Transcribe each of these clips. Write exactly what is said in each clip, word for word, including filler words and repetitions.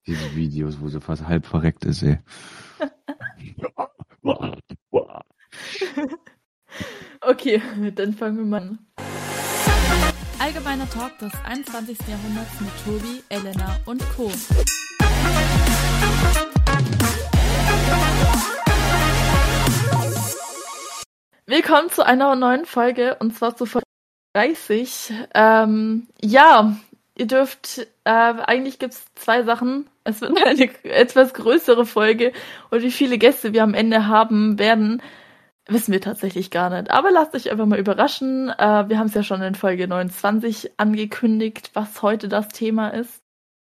Diese Videos, wo sie fast halb verreckt ist, ey. Okay, dann fangen wir mal an. Allgemeiner Talk des einundzwanzigsten Jahrhunderts mit Tobi, Elena und Co. Willkommen zu einer neuen Folge, und zwar zu Folge dreißig. Ähm, ja, ihr dürft, äh, eigentlich gibt es zwei Sachen. Es wird eine etwas größere Folge, und wie viele Gäste wir am Ende haben werden, wissen wir tatsächlich gar nicht. Aber lasst euch einfach mal überraschen. Äh, wir haben es ja schon in Folge neunundzwanzig angekündigt, was heute das Thema ist.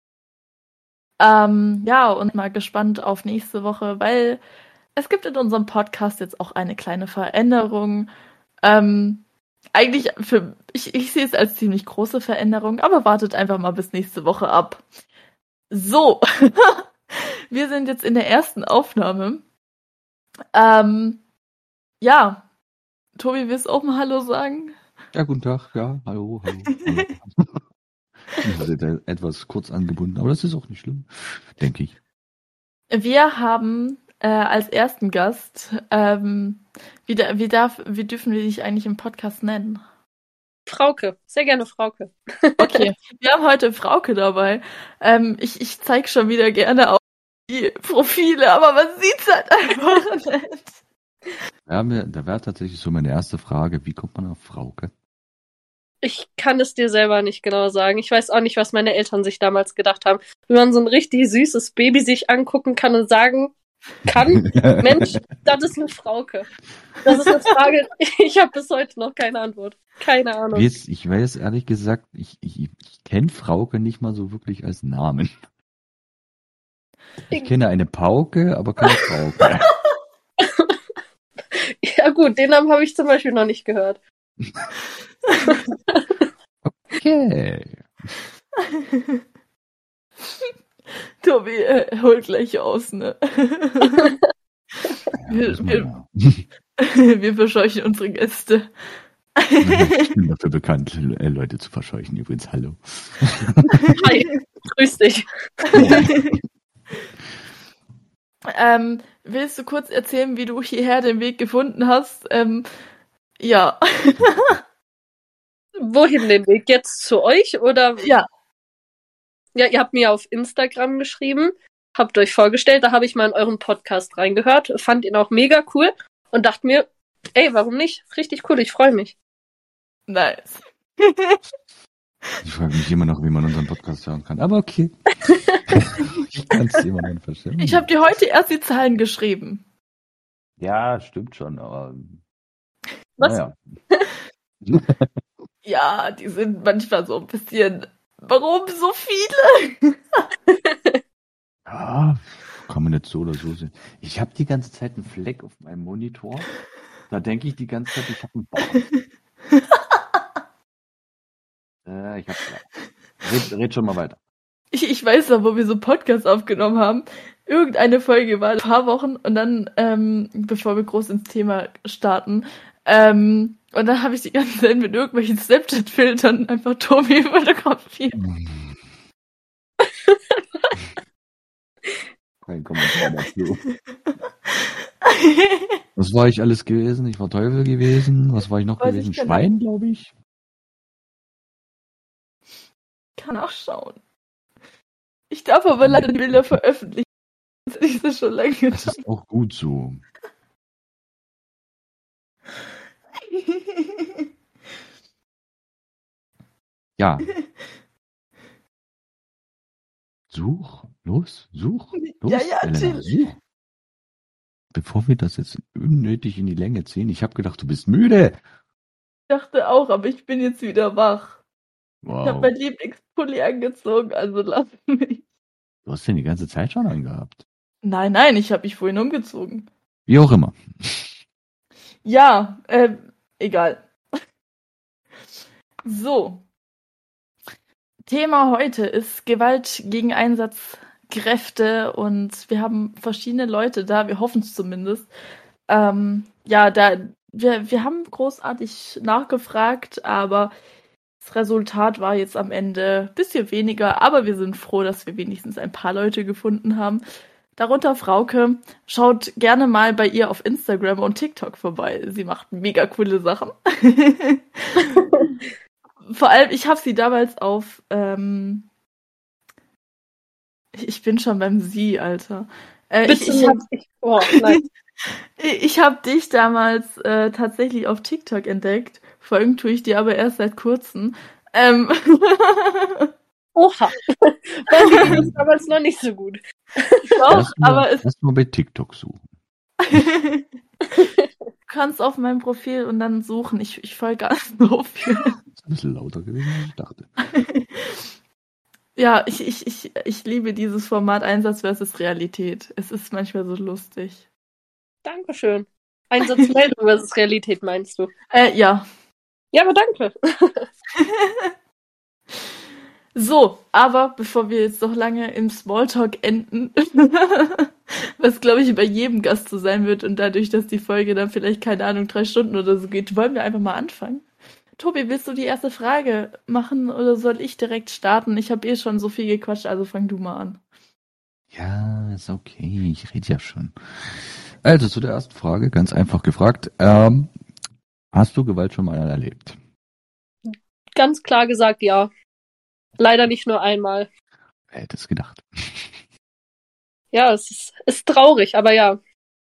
Ähm, ja, und mal gespannt auf nächste Woche, weil es gibt in unserem Podcast jetzt auch eine kleine Veränderung. Ähm, eigentlich für ich, ich sehe es als ziemlich große Veränderung, aber wartet einfach mal bis nächste Woche ab. So, wir sind jetzt in der ersten Aufnahme. Ähm, ja, Tobi, willst du auch mal Hallo sagen? Ja, guten Tag, ja, hallo, hallo. hallo. Das ist etwas kurz angebunden, aber das ist auch nicht schlimm, denke ich. Wir haben äh, als ersten Gast, ähm, wie, da, wie, darf, wie dürfen wir dich eigentlich im Podcast nennen? Frauke, sehr gerne Frauke. Okay, wir haben heute Frauke dabei. Ähm, ich ich zeige schon wieder gerne auf die Profile, aber man sieht es halt einfach nicht. Ja, mir, da wäre tatsächlich so meine erste Frage, wie kommt man auf Frauke? Ich kann es dir selber nicht genau sagen. Ich weiß auch nicht, was meine Eltern sich damals gedacht haben. Wenn man so ein richtig süßes Baby sich angucken kann und sagen kann, Mensch, das ist eine Frauke. Das ist eine Frage, ich habe bis heute noch keine Antwort. Keine Ahnung. Jetzt, ich weiß ehrlich gesagt, ich, ich, ich kenne Frauke nicht mal so wirklich als Namen. Ich kenne eine Pauke, aber keine Frauke. Ja gut, den Namen habe ich zum Beispiel noch nicht gehört. Okay. Tobi äh, holt gleich aus, ne? Ja, wir, muss man wir, ja. wir verscheuchen unsere Gäste. Ich bin dafür bekannt, äh, Leute zu verscheuchen. Übrigens, hallo. Hi, grüß dich. ähm, willst du kurz erzählen, wie du hierher den Weg gefunden hast? Ähm, ja. Wohin den Weg? Jetzt zu euch oder? Ja. Ja, ihr habt mir auf Instagram geschrieben, habt euch vorgestellt, da habe ich mal in euren Podcast reingehört, fand ihn auch mega cool und dachte mir, ey, warum nicht? Richtig cool, ich freue mich. Nice. Ich frage mich immer noch, wie man unseren Podcast hören kann, aber okay. Ich kann es immer noch verstehen. Ich habe dir heute erst die Zahlen geschrieben. Ja, stimmt schon, aber... Was? Naja. Ja, die sind manchmal so ein bisschen... Warum so viele? Ja, kann man nicht so oder so sehen. Ich habe die ganze Zeit einen Fleck auf meinem Monitor. Da denke ich die ganze Zeit, ich habe einen Bart. äh, ich hab's gleich. Red, red schon mal weiter. Ich, ich weiß noch, wo wir so Podcasts aufgenommen haben. Irgendeine Folge war ein paar Wochen und dann, ähm, bevor wir groß ins Thema starten, ähm, und dann habe ich die ganze Zeit mit irgendwelchen Snapchat-Filtern einfach Tobi fotografiert. Kein Kommentar dazu. Was war ich alles gewesen? Ich war Teufel gewesen. Was war ich noch Weiß gewesen? ich genau. Schwein, glaube ich. Kann auch schauen. Ich darf aber leider die Bilder veröffentlichen. Das ist das schon lange. Das ist auch gut so. Ja. Such, los, such, los, Ja, ja, Elena, chill. such. Bevor wir das jetzt unnötig in die Länge ziehen, ich habe gedacht, du bist müde. Ich dachte auch, aber ich bin jetzt wieder wach. Wow. Ich habe mein Lieblingspulli angezogen, also lass mich. Du hast den die ganze Zeit schon angehabt. Nein, nein, ich habe mich vorhin umgezogen. Wie auch immer. Ja, äh, egal. So. Thema heute ist Gewalt gegen Einsatzkräfte, und wir haben verschiedene Leute da, wir hoffen es zumindest. Ähm, ja, da wir, wir haben großartig nachgefragt, aber Das Resultat war jetzt am Ende ein bisschen weniger, aber wir sind froh, dass wir wenigstens ein paar Leute gefunden haben. Darunter Frauke. Schaut gerne mal bei ihr auf Instagram und TikTok vorbei. Sie macht mega coole Sachen. Vor allem, ich habe sie damals auf... Ähm, ich bin schon beim Sie, Alter. Äh, Bitte ich ich habe nicht. Oh, nein. ich hab dich damals äh, tatsächlich auf TikTok entdeckt. Folgen tue ich dir aber erst seit kurzem. Ähm, Oha. Bei mir ging es damals noch nicht so gut. doch, Erstmal aber es erst mal bei TikTok suchen. du kannst auf meinem Profil und dann suchen. Ich, ich folge gar nicht so viel. Das ist ein bisschen lauter gewesen, als ich dachte. Ja, ich, ich, ich, ich liebe dieses Format Einsatz versus Realität. Es ist manchmal so lustig. Dankeschön. Einsatzmeldung versus Realität, meinst du? Äh, ja. Ja, aber danke. So, aber bevor wir jetzt noch lange im Smalltalk enden, was glaube ich bei jedem Gast so sein wird und dadurch, dass die Folge dann vielleicht, keine Ahnung, drei Stunden oder so geht, wollen wir einfach mal anfangen. Tobi, willst du die erste Frage machen oder soll ich direkt starten? Ich habe eh schon so viel gequatscht, also fang du mal an. Ja, ist okay, ich rede ja schon. Also zu der ersten Frage, ganz einfach gefragt. Ähm, hast du Gewalt schon mal erlebt? Ganz klar gesagt, ja. Leider nicht nur einmal. Wer hätte es gedacht? Ja, es ist, ist traurig, aber ja.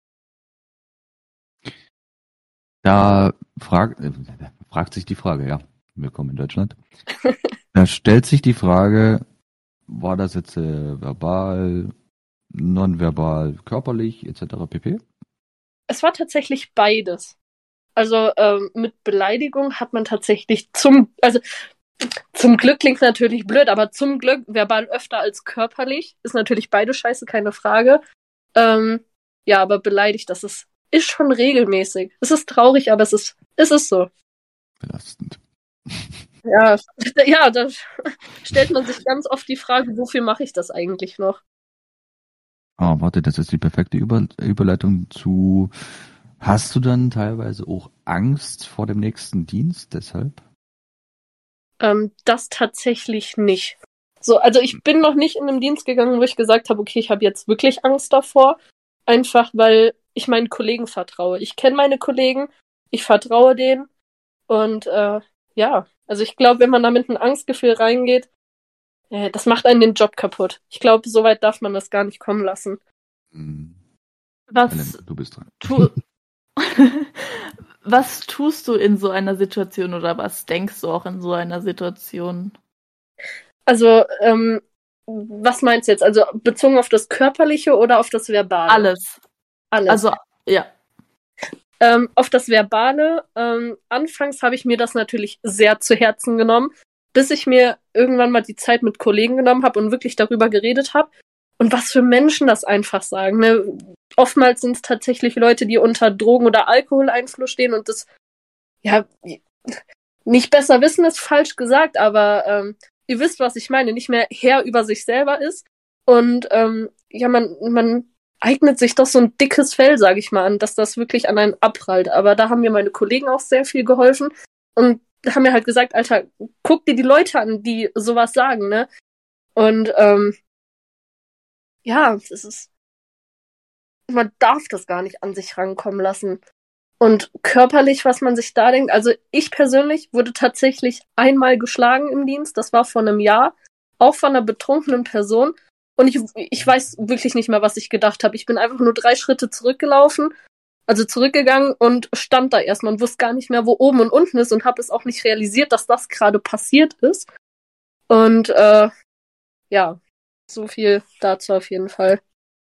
Da fragt, äh, fragt sich die Frage, ja, willkommen in Deutschland. Da stellt sich die Frage, war das jetzt äh, verbal, nonverbal, körperlich, et cetera pp? Es war tatsächlich beides. Also ähm, mit Beleidigung hat man tatsächlich zum, also zum Glück klingt natürlich blöd, aber zum Glück verbal öfter als körperlich. Ist natürlich beide scheiße, keine Frage. Ähm, ja, aber beleidigt, das ist, ist schon regelmäßig. Es ist traurig, aber es ist, es ist so. Belastend. Ja, ja, da stellt man sich ganz oft die Frage, wofür mache ich das eigentlich noch? Ah, warte, das ist die perfekte Über Überleitung zu, hast du dann teilweise auch Angst vor dem nächsten Dienst deshalb? Ähm, das tatsächlich nicht. So, also ich bin noch nicht in einem Dienst gegangen, wo ich gesagt habe, okay, ich habe jetzt wirklich Angst davor. Einfach, weil ich meinen Kollegen vertraue. Ich kenne meine Kollegen, ich vertraue denen. Und äh, ja, also ich glaube, wenn man da mit einem Angstgefühl reingeht, äh, das macht einen den Job kaputt. Ich glaube, so weit darf man das gar nicht kommen lassen. Hm. Was, Helen, du bist dran. tu was tust du in so einer Situation oder was denkst du auch in so einer Situation? Also, ähm, was meinst du jetzt? Also bezogen auf das Körperliche oder auf das Verbale? Alles. Alles. Also, ja. Ähm, auf das Verbale, ähm, anfangs habe ich mir das natürlich sehr zu Herzen genommen, bis ich mir irgendwann mal die Zeit mit Kollegen genommen habe und wirklich darüber geredet habe. Und was für Menschen das einfach sagen. Ne? Oftmals sind es tatsächlich Leute, die unter Drogen- oder Alkoholeinfluss stehen und das, ja, nicht besser wissen ist falsch gesagt, aber ähm, ihr wisst, was ich meine, nicht mehr Herr über sich selber ist. Und ähm, ja, man, man eignet sich doch so ein dickes Fell, sage ich mal, an, dass das wirklich an einen abprallt. Aber da haben mir meine Kollegen auch sehr viel geholfen und haben mir halt gesagt, Alter, guck dir die Leute an, die sowas sagen, ne? Und ähm, ja, es ist, man darf das gar nicht an sich rankommen lassen. Und körperlich, was man sich da denkt, also ich persönlich wurde tatsächlich einmal geschlagen im Dienst, das war vor einem Jahr, auch von einer betrunkenen Person. Und ich, ich weiß wirklich nicht mehr, was ich gedacht habe. Ich bin einfach nur drei Schritte zurückgelaufen, also zurückgegangen und stand da erstmal und wusste gar nicht mehr, wo oben und unten ist und habe es auch nicht realisiert, dass das gerade passiert ist. Und äh, ja, so viel dazu auf jeden Fall.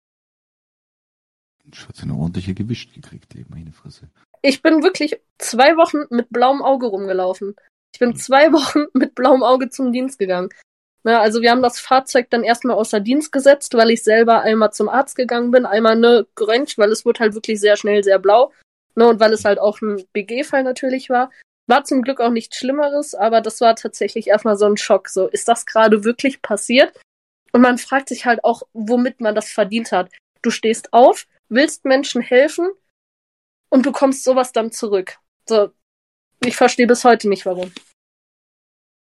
Ich hatte eine ordentliche Gewicht gekriegt, eben meine Fresse. Ich bin wirklich zwei Wochen mit blauem Auge rumgelaufen. Ich bin zwei Wochen mit blauem Auge zum Dienst gegangen. Na, also wir haben das Fahrzeug dann erstmal außer Dienst gesetzt, weil ich selber einmal zum Arzt gegangen bin, einmal ne geröntgt, weil es wurde halt wirklich sehr schnell sehr blau. Ne, und weil es halt auch ein B G-Fall natürlich war. War zum Glück auch nichts Schlimmeres, aber das war tatsächlich erstmal so ein Schock. So, ist das gerade wirklich passiert? Und man fragt sich halt auch, womit man das verdient hat. Du stehst auf, willst Menschen helfen und bekommst sowas dann zurück. So, ich verstehe bis heute nicht, warum.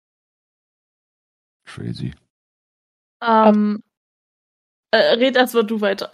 crazy. Ähm, äh, red erstmal du weiter.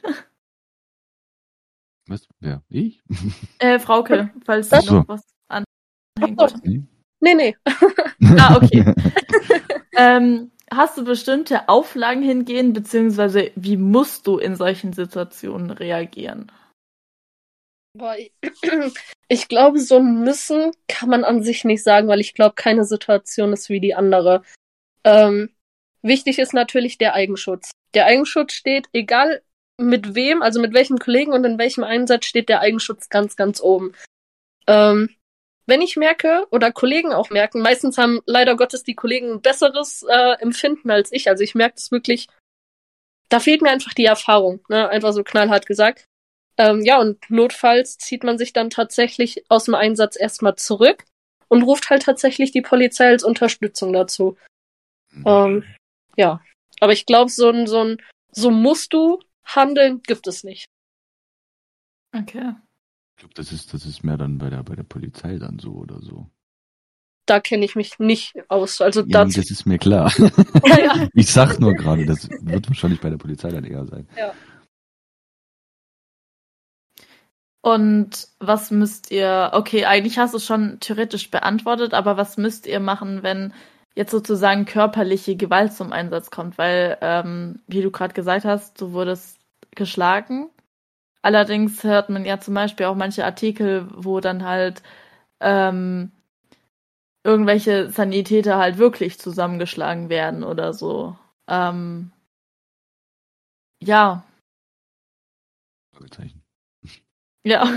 Was? Wer? Ich? äh, Frauke, falls Ach sie so. noch was anhängen Ach so. wollte. Nee, nee. Ah, okay. ähm, hast du bestimmte Auflagen hingehen, beziehungsweise wie musst du in solchen Situationen reagieren? Boah, ich, ich glaube, so ein Müssen kann man an sich nicht sagen, weil ich glaube, keine Situation ist wie die andere. Ähm, wichtig ist natürlich der Eigenschutz. Der Eigenschutz steht, egal mit wem, also mit welchem Kollegen und in welchem Einsatz, steht der Eigenschutz ganz, ganz oben. Ähm, wenn ich merke, oder Kollegen auch merken, meistens haben leider Gottes die Kollegen ein besseres äh, Empfinden als ich. Also ich merke das wirklich, da fehlt mir einfach die Erfahrung, ne? Einfach so knallhart gesagt. Ähm, ja, und notfalls zieht man sich dann tatsächlich aus dem Einsatz erstmal zurück und ruft halt tatsächlich die Polizei als Unterstützung dazu. Ähm, ja, aber ich glaube, so ein, so ein, so musst du handeln, gibt es nicht. Okay. Ich glaube, das ist, das ist mehr dann bei der, bei der Polizei dann so oder so. Da kenne ich mich nicht aus. Also Ja, dazu. nee, das ist mir klar. Ja, ja. Ich sag nur gerade, das wird wahrscheinlich bei der Polizei dann eher sein. Ja. Und was müsst ihr, okay, eigentlich hast du es schon theoretisch beantwortet, aber was müsst ihr machen, wenn jetzt sozusagen körperliche Gewalt zum Einsatz kommt? Weil, ähm, wie du gerade gesagt hast, du wurdest geschlagen. Allerdings hört man ja zum Beispiel auch manche Artikel, wo dann halt ähm, irgendwelche Sanitäter halt wirklich zusammengeschlagen werden oder so. Ähm, ja. Fragezeichen. Ja.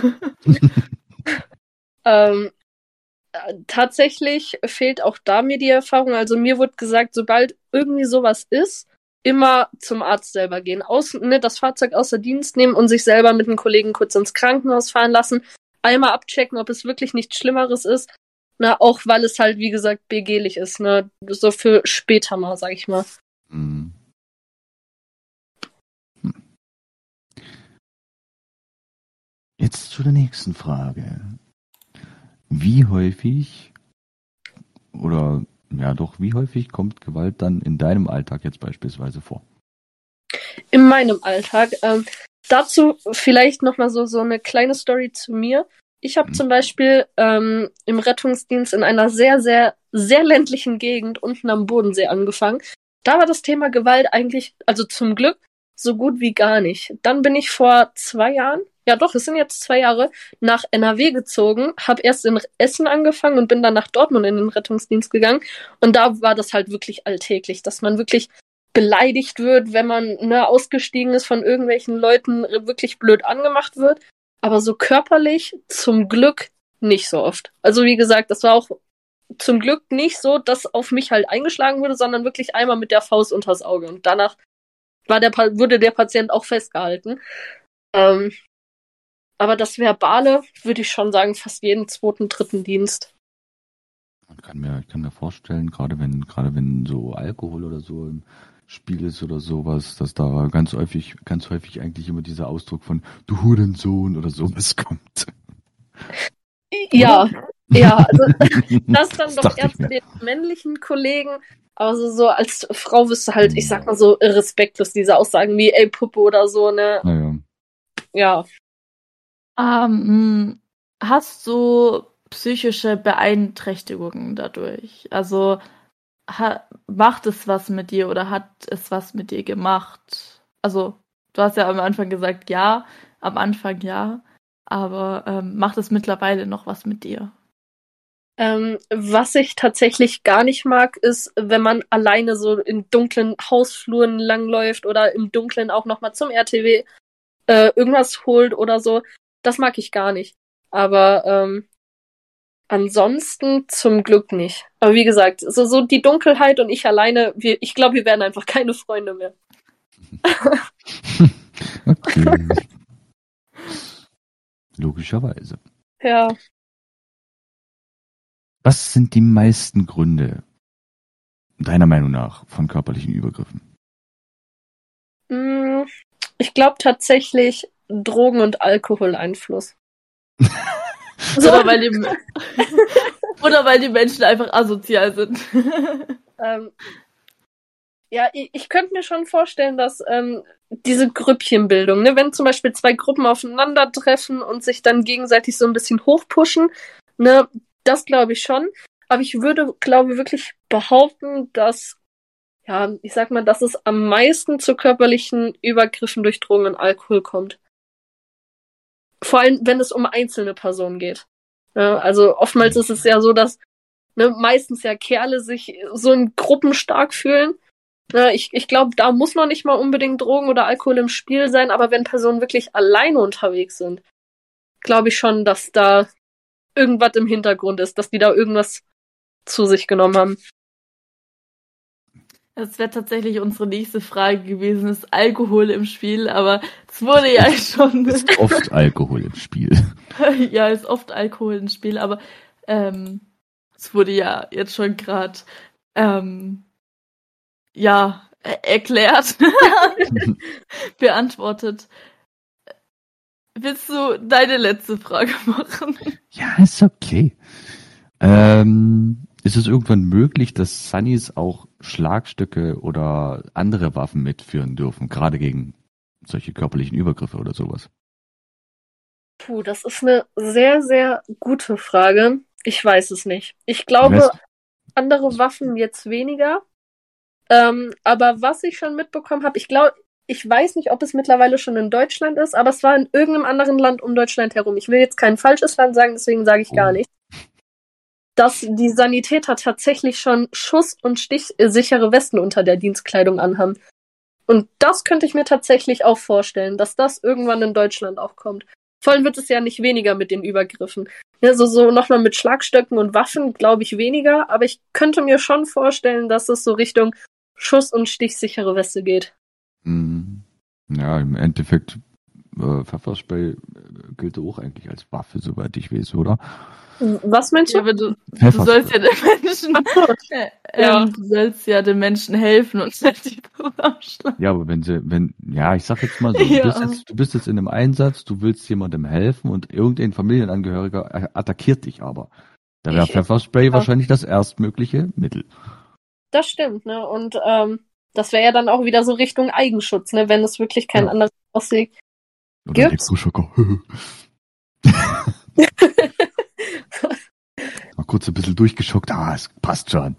ähm, äh, tatsächlich fehlt auch da mir die Erfahrung. Also mir wurde gesagt, sobald irgendwie sowas ist, immer zum Arzt selber gehen. Aus, ne, das Fahrzeug außer Dienst nehmen und sich selber mit einem Kollegen kurz ins Krankenhaus fahren lassen. Einmal abchecken, ob es wirklich nichts Schlimmeres ist. Na, auch weil es halt, wie gesagt, begehlich ist. Ne? So für später mal, sag ich mal. Mhm. Hm. Jetzt zu der nächsten Frage. Wie häufig oder ja doch, wie häufig kommt Gewalt dann in deinem Alltag jetzt beispielsweise vor? In meinem Alltag. Ähm, dazu vielleicht nochmal so, so eine kleine Story zu mir. Ich habe Mhm. zum Beispiel ähm, im Rettungsdienst in einer sehr, sehr, sehr ländlichen Gegend unten am Bodensee angefangen. Da war das Thema Gewalt eigentlich, also zum Glück, so gut wie gar nicht. Dann bin ich vor zwei Jahren, ja doch, es sind jetzt zwei Jahre, nach N R W gezogen, habe erst in Essen angefangen und bin dann nach Dortmund in den Rettungsdienst gegangen. Und da war das halt wirklich alltäglich, dass man wirklich beleidigt wird, wenn man ne, ausgestiegen ist, von irgendwelchen Leuten wirklich blöd angemacht wird. Aber so körperlich zum Glück nicht so oft. Also wie gesagt, das war auch zum Glück nicht so, dass auf mich halt eingeschlagen wurde, sondern wirklich einmal mit der Faust unters Auge. Und danach war der, wurde der Patient auch festgehalten. Ähm, aber das Verbale, würde ich schon sagen, fast jeden zweiten, dritten Dienst. Ich kann mir, ich kann mir vorstellen, gerade wenn, gerade wenn so Alkohol oder so im Spiel ist oder sowas, dass da ganz häufig, ganz häufig eigentlich immer dieser Ausdruck von du Hurensohn oder sowas kommt. Ja, ja, also das dann Das doch dachte eher ich zu mir. den männlichen Kollegen. Aber so, so als Frau wirst du halt, ich sag Ja. mal so, respektlos, diese Aussagen wie ey Puppe oder so, ne? Naja. Ja. Ähm, hast du psychische Beeinträchtigungen dadurch? Also ha macht es was mit dir oder hat es was mit dir gemacht? Also du hast ja am Anfang gesagt, ja, am Anfang ja, aber ähm, macht es mittlerweile noch was mit dir? Ähm, was ich tatsächlich gar nicht mag, ist, wenn man alleine so in dunklen Hausfluren langläuft oder im Dunkeln auch nochmal zum R T W äh, irgendwas holt oder so. Das mag ich gar nicht. Aber ähm, ansonsten zum Glück nicht. Aber wie gesagt, so, so die Dunkelheit und ich alleine, wir, ich glaube, wir werden einfach keine Freunde mehr. Okay. Logischerweise. Ja. Was sind die meisten Gründe, deiner Meinung nach, von körperlichen Übergriffen? Mm, Ich glaube tatsächlich Drogen- und Alkoholeinfluss. So, Oder weil die, oder weil die Menschen einfach asozial sind. ähm, Ja, ich, ich könnte mir schon vorstellen, dass ähm, diese Grüppchenbildung, ne, wenn zum Beispiel zwei Gruppen aufeinandertreffen und sich dann gegenseitig so ein bisschen hochpushen, ne, das glaube ich schon. Aber ich würde, glaube wirklich behaupten, dass, ja, ich sag mal, dass es am meisten zu körperlichen Übergriffen durch Drogen und Alkohol kommt. Vor allem, wenn es um einzelne Personen geht. Ja, also oftmals ist es ja so, dass ne, meistens ja Kerle sich so in Gruppen stark fühlen. Ja, ich ich glaube, da muss noch nicht mal unbedingt Drogen oder Alkohol im Spiel sein, aber wenn Personen wirklich alleine unterwegs sind, glaube ich schon, dass da irgendwas im Hintergrund ist, dass die da irgendwas zu sich genommen haben. Das wäre tatsächlich unsere nächste Frage gewesen, ist Alkohol im Spiel, aber es wurde ja schon... Ist oft Alkohol im Spiel. Ja, ist oft Alkohol im Spiel, aber ähm, es wurde ja jetzt schon gerade ähm, ja, er- erklärt, beantwortet. Willst du deine letzte Frage machen? Ja, ist okay. Ähm, ist es irgendwann möglich, dass Sunnys auch Schlagstücke oder andere Waffen mitführen dürfen, gerade gegen solche körperlichen Übergriffe oder sowas? Puh, das ist eine sehr, sehr gute Frage. Ich weiß es nicht. Ich Ich glaube, weiß, andere Waffen jetzt weniger. Ähm, aber was ich schon mitbekommen habe, ich glaube, ich weiß nicht, ob es mittlerweile schon in Deutschland ist, aber es war in irgendeinem anderen Land um Deutschland herum. Ich will jetzt kein falsches Land sagen, deswegen sage ich gar oh, nichts. Dass die Sanitäter tatsächlich schon schuss- und stichsichere Westen unter der Dienstkleidung anhaben. Und das könnte ich mir tatsächlich auch vorstellen, dass das irgendwann in Deutschland auch kommt. Vor allem wird es ja nicht weniger mit den Übergriffen. Ja, so, so nochmal mit Schlagstöcken und Waffen glaube ich weniger, aber ich könnte mir schon vorstellen, dass es so Richtung Schuss- und stichsichere Weste geht. hm. Ja, im Endeffekt, äh, Pfefferspray äh, gilt auch eigentlich als Waffe, soweit ich weiß, oder? Was meinst Ja, du? aber du, du Pfefferspray. sollst ja den Menschen, Ach so. äh, Ja. ähm, du sollst ja den Menschen helfen und nicht die zusammenschlagen. Ja, aber wenn sie, wenn, ja, ich sag jetzt mal so, du Ja. bist jetzt, du bist jetzt in einem Einsatz, du willst jemandem helfen und irgendein Familienangehöriger a- attackiert dich aber. Da wäre Ich- Pfefferspray ja. wahrscheinlich das erstmögliche Mittel. Das stimmt, ne? Und ähm, das wäre ja dann auch wieder so Richtung Eigenschutz, ne? Wenn es wirklich keinen Ja. anderen Ausweg Oder Gibt's? Elektroschocker. Mal kurz ein bisschen durchgeschockt. Ah, es passt schon.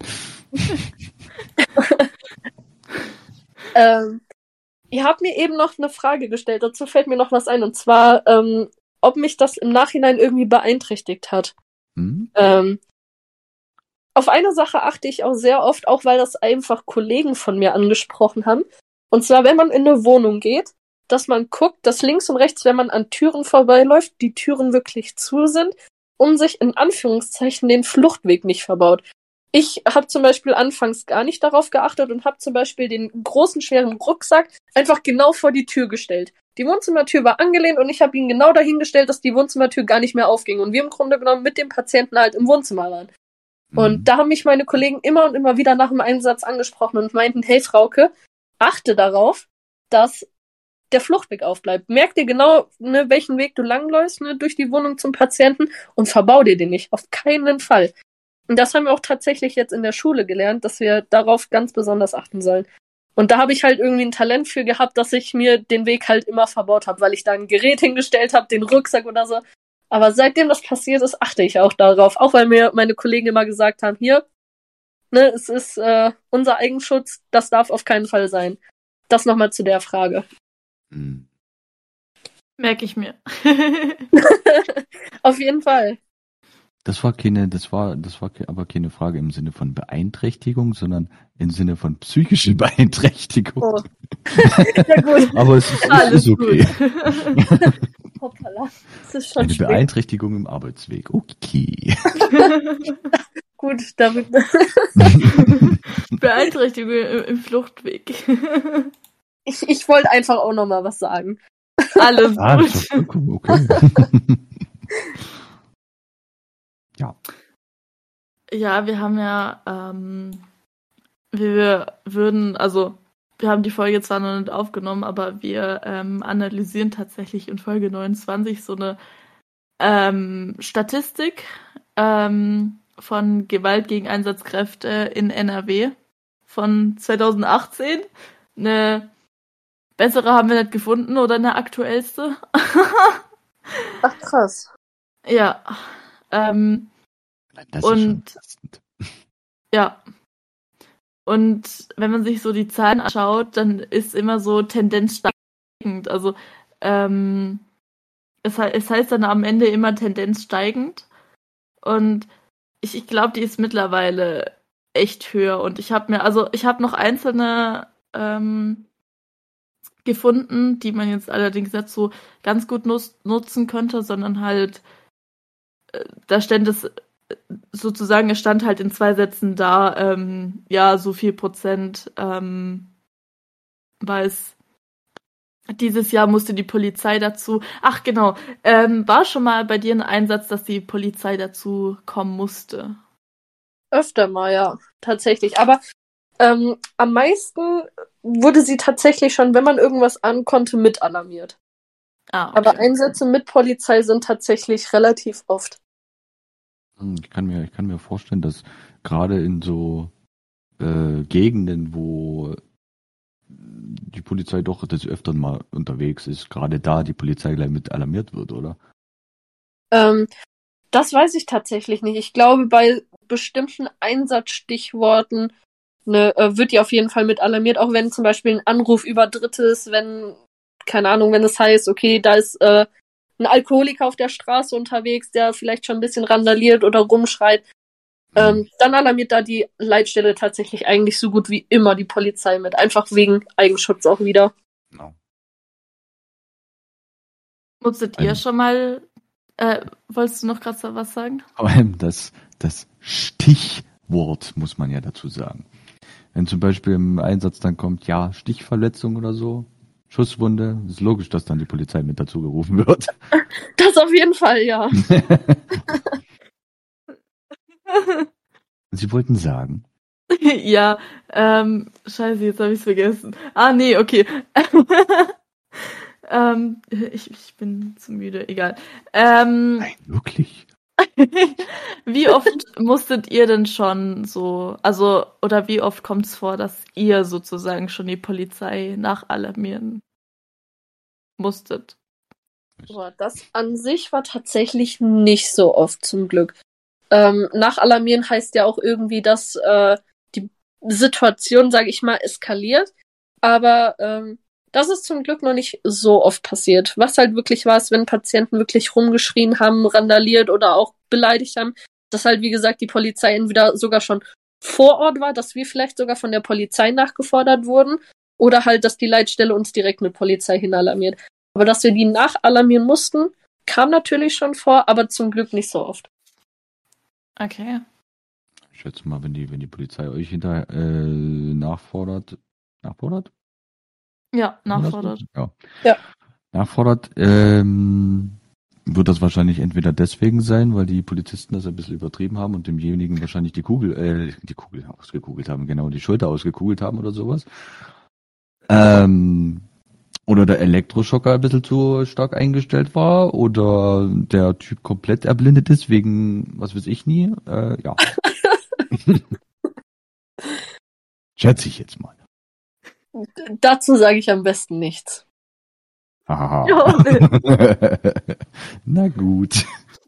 Ähm, ihr habt mir eben noch eine Frage gestellt, dazu fällt mir noch was ein, und zwar, ähm, ob mich das im Nachhinein irgendwie beeinträchtigt hat. Hm? Ähm, auf eine Sache achte ich auch sehr oft, auch weil das einfach Kollegen von mir angesprochen haben. Und zwar, wenn man in eine Wohnung geht, dass man guckt, dass links und rechts, wenn man an Türen vorbeiläuft, die Türen wirklich zu sind und sich in Anführungszeichen den Fluchtweg nicht verbaut. Ich habe zum Beispiel anfangs gar nicht darauf geachtet und habe zum Beispiel den großen, schweren Rucksack einfach genau vor die Tür gestellt. Die Wohnzimmertür war angelehnt und ich habe ihn genau dahingestellt, dass die Wohnzimmertür gar nicht mehr aufging und wir im Grunde genommen mit dem Patienten halt im Wohnzimmer waren. Und Hm. da haben mich meine Kollegen immer und immer wieder nach dem Einsatz angesprochen und meinten, hey Frauke, achte darauf, dass der Fluchtweg aufbleibt. Merk dir genau, ne, welchen Weg du langläufst, ne, durch die Wohnung zum Patienten und verbau dir den nicht. Auf keinen Fall. Und das haben wir auch tatsächlich jetzt in der Schule gelernt, dass wir darauf ganz besonders achten sollen. Und da habe ich halt irgendwie ein Talent für gehabt, dass ich mir den Weg halt immer verbaut habe, weil ich da ein Gerät hingestellt habe, den Rucksack oder so. Aber seitdem das passiert ist, achte ich auch darauf. Auch weil mir meine Kollegen immer gesagt haben, hier, ne, es ist äh, unser Eigenschutz, das darf auf keinen Fall sein. Das nochmal zu der Frage. Hm. Merke ich mir. Auf jeden Fall. Das war keine, das war, das war ke- aber keine Frage im Sinne von Beeinträchtigung, sondern im Sinne von psychischer Beeinträchtigung. Oh. Ja gut, Aber es ist, es Alles ist okay. gut. hoppala. Das ist schon Eine spät. Beeinträchtigung im Arbeitsweg. Okay. Gut, damit. Beeinträchtigung im, im Fluchtweg. Ich, ich wollte einfach auch nochmal was sagen. Alles Ah, das ist gut. doch vollkommen okay. Ja. Ja, wir haben ja, ähm, wir würden, also wir haben die Folge zwar noch nicht aufgenommen, aber wir ähm, analysieren tatsächlich in Folge neunundzwanzig so eine ähm, Statistik ähm, von Gewalt gegen Einsatzkräfte in N R W von zwanzig achtzehn. Eine bessere haben wir nicht gefunden oder eine aktuellste. Ach, krass. Ja. Ähm, Das Und- ist schon belastend. ja. Und wenn man sich so die Zahlen anschaut, dann ist immer so Tendenz steigend. Also ähm, es, he- es heißt dann am Ende immer Tendenz steigend. Und ich, ich glaube, die ist mittlerweile echt höher. Und ich habe mir, also ich habe noch einzelne ähm, gefunden, die man jetzt allerdings nicht so ganz gut nutz, nutzen könnte, sondern halt, äh, da stand es äh, sozusagen, es stand halt in zwei Sätzen da, ähm, ja, so viel Prozent, ähm, weiß, dieses Jahr musste die Polizei dazu, ach genau, ähm, war schon mal bei dir ein Einsatz, dass die Polizei dazu kommen musste? Öfter mal, ja, tatsächlich. Aber ähm, am meisten wurde sie tatsächlich schon, wenn man irgendwas ankonnte, mit alarmiert. Ah, okay. Aber Einsätze mit Polizei sind tatsächlich relativ oft. Hm, Ich kann mir, ich kann mir vorstellen, dass gerade in so äh, Gegenden, wo die Polizei doch des Öfteren mal unterwegs ist, gerade da die Polizei gleich mit alarmiert wird, oder? Ähm, das weiß ich tatsächlich nicht. Ich glaube, bei bestimmten Einsatzstichworten ne, äh, wird die auf jeden Fall mit alarmiert, auch wenn zum Beispiel ein Anruf über Drittes, wenn, keine Ahnung, wenn es heißt, okay, da ist äh, ein Alkoholiker auf der Straße unterwegs, der vielleicht schon ein bisschen randaliert oder rumschreit, ähm, dann alarmiert da die Leitstelle tatsächlich eigentlich so gut wie immer die Polizei mit, einfach wegen Eigenschutz auch wieder. Genau. Musstet ihr Ein- schon mal, äh, wolltest du noch gerade so was sagen? Vor allem das, das Stichwort muss man ja dazu sagen. Wenn zum Beispiel im Einsatz dann kommt, ja, Stichverletzung oder so, Schusswunde, ist logisch, dass dann die Polizei mit dazu gerufen wird. Das auf jeden Fall, ja. Sie wollten sagen, Ja, ähm, scheiße, jetzt habe ich es vergessen. Ah, nee, okay. ähm, ich, ich bin zu müde, egal. Ähm, nein, wirklich? wie oft musstet ihr denn schon so, also, oder wie oft kommt es vor, dass ihr sozusagen schon die Polizei nachalarmieren musstet? Boah, das an sich war tatsächlich nicht so oft, zum Glück. Ähm, nachalarmieren heißt ja auch irgendwie, dass äh, die Situation, sage ich mal, eskaliert. Aber ähm, das ist zum Glück noch nicht so oft passiert. Was halt wirklich war, ist, wenn Patienten wirklich rumgeschrien haben, randaliert oder auch beleidigt haben, dass halt, wie gesagt, die Polizei entweder sogar schon vor Ort war, dass wir vielleicht sogar von der Polizei nachgefordert wurden, oder halt, dass die Leitstelle uns direkt mit Polizei hinalarmiert. Aber dass wir die nachalarmieren mussten, kam natürlich schon vor, aber zum Glück nicht so oft. Okay. Ich schätze mal, wenn die, wenn die Polizei euch hinter äh, nachfordert, nachfordert? Ja, Kann man das nachfordert. so? Ja. Ja. Nachfordert, ähm, wird das wahrscheinlich entweder deswegen sein, weil die Polizisten das ein bisschen übertrieben haben und demjenigen wahrscheinlich die Kugel, äh, die Kugel ausgekugelt haben, genau, die Schulter ausgekugelt haben oder sowas. Ähm, oder der Elektroschocker ein bisschen zu stark eingestellt war oder der Typ komplett erblindet ist wegen, was weiß ich nie, äh, ja. Schätze ich jetzt mal. Dazu sage ich am besten nichts. Haha. Ja, Na gut.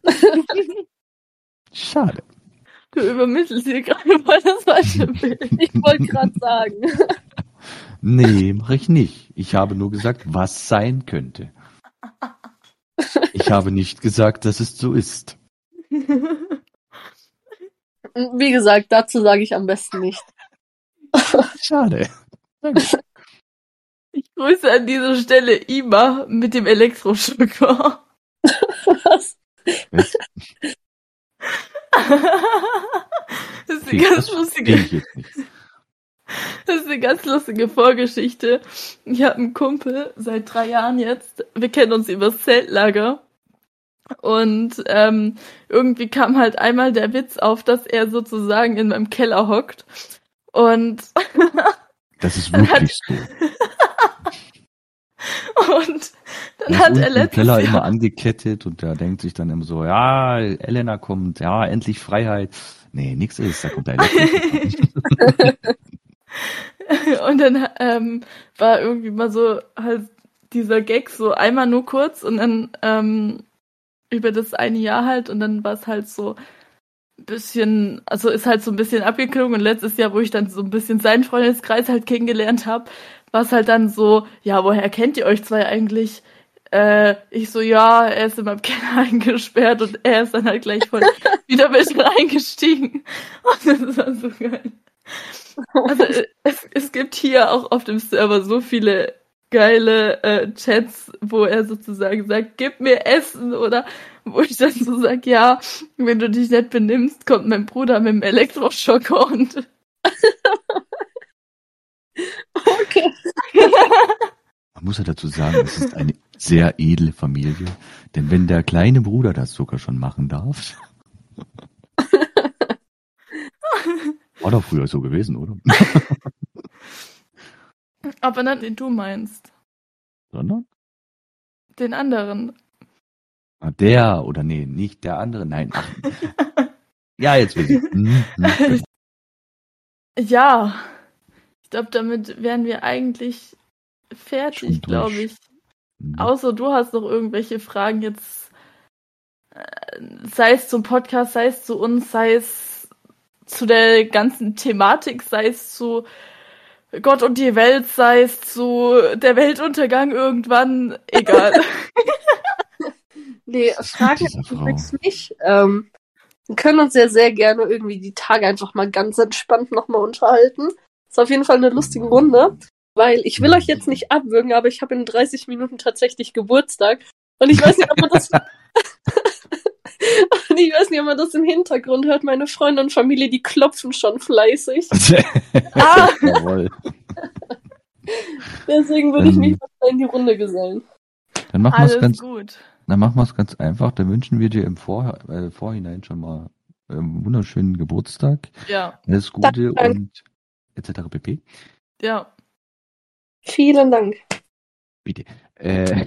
Schade. Du übermittelst hier gerade voll das falsche Bild. Ich wollte gerade sagen. Nee, mache ich nicht. Ich habe nur gesagt, was sein könnte. Ich habe nicht gesagt, dass es so ist. Wie gesagt, dazu sage ich am besten nicht. Schade. Na gut. Ich grüße an dieser Stelle Ima mit dem Elektroschocker. Was? Was? Das ist eine Okay, ganz das verstehe lustige, ich jetzt nicht. das ist eine ganz lustige Vorgeschichte. Ich habe einen Kumpel seit drei Jahren jetzt. Wir kennen uns übers Zeltlager. Und ähm, irgendwie kam halt einmal der Witz auf, dass er sozusagen in meinem Keller hockt. Und Das ist Dann hat- wirklich so. Und dann Er hat ist er unten im letztes Keller Jahr... immer angekettet und der denkt sich dann immer so, ja, Elena kommt, ja, endlich Freiheit. Nee, nix ist, da kommt der Elektriker. Und dann ähm, war irgendwie mal so halt dieser Gag so einmal nur kurz und dann ähm, über das eine Jahr halt und dann war es halt so ein bisschen, also ist halt so ein bisschen abgeklungen und letztes Jahr, wo ich dann so ein bisschen seinen Freundeskreis halt kennengelernt habe, war es halt dann so, ja, woher kennt ihr euch zwei eigentlich? Äh, ich so, ja, er ist in meinem Keller eingesperrt und er ist dann halt gleich voll wieder mit eingestiegen. Und das war so geil. Also es, es gibt hier auch auf dem Server so viele geile äh, Chats, wo er sozusagen sagt, gib mir Essen oder wo ich dann so sag, ja, wenn du dich nicht benimmst, kommt mein Bruder mit dem Elektroschocker und Okay. Man muss ja dazu sagen, es ist eine sehr edle Familie, denn wenn der kleine Bruder das sogar schon machen darf, war doch früher so gewesen, oder? aber nicht den du meinst, Sondern? den anderen. Ah, der oder nee, nicht der andere, nein. Ach. Ja, jetzt will ich. Hm, hm, Ja, ich glaube, damit wären wir eigentlich Schon fertig, durch. glaube ich. hm. Außer du hast noch irgendwelche Fragen jetzt, äh, sei es zum Podcast, sei es zu uns, sei es zu der ganzen Thematik, sei es zu Gott und die Welt, sei es zu der Weltuntergang irgendwann, egal. Nee, Was ist mit Fragen dieser Frau? gibt's nicht. Ähm, wir können uns ja sehr gerne irgendwie die Tage einfach mal ganz entspannt nochmal unterhalten. Ist auf jeden Fall eine lustige Runde, weil ich will euch jetzt nicht abwürgen, aber ich habe in dreißig Minuten tatsächlich Geburtstag und ich weiß nicht, ob man das und ich weiß nicht, ob man das im Hintergrund hört. Meine Freunde und Familie, die klopfen schon fleißig. Ah! Jawohl. Deswegen würde ich mich Ähm, mal in die Runde gesellen. Dann machen wir es Alles ganz, gut. dann machen wir es ganz einfach. Dann wünschen wir dir im Vor äh, Vorhinein schon mal ähm, wunderschönen Geburtstag, Ja, alles Gute Danke. und et cetera pp. ja. Vielen Dank. Bitte. Äh,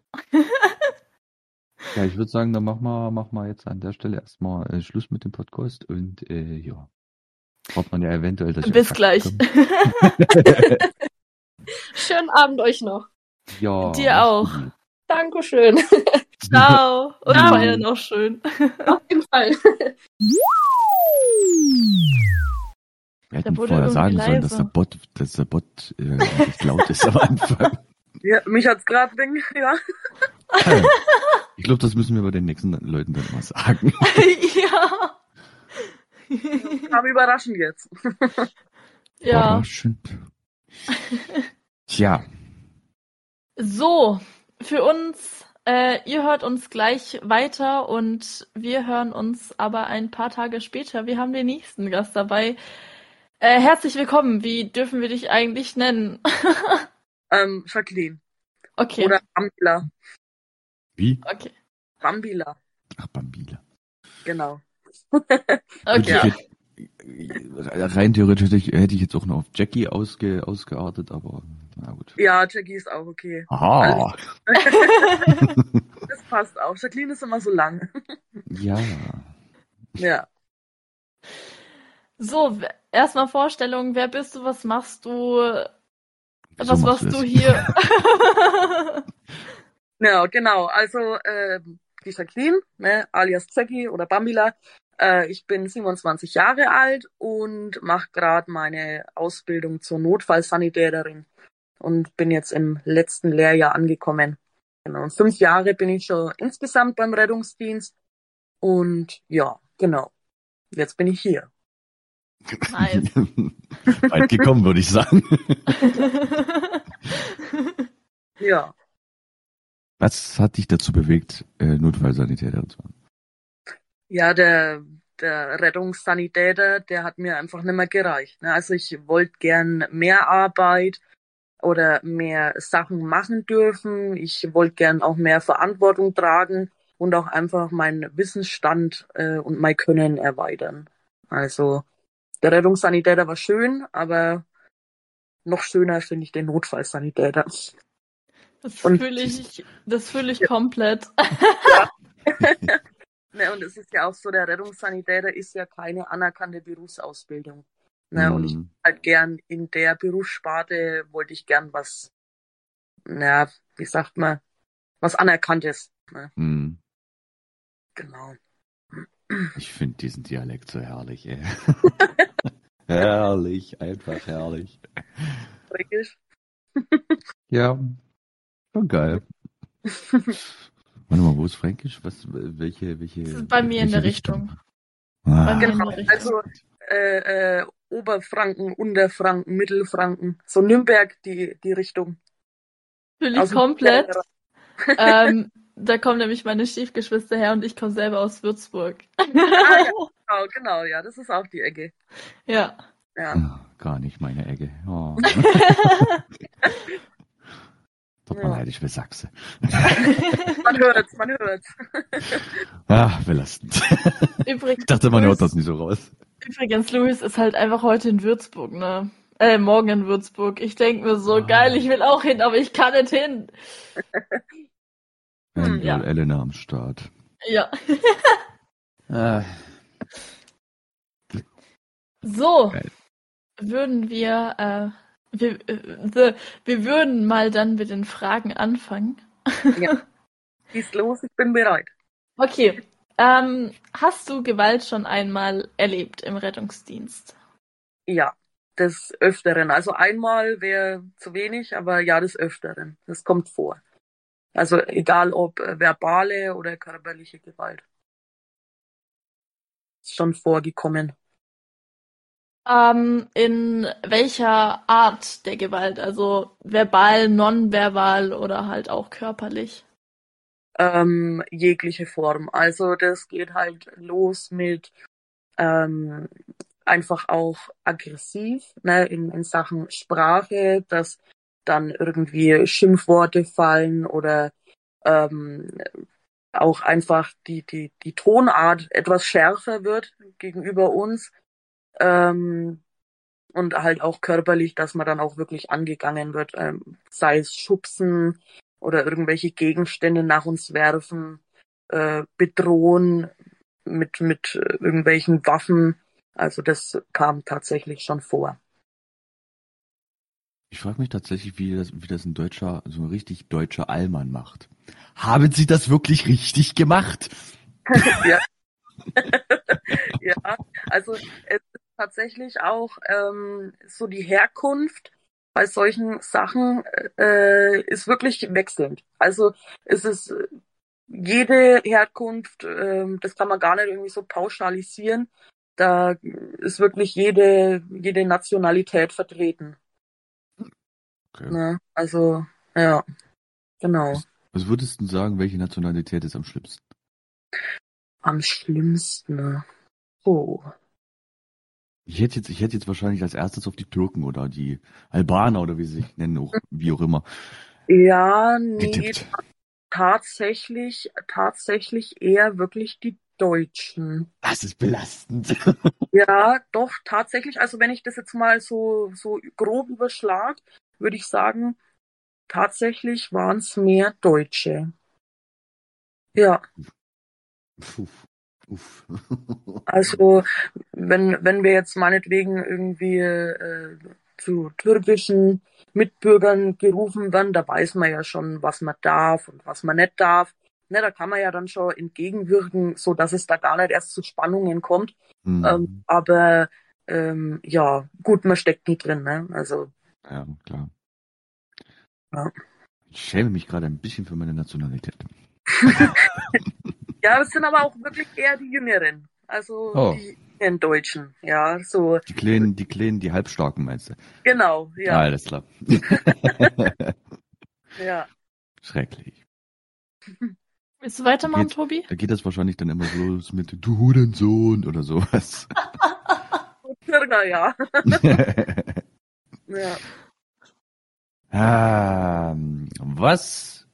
ja, ich würde sagen, dann machen wir, machen wir jetzt an der Stelle erstmal äh, Schluss mit dem Podcast und äh, ja, hofft man ja eventuell, dass ich Bis auf gleich. komme. Schönen Abend euch noch. Ja, Dir mach's auch. gut. Dankeschön. Ciao. Und Ciao. feiern auch schön. Auf jeden Fall. Wir hätten Der wurde vorher sagen irgendwie sollen, dass der leise. Bot, dass der Bot äh, recht laut ist am Anfang. Ja, mich hat's gerade Ding, ja. Ich glaube, das müssen wir bei den nächsten Leuten dann mal sagen. Ja. Aber überraschend jetzt. Ja. Überraschend. Tja, So, für uns, äh, ihr hört uns gleich weiter und wir hören uns aber ein paar Tage später. Wir haben den nächsten Gast dabei. Äh, herzlich willkommen. Wie dürfen wir dich eigentlich nennen? Ähm, Jacqueline. Okay, Oder Bambila. wie? okay, Bambila, Ach, Bambila. genau. Gut, okay. ich hätte, rein theoretisch hätte ich, hätte ich jetzt auch noch auf Jackie ausge, ausgeartet, aber na gut. Ja, Jackie ist auch okay. Aha. Das passt auch. Jacqueline ist immer so lang. Ja. Ja. So, w- erstmal Vorstellung. Wer bist du? Was machst du? So Was machst machst du das. hier? Ja, genau. Also, ähm, die Jacqueline, ne, alias Jackie oder Bambila. Äh, ich bin siebenundzwanzig Jahre alt und mache gerade meine Ausbildung zur Notfallsanitäterin und bin jetzt im letzten Lehrjahr angekommen. Genau. Und fünf Jahre bin ich schon insgesamt beim Rettungsdienst. Und ja, genau. Jetzt bin ich hier. Nice. Weit gekommen, würde ich sagen. Ja. Was hat dich dazu bewegt, äh, Notfallsanitäter zu werden? Ja, der, der Rettungssanitäter, der hat mir einfach nicht mehr gereicht. Ne? Also ich wollte gern mehr Arbeit oder mehr Sachen machen dürfen. Ich wollte gern auch mehr Verantwortung tragen und auch einfach meinen Wissensstand äh, und mein Können erweitern. Also der Rettungssanitäter war schön, aber noch schöner finde ich den Notfallsanitäter. Das Und- fühle ich, das fühle ich komplett. Ne, und es ist ja auch so, der Rettungssanitäter ist ja keine anerkannte Berufsausbildung. Ne? Und ich Hm. halt gern in der Berufssparte wollte ich gern was, naja, wie sagt man, was Anerkanntes. Ne? Hm. Genau. Ich finde diesen Dialekt so herrlich, ey. Herrlich, einfach herrlich. Fränkisch. Ja, schon geil. Warte mal, wo ist Fränkisch? Was, welche, welche, Das ist bei mir in welche der Richtung. Ah, Bei mir in Genau. der Richtung. Also äh, äh, Oberfranken, Unterfranken, Mittelfranken, so Nürnberg die die Richtung. Fühle ich Aus dem komplett. Mittleren. Ähm, da kommen nämlich meine Stiefgeschwister her und ich komme selber aus Würzburg. Ah ja, genau, genau, ja, das ist auch die Ecke. Ja. Ja. ah, gar nicht meine Ecke. Oh. Tut mir Ja. leid, ich will Sachse. Man hört's, man hört's. Ah, belastend. Übrigens, Ich dachte, man hört Louis, das nicht so raus. übrigens, Louis ist halt einfach heute in Würzburg, ne? Äh, morgen in Würzburg. Ich denke mir so, Ah. geil, ich will auch hin, aber ich kann nicht hin. Wenn ja. wohl Elena am Start. Ja. Ah, So, Geil. würden wir, äh, wir, äh, the, wir würden mal dann mit den Fragen anfangen. Ja. Schieß los, ich bin bereit. Okay. Ähm, hast du Gewalt schon einmal erlebt im Rettungsdienst? Ja, des Öfteren. Also einmal wäre zu wenig, aber ja, des Öfteren. Das kommt vor. Also egal ob äh, verbale oder körperliche Gewalt. Ist schon vorgekommen. Ähm, in welcher Art der Gewalt? Also verbal, nonverbal oder halt auch körperlich? Ähm, jegliche Form. Also das geht halt los mit ähm, einfach auch aggressiv, ne, in, in Sachen Sprache, dass dann irgendwie Schimpfworte fallen oder ähm, auch einfach die, die, die Tonart etwas schärfer wird gegenüber uns. Ähm, und halt auch körperlich, dass man dann auch wirklich angegangen wird, ähm, sei es Schubsen oder irgendwelche Gegenstände nach uns werfen, äh, bedrohen mit, mit äh, irgendwelchen Waffen. Also das kam tatsächlich schon vor. Ich frage mich tatsächlich, wie das, wie das ein deutscher, so ein richtig deutscher Allmann macht. Haben Sie das wirklich richtig gemacht? Ja. Ja, also es ist tatsächlich auch ähm, so die Herkunft bei solchen Sachen äh, ist wirklich wechselnd. Also es ist äh, jede Herkunft, ähm, das kann man gar nicht irgendwie so pauschalisieren. Da ist wirklich jede jede Nationalität vertreten. Okay. Ne? Also ja, genau. Was, was würdest du sagen, welche Nationalität ist am schlimmsten? Am schlimmsten. Oh. Ich hätte jetzt, ich hätte jetzt wahrscheinlich als erstes auf die Türken oder die Albaner oder wie sie sich nennen, auch, wie auch immer, Ja, nee, getippt. tatsächlich, tatsächlich eher wirklich die Deutschen. Das ist belastend. Ja, doch, tatsächlich. Also wenn ich das jetzt mal so, so grob überschlag, würde ich sagen, tatsächlich waren es mehr Deutsche. Ja, Uff, uff. also wenn, wenn wir jetzt meinetwegen irgendwie äh, zu türkischen Mitbürgern gerufen werden, da weiß man ja schon, was man darf und was man nicht darf. Ne, da kann man ja dann schon entgegenwirken, so dass es da gar nicht erst zu Spannungen kommt. Hm. Ähm, aber ähm, ja, gut, man steckt nie drin, ne? Also Ja, klar. ja. Ich schäme mich gerade ein bisschen für meine Nationalität. Ja, es sind aber auch wirklich eher die Jüngeren, also Oh. die jüngeren Deutschen, ja, so Die Kleinen, die Kleinen, die Halbstarken meinst du? genau, Ah, ja, alles klar. ja. Schrecklich. Willst du weitermachen, Geht's- Tobi? Da geht das wahrscheinlich dann immer so los mit du Hurensohn oder sowas. Circa, ja. Ja. ähm, was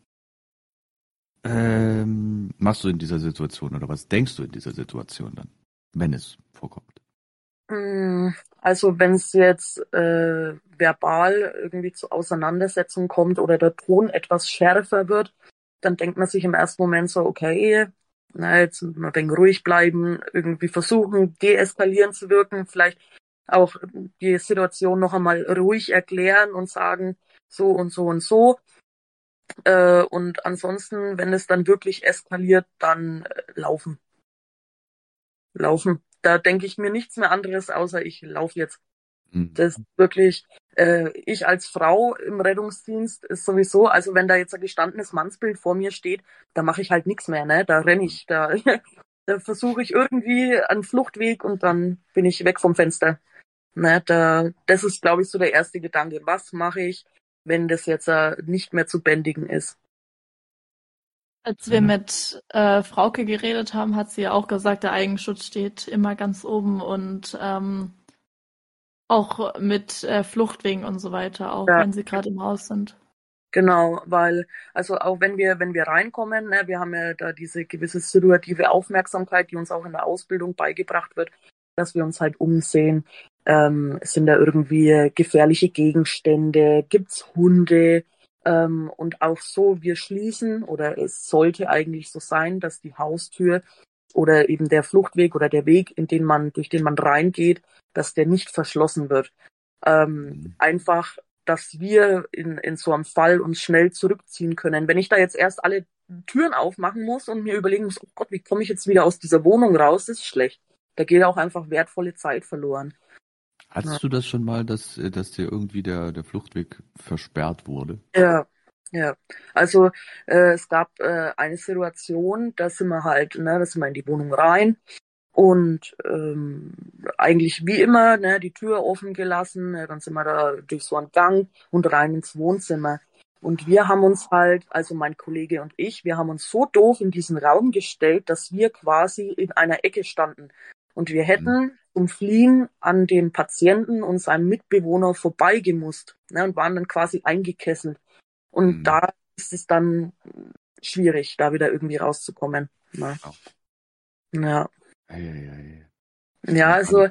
ähm, machst du in dieser Situation oder was denkst du in dieser Situation dann, wenn es vorkommt? Mm, Also wenn es jetzt äh, verbal irgendwie zu Auseinandersetzungen kommt oder der Ton etwas schärfer wird, dann denkt man sich im ersten Moment so, okay, na, jetzt mal ein wenig ruhig bleiben, irgendwie versuchen, deeskalierend zu wirken, vielleicht auch die Situation noch einmal ruhig erklären und sagen, so und so und so. Äh, und ansonsten, wenn es dann wirklich eskaliert, dann äh, laufen. Laufen. Da denke ich mir nichts mehr anderes, außer ich laufe jetzt. Mhm. Das ist wirklich, äh, ich als Frau im Rettungsdienst ist sowieso, also wenn da jetzt ein gestandenes Mannsbild vor mir steht, da mache ich halt nichts mehr, ne? Da renne ich, da, da versuche ich irgendwie einen Fluchtweg und dann bin ich weg vom Fenster. Ne? Da, das ist, glaube ich, so der erste Gedanke. Was mache ich, wenn das jetzt äh, nicht mehr zu bändigen ist? Als wir mit äh, Frauke geredet haben, hat sie ja auch gesagt, der Eigenschutz steht immer ganz oben und ähm, auch mit äh, Fluchtwegen und so weiter, auch Ja. wenn sie gerade im Haus sind. Genau, weil, also auch wenn wir, wenn wir reinkommen, ne, wir haben ja da diese gewisse situative Aufmerksamkeit, die uns auch in der Ausbildung beigebracht wird, dass wir uns halt umsehen. Ähm, sind da irgendwie gefährliche Gegenstände? Gibt's Hunde? Ähm, und auch so, wir schließen, oder es sollte eigentlich so sein, dass die Haustür oder eben der Fluchtweg oder der Weg, in den man, durch den man reingeht, dass der nicht verschlossen wird. Ähm, Mhm. einfach, dass wir in, in so einem Fall uns schnell zurückziehen können. Wenn ich da jetzt erst alle Türen aufmachen muss und mir überlegen muss, oh Gott, wie komme ich jetzt wieder aus dieser Wohnung raus, das ist schlecht. Da geht auch einfach wertvolle Zeit verloren. Hattest du das schon mal, dass, äh, dass dir irgendwie der, der Fluchtweg versperrt wurde? Ja, ja. Also äh, es gab äh, eine Situation, da sind wir halt, ne, da sind wir in die Wohnung rein und ähm, eigentlich wie immer, ne, die Tür offen gelassen, ne, dann sind wir da durch so einen Gang und rein ins Wohnzimmer. Und wir haben uns halt, also mein Kollege und ich, wir haben uns so doof in diesen Raum gestellt, dass wir quasi in einer Ecke standen. Und wir Mhm. hätten zum Fliehen an dem Patienten und seinem Mitbewohner vorbeigemusst, ne, und waren dann quasi eingekesselt. Und Mhm. da ist es dann schwierig, da wieder irgendwie rauszukommen. Ne? Ja. Ja, Ei, ei, ei. ja, Ja, also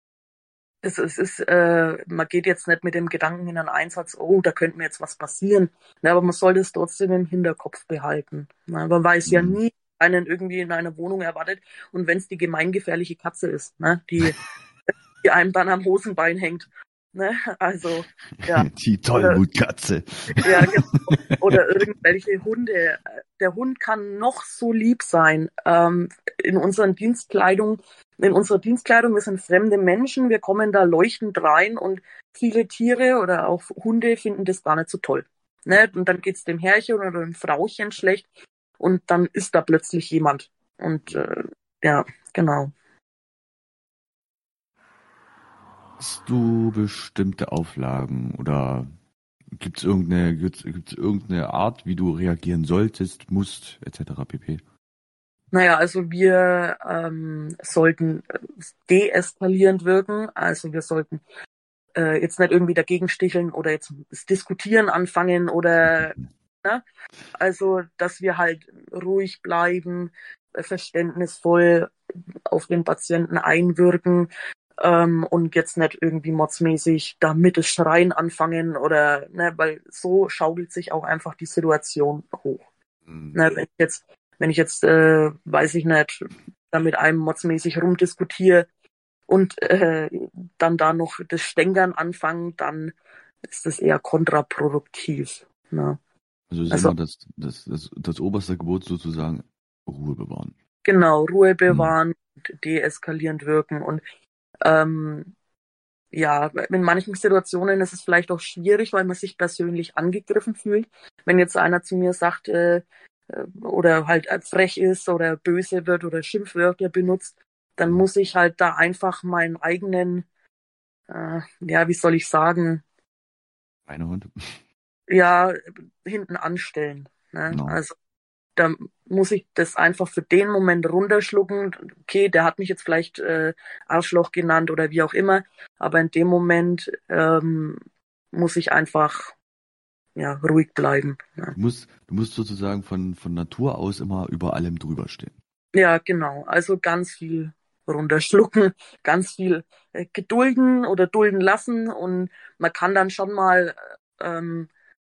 es, es ist, äh, man geht jetzt nicht mit dem Gedanken in einen Einsatz, oh, da könnte mir jetzt was passieren. Ne, aber man sollte es trotzdem im Hinterkopf behalten. Ne, man weiß ja Mhm. nie, einen irgendwie in einer Wohnung erwartet. Und wenn es die gemeingefährliche Katze ist, ne, die, die einem dann am Hosenbein hängt. Ne? Also, ja. Die Oder, Tollwutkatze. ja, genau. Oder irgendwelche Hunde. Der Hund kann noch so lieb sein. Ähm, in unseren Dienstkleidung, in unserer Dienstkleidung, wir sind fremde Menschen, wir kommen da leuchtend rein und viele Tiere oder auch Hunde finden das gar nicht so toll. Ne? Und dann geht's dem Herrchen oder dem Frauchen schlecht und dann ist da plötzlich jemand. Und äh, ja, genau. Hast du bestimmte Auflagen oder gibt es irgendeine, gibt's, gibt's irgendeine Art, wie du reagieren solltest, musst, et cetera pp? Naja, also wir ähm, sollten äh, deeskalierend wirken. Also wir sollten äh, jetzt nicht irgendwie dagegen sticheln oder jetzt das Diskutieren anfangen oder, ne? Also, dass wir halt ruhig bleiben, äh, verständnisvoll auf den Patienten einwirken ähm, und jetzt nicht irgendwie motzmäßig da mit das Schreien anfangen oder, ne, weil so schaukelt sich auch einfach die Situation hoch. Mhm. Ne, wenn ich jetzt, wenn ich jetzt, äh, weiß ich nicht, da mit einem motzmäßig rumdiskutiere und äh, dann da noch das Stänkern anfangen, dann ist das eher kontraproduktiv. Ne? Also ist Also immer das, das, das, das oberste Gebot sozusagen Ruhe bewahren. genau, Ruhe Mhm. bewahren und deeskalierend wirken. Und ähm, ja, in manchen Situationen ist es vielleicht auch schwierig, weil man sich persönlich angegriffen fühlt. Wenn jetzt einer zu mir sagt, äh, äh, oder halt frech ist oder böse wird oder Schimpfwörter benutzt, dann Mhm. muss ich halt da einfach meinen eigenen, äh, ja, wie soll ich sagen, Schweinehund. ja, hinten anstellen. Ne? Genau. Also da muss ich das einfach für den Moment runterschlucken. Okay, der hat mich jetzt vielleicht äh, Arschloch genannt oder wie auch immer, aber in dem Moment ähm, muss ich einfach ja ruhig bleiben. Ne? Du musst, du musst sozusagen von, von Natur aus immer über allem drüber stehen. Ja, genau. Also ganz viel runterschlucken, ganz viel äh, gedulden oder dulden lassen und man kann dann schon mal, ähm,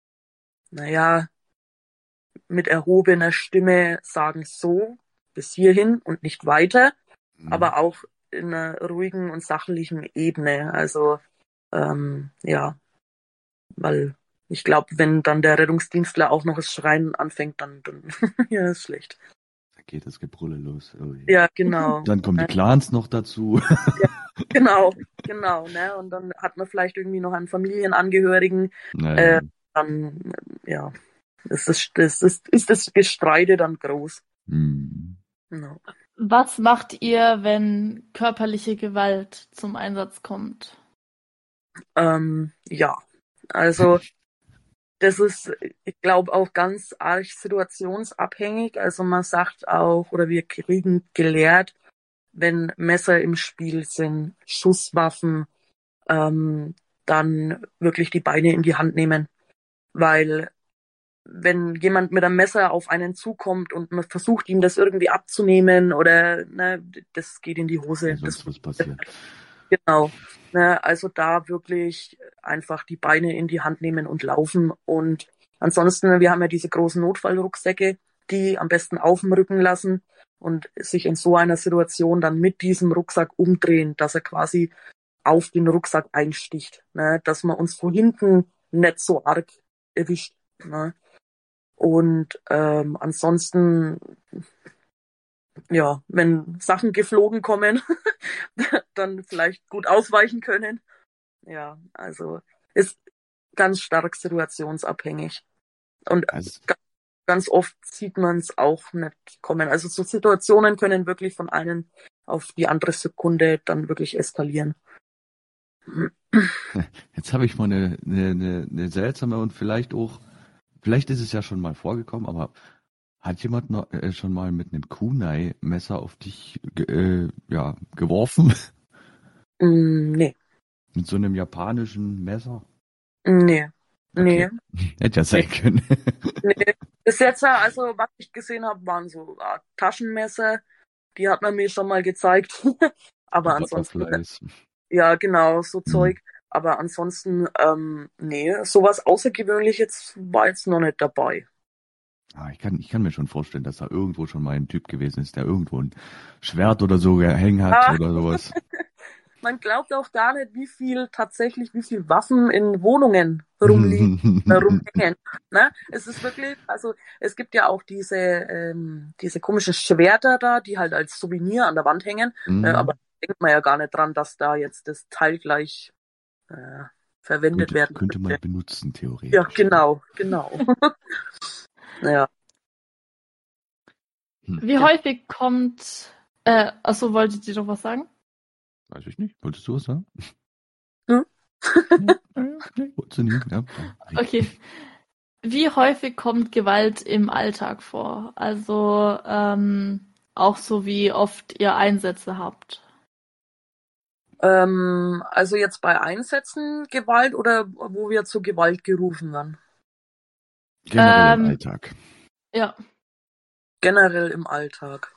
naja, mit erhobener Stimme sagen, so, bis hierhin und nicht weiter, Mhm. aber auch in einer ruhigen und sachlichen Ebene. Also ähm, ja, weil ich glaube, wenn dann der Rettungsdienstler auch noch das Schreien anfängt, dann, dann ja, ist schlecht. Da geht das Gebrülle los. Oh je. Ja, genau. Dann kommen die Clans noch dazu. Ja, genau, genau, ne? Und dann hat man vielleicht irgendwie noch einen Familienangehörigen. Naja. Äh, dann, ja, ist das, das, das, ist das Gestreite dann groß. Hm. Genau. Was macht ihr, wenn körperliche Gewalt zum Einsatz kommt? Ähm, ja, also das ist, ich glaube, auch ganz arg situationsabhängig. Also man sagt auch, oder wir kriegen gelehrt, wenn Messer im Spiel sind, Schusswaffen, ähm, dann wirklich die Beine in die Hand nehmen. Weil wenn jemand mit einem Messer auf einen zukommt und man versucht, ihm das irgendwie abzunehmen oder ne, das geht in die Hose. Ja, sonst Das, was passiert. genau. Ne, also da wirklich einfach die Beine in die Hand nehmen und laufen. Und ansonsten, wir haben ja diese großen Notfallrucksäcke, die am besten auf dem Rücken lassen und sich in so einer Situation dann mit diesem Rucksack umdrehen, dass er quasi auf den Rucksack einsticht, ne, dass man uns von hinten nicht so arg erwischt. Ne. Und ähm, ansonsten, ja, wenn Sachen geflogen kommen, dann vielleicht gut ausweichen können. Ja, also ist ganz stark situationsabhängig. Und Also, ga- ganz oft sieht man es auch nicht kommen. Also so Situationen können wirklich von einem auf die andere Sekunde dann wirklich eskalieren. jetzt habe ich mal eine, eine, eine, eine seltsame und vielleicht auch, vielleicht ist es ja schon mal vorgekommen, aber hat jemand noch, äh, schon mal mit einem Kunai-Messer auf dich ge, äh, ja, geworfen? Mm, nee, Mit so einem japanischen Messer? nee, Okay. nee, Hätte ja sein können. nee. Bis jetzt, also was ich gesehen habe, waren so Art Taschenmesser. Die hat man mir schon mal gezeigt. Aber ansonsten, Butterflies. ja genau, so Hm. Zeug. Aber ansonsten, ähm, nee, sowas Außergewöhnliches war jetzt noch nicht dabei. Ah, ich kann, ich kann mir schon vorstellen, dass da irgendwo schon mal ein Typ gewesen ist, der irgendwo ein Schwert oder so gehängt hat Ah. oder sowas. Man glaubt auch gar nicht, wie viel tatsächlich, wie viel Waffen in Wohnungen rumliegen, äh, rumhängen. Ne? Es ist wirklich, also es gibt ja auch diese ähm, diese komischen Schwerter da, die halt als Souvenir an der Wand hängen. Mhm. Äh, aber da denkt man ja gar nicht dran, dass da jetzt das Teil gleich äh, verwendet könnte, werden könnte man könnte. benutzen, theoretisch. Ja, genau, genau. Ja. Hm. Wie Ja. häufig kommt, äh, achso, wolltet ihr doch was sagen? Weiß ich nicht. Wolltest du was sagen? Hm? Nee, nee, wolltest du nie. Ja. Okay. Wie häufig kommt Gewalt im Alltag vor? Also ähm, auch so, wie oft ihr Einsätze habt. Ähm, also jetzt bei Einsätzen Gewalt oder wo wir zu Gewalt gerufen werden? Generell im Ähm, Alltag. Ja. Generell im Alltag.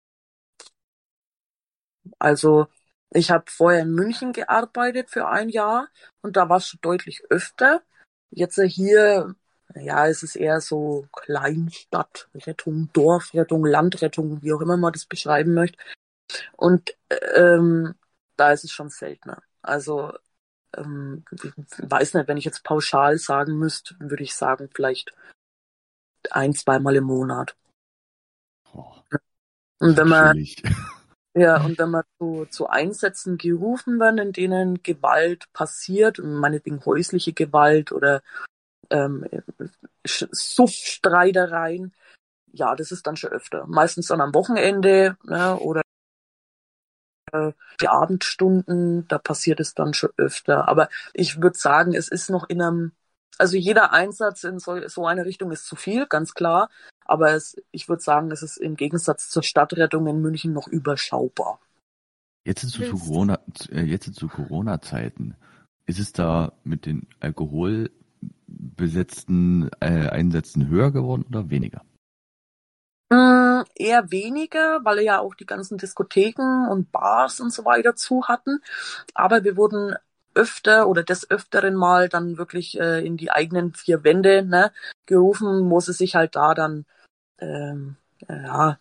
Also ich habe vorher in München gearbeitet für ein Jahr und da war es schon deutlich öfter. Jetzt hier, ja, es ist eher so Kleinstadtrettung, Dorfrettung, Landrettung, wie auch immer man das beschreiben möchte. Und ähm, da ist es schon seltener. Also ähm, ich weiß nicht, wenn ich jetzt pauschal sagen müsste, würde ich sagen, vielleicht ein, zweimal im Monat. Oh, Und wenn man chillig. Ja, und wenn man zu, zu Einsätzen gerufen werden, in denen Gewalt passiert, meinetwegen häusliche Gewalt oder ähm, Sch- Suffstreitereien, ja, das ist dann schon öfter. Meistens dann am Wochenende, ne, oder äh, die Abendstunden, da passiert es dann schon öfter. Aber ich würde sagen, es ist noch in einem, also jeder Einsatz in so, so eine Richtung ist zu viel, ganz klar. Aber es, ich würde sagen, es ist im Gegensatz zur Stadtrettung in München noch überschaubar. Jetzt zu, zu Willst- Corona, äh, jetzt zu Corona-Zeiten. Ist es da mit den alkoholbesetzten äh, Einsätzen höher geworden oder weniger? Mm, eher weniger, weil ja auch die ganzen Diskotheken und Bars und so weiter zu hatten. Aber wir wurden öfter oder des Öfteren mal dann wirklich äh, in die eigenen vier Wände, ne, gerufen, wo sie sich halt da dann ähm, ja,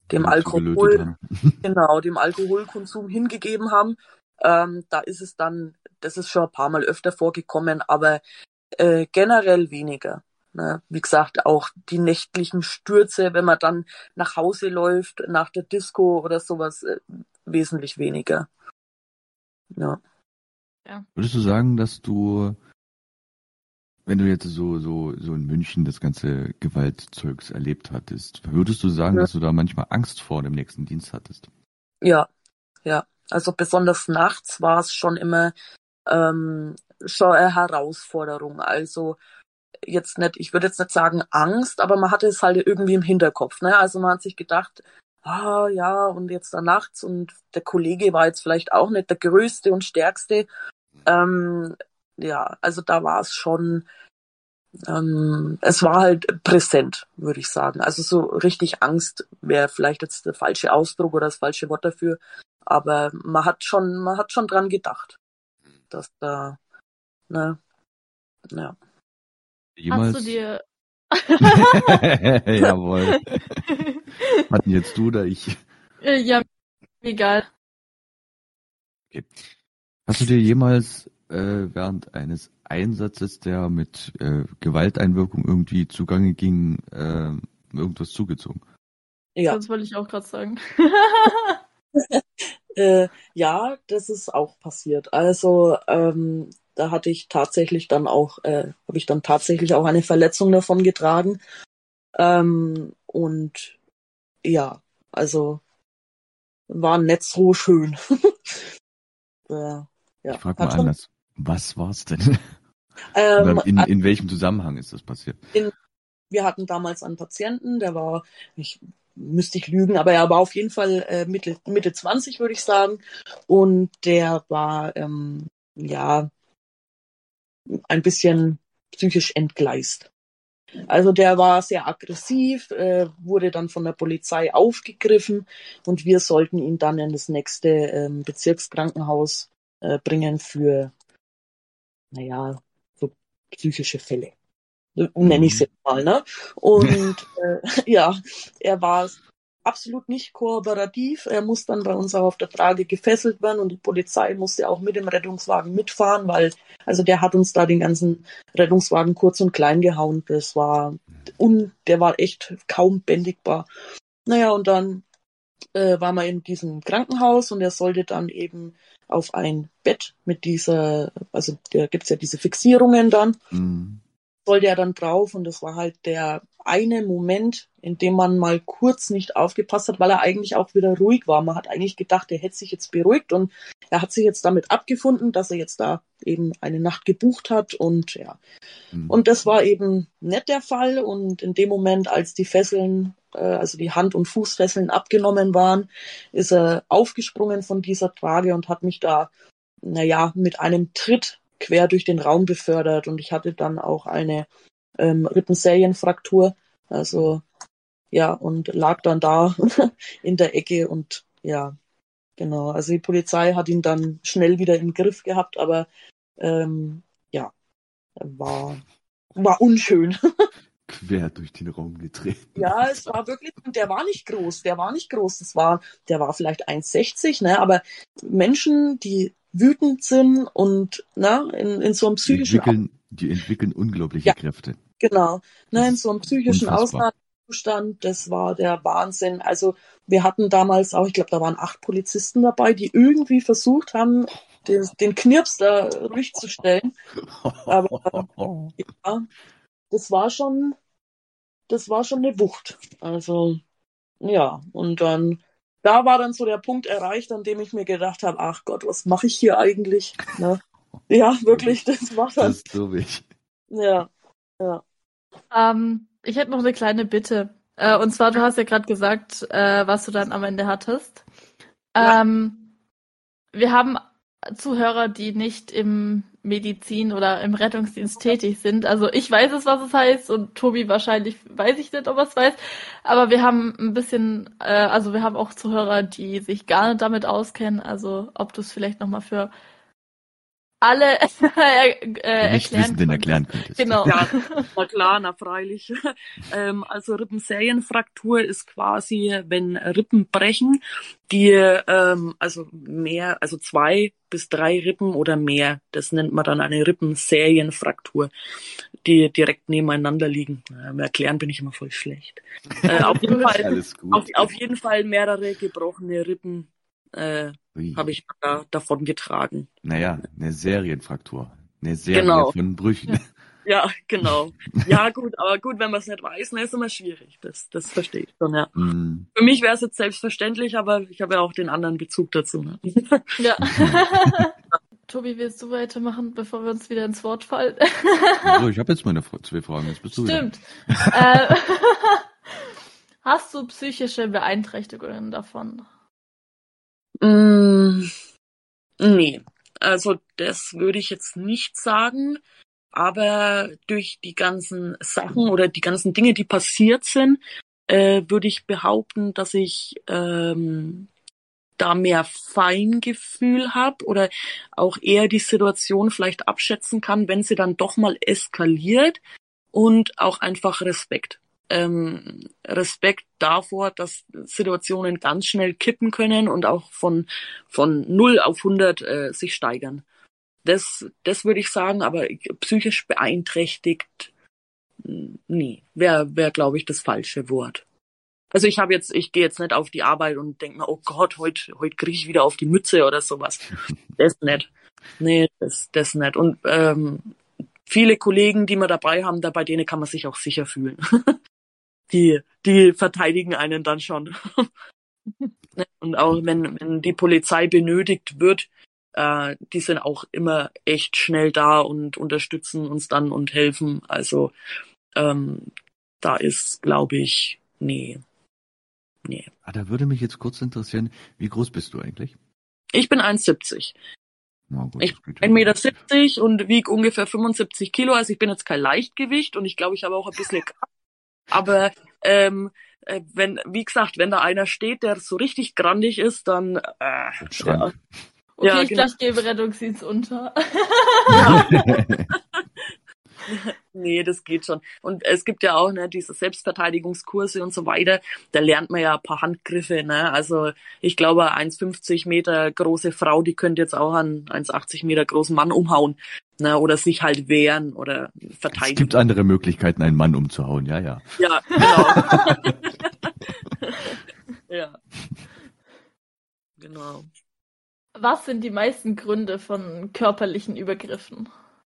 dem dazu gelötet Alkohol, haben. genau, dem Alkoholkonsum hingegeben haben. Ähm, da ist es dann, das ist schon ein paar Mal öfter vorgekommen, aber äh, generell weniger. Ne? Wie gesagt, auch die nächtlichen Stürze, wenn man dann nach Hause läuft, nach der Disco oder sowas, äh, wesentlich weniger. Ja. Würdest du sagen, dass du, wenn du jetzt so, so, so in München das ganze Gewaltzeugs erlebt hattest, würdest du sagen, Ja. dass du da manchmal Angst vor dem nächsten Dienst hattest? Ja, ja. Also besonders nachts war es schon immer ähm, schon eine Herausforderung. Also jetzt nicht, ich würde jetzt nicht sagen Angst, aber man hatte es halt irgendwie im Hinterkopf. Ne? Also man hat sich gedacht, ah ja, und jetzt da nachts und der Kollege war jetzt vielleicht auch nicht der größte und stärkste. Ähm, ja, also da war es schon, ähm, es war halt präsent, würde ich sagen. Also so richtig Angst wäre vielleicht jetzt der falsche Ausdruck oder das falsche Wort dafür, aber man hat schon, man hat schon dran gedacht, dass da, ne, ja. Jemals? Hast du dir... Jawohl. Hatten jetzt du oder ich? Äh, ja, egal. Okay. Hast du dir jemals äh, während eines Einsatzes, der mit äh, Gewalteinwirkung irgendwie zugange ging, äh, irgendwas zugezogen? Ja. Das wollte ich auch gerade sagen. Äh, ja, das ist auch passiert. Also ähm, da hatte ich tatsächlich dann auch, äh, habe ich dann tatsächlich auch eine Verletzung davon getragen. Ähm, und ja, also war nicht so schön. äh, ja, Ich frage hat mal schon, anders. Was war's denn? ähm, Oder in, in welchem Zusammenhang ist das passiert? in, wir hatten damals einen Patienten, der war, ich müsste ich lügen, aber er war auf jeden Fall äh, Mitte, Mitte zwanzig, würde ich sagen. Und der war, ähm, ja, ein bisschen psychisch entgleist. Also der war sehr aggressiv, äh, wurde dann von der Polizei aufgegriffen und wir sollten ihn dann in das nächste ähm, Bezirkskrankenhaus äh, bringen für, naja, so psychische Fälle. So nenne ich es Mhm. jetzt mal, ne? Und äh, ja, er war absolut nicht kooperativ. Er muss dann bei uns auch auf der Trage gefesselt werden und die Polizei musste auch mit dem Rettungswagen mitfahren, weil, also der hat uns da den ganzen Rettungswagen kurz und klein gehauen. Das war, un, der war echt kaum bändigbar. Naja, und dann äh, war man in diesem Krankenhaus und er sollte dann eben auf ein Bett mit dieser, also da gibt's ja diese Fixierungen dann, Mhm. sollte er dann drauf und das war halt der eine Moment, in dem man mal kurz nicht aufgepasst hat, weil er eigentlich auch wieder ruhig war. Man hat eigentlich gedacht, er hätte sich jetzt beruhigt und er hat sich jetzt damit abgefunden, dass er jetzt da eben eine Nacht gebucht hat und ja. Mhm. Und das war eben nicht der Fall und in dem Moment, als die Fesseln, äh, also die Hand- und Fußfesseln abgenommen waren, ist er aufgesprungen von dieser Trage und hat mich da, naja, mit einem Tritt quer durch den Raum befördert und ich hatte dann auch eine ähm, Rippenserienfraktur, also ja, und lag dann da in der Ecke und ja, genau. Also die Polizei hat ihn dann schnell wieder im Griff gehabt, aber ähm, ja, war, war unschön. Quer durch den Raum getreten. Ja, es war wirklich, der war nicht groß, der war nicht groß, das war, der war vielleicht eins sechzig, ne, aber Menschen, die wütend sind und ne, in, in so einem Die psychischen entwickeln, die entwickeln unglaubliche Ja. Kräfte. Genau, Das ne, in ist so einem psychischen unfassbar. Ausnahmezustand, das war der Wahnsinn. Also wir hatten damals auch, ich glaube, da waren acht Polizisten dabei, die irgendwie versucht haben, den, den Knirps da ruhig zu stellen. Aber ja, das war schon, das war schon eine Wucht. Also ja, und dann, da war dann so der Punkt erreicht, an dem ich mir gedacht habe, ach Gott, was mache ich hier eigentlich? Ne? Ja, wirklich, das war dann, Das glaube ich. ja, ja. Ähm, ich hätte noch eine kleine Bitte. Äh, und zwar, du hast ja gerade gesagt, äh, was du dann am Ende hattest. Ja. Ähm, wir haben Zuhörer, die nicht im Medizin oder im Rettungsdienst tätig sind. Also ich weiß es, was es heißt und Tobi wahrscheinlich weiß ich nicht, ob er es weiß. Aber wir haben ein bisschen, äh, also wir haben auch Zuhörer, die sich gar nicht damit auskennen. Also ob du es vielleicht nochmal für alle äh, äh, Nicht erklären Wissenden konntest. erklären könntest. Genau. Ja, na klar, na freilich. ähm, also Rippenserienfraktur ist quasi, wenn Rippen brechen, die ähm, also mehr, also zwei bis drei Rippen oder mehr, das nennt man dann eine Rippenserienfraktur, die direkt nebeneinander liegen. Ja, im Erklären bin ich immer voll schlecht. Äh, auf jeden Fall, Alles gut. auf, auf jeden Fall mehrere gebrochene Rippen äh, Ui. habe ich da, davon getragen. Naja, eine Serienfraktur. Eine Serie Genau. von Brüchen. Ja. Ja, genau. Ja, gut, aber gut, wenn man es nicht weiß, dann ist immer schwierig. Das, das verstehe ich schon, ja. Mm. Für mich wäre es jetzt selbstverständlich, aber ich habe ja auch den anderen Bezug dazu. Ne? Ja. Tobi, willst du weitermachen, bevor wir uns wieder ins Wort fallen? So, ich habe jetzt meine Fra- zwei Fragen. Jetzt bist du wieder. Stimmt. äh, hast du psychische Beeinträchtigungen davon? Mm, nee, also das würde ich jetzt nicht sagen, aber durch die ganzen Sachen oder die ganzen Dinge, die passiert sind, äh, würde ich behaupten, dass ich ähm, da mehr Feingefühl habe oder auch eher die Situation vielleicht abschätzen kann, wenn sie dann doch mal eskaliert, und auch einfach Respekt. Ähm, Respekt davor, dass Situationen ganz schnell kippen können und auch von von null auf hundert äh, sich steigern. Das das würde ich sagen, aber psychisch beeinträchtigt, mh, nee, wäre wär, glaube ich, das falsche Wort. Also ich habe jetzt, ich gehe jetzt nicht auf die Arbeit und denke mir, oh Gott, heute heute kriege ich wieder auf die Mütze oder sowas. Das nicht. Nee, das das nicht. Und ähm, viele Kollegen, die wir dabei haben, da bei denen kann man sich auch sicher fühlen. Die die verteidigen einen dann schon. Und auch wenn wenn die Polizei benötigt wird, äh, die sind auch immer echt schnell da und unterstützen uns dann und helfen. Also ähm, da ist, glaube ich, nee. Nee. Ah, da würde mich jetzt kurz interessieren, wie groß bist du eigentlich? Ich bin eins Komma siebzig. Na gut, Ich das geht ja bin ein Meter noch. siebzig und wiege ungefähr fünfundsiebzig Kilo. Also ich bin jetzt kein Leichtgewicht und ich glaube, ich habe auch ein bisschen Kraft. Aber ähm, äh, wenn, wie gesagt, wenn da einer steht, der so richtig grandig ist, dann äh, Schrank. Okay, Ja, ich genau. glaube, ich gebe Rettungsdienst unter. Nee, das geht schon. Und es gibt ja auch ne, diese Selbstverteidigungskurse und so weiter. Da lernt man ja ein paar Handgriffe. Ne? Also ich glaube, eins Komma fünfzig Meter große Frau, die könnte jetzt auch einen eins Komma achtzig Meter großen Mann umhauen. Ne? Oder sich halt wehren oder Es verteidigen. gibt andere Möglichkeiten, einen Mann umzuhauen, ja, ja. Ja, genau. Ja. Genau. Was sind die meisten Gründe von körperlichen Übergriffen?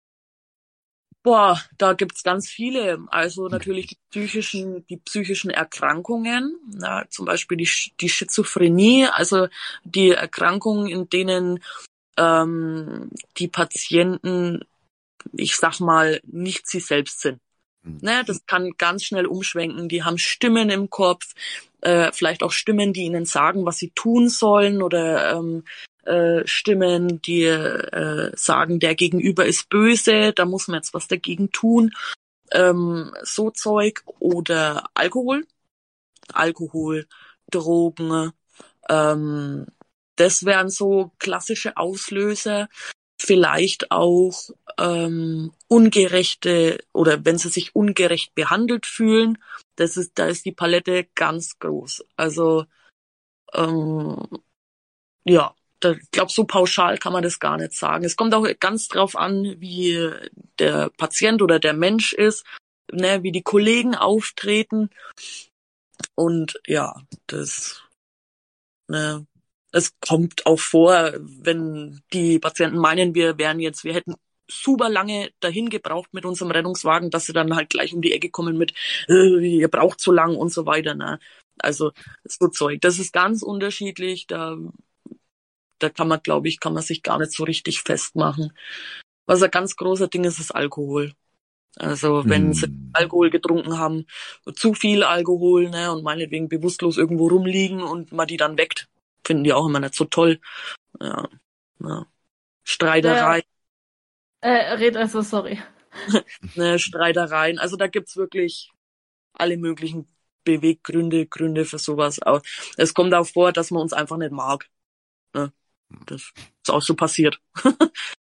Boah, da gibt's ganz viele. Also natürlich die psychischen, die psychischen Erkrankungen, na, zum Beispiel die, Sch- die Schizophrenie, also die Erkrankungen, in denen ähm, die Patienten, ich sag mal, nicht sie selbst sind. Ne, das kann ganz schnell umschwenken. Die haben Stimmen im Kopf, äh, vielleicht auch Stimmen, die ihnen sagen, was sie tun sollen, oder ähm, äh, Stimmen, die äh, sagen, der Gegenüber ist böse, da muss man jetzt was dagegen tun. Ähm, so Zeug. Oder Alkohol. Alkohol, Drogen. Ähm, das wären so klassische Auslöser. Vielleicht auch ähm, ungerechte, oder wenn sie sich ungerecht behandelt fühlen, das ist, da ist die Palette ganz groß. Also ähm, ja, da, ich glaube, so pauschal kann man das gar nicht sagen. Es kommt auch ganz drauf an, wie der Patient oder der Mensch ist, ne, wie die Kollegen auftreten. Und ja, das, ne, es kommt auch vor, wenn die Patienten meinen, wir wären jetzt, wir hätten super lange dahin gebraucht mit unserem Rettungswagen, dass sie dann halt gleich um die Ecke kommen mit, äh, ihr braucht so lang und so weiter. Ne? Also so Zeug. Das ist ganz unterschiedlich. Da, da kann man, glaube ich, kann man sich gar nicht so richtig festmachen. Was ein ganz großer Ding ist, ist Alkohol. Also wenn Hm. sie Alkohol getrunken haben, zu viel Alkohol, ne, und meinetwegen bewusstlos irgendwo rumliegen und man die dann weckt, finden die auch immer nicht so toll. Ja, ja. Streiterei, Äh, red also, sorry. ne, Streitereien. Also da gibt's wirklich alle möglichen Beweggründe, Gründe für sowas. Aber es kommt auch vor, dass man uns einfach nicht mag. Ne? Das ist auch schon passiert.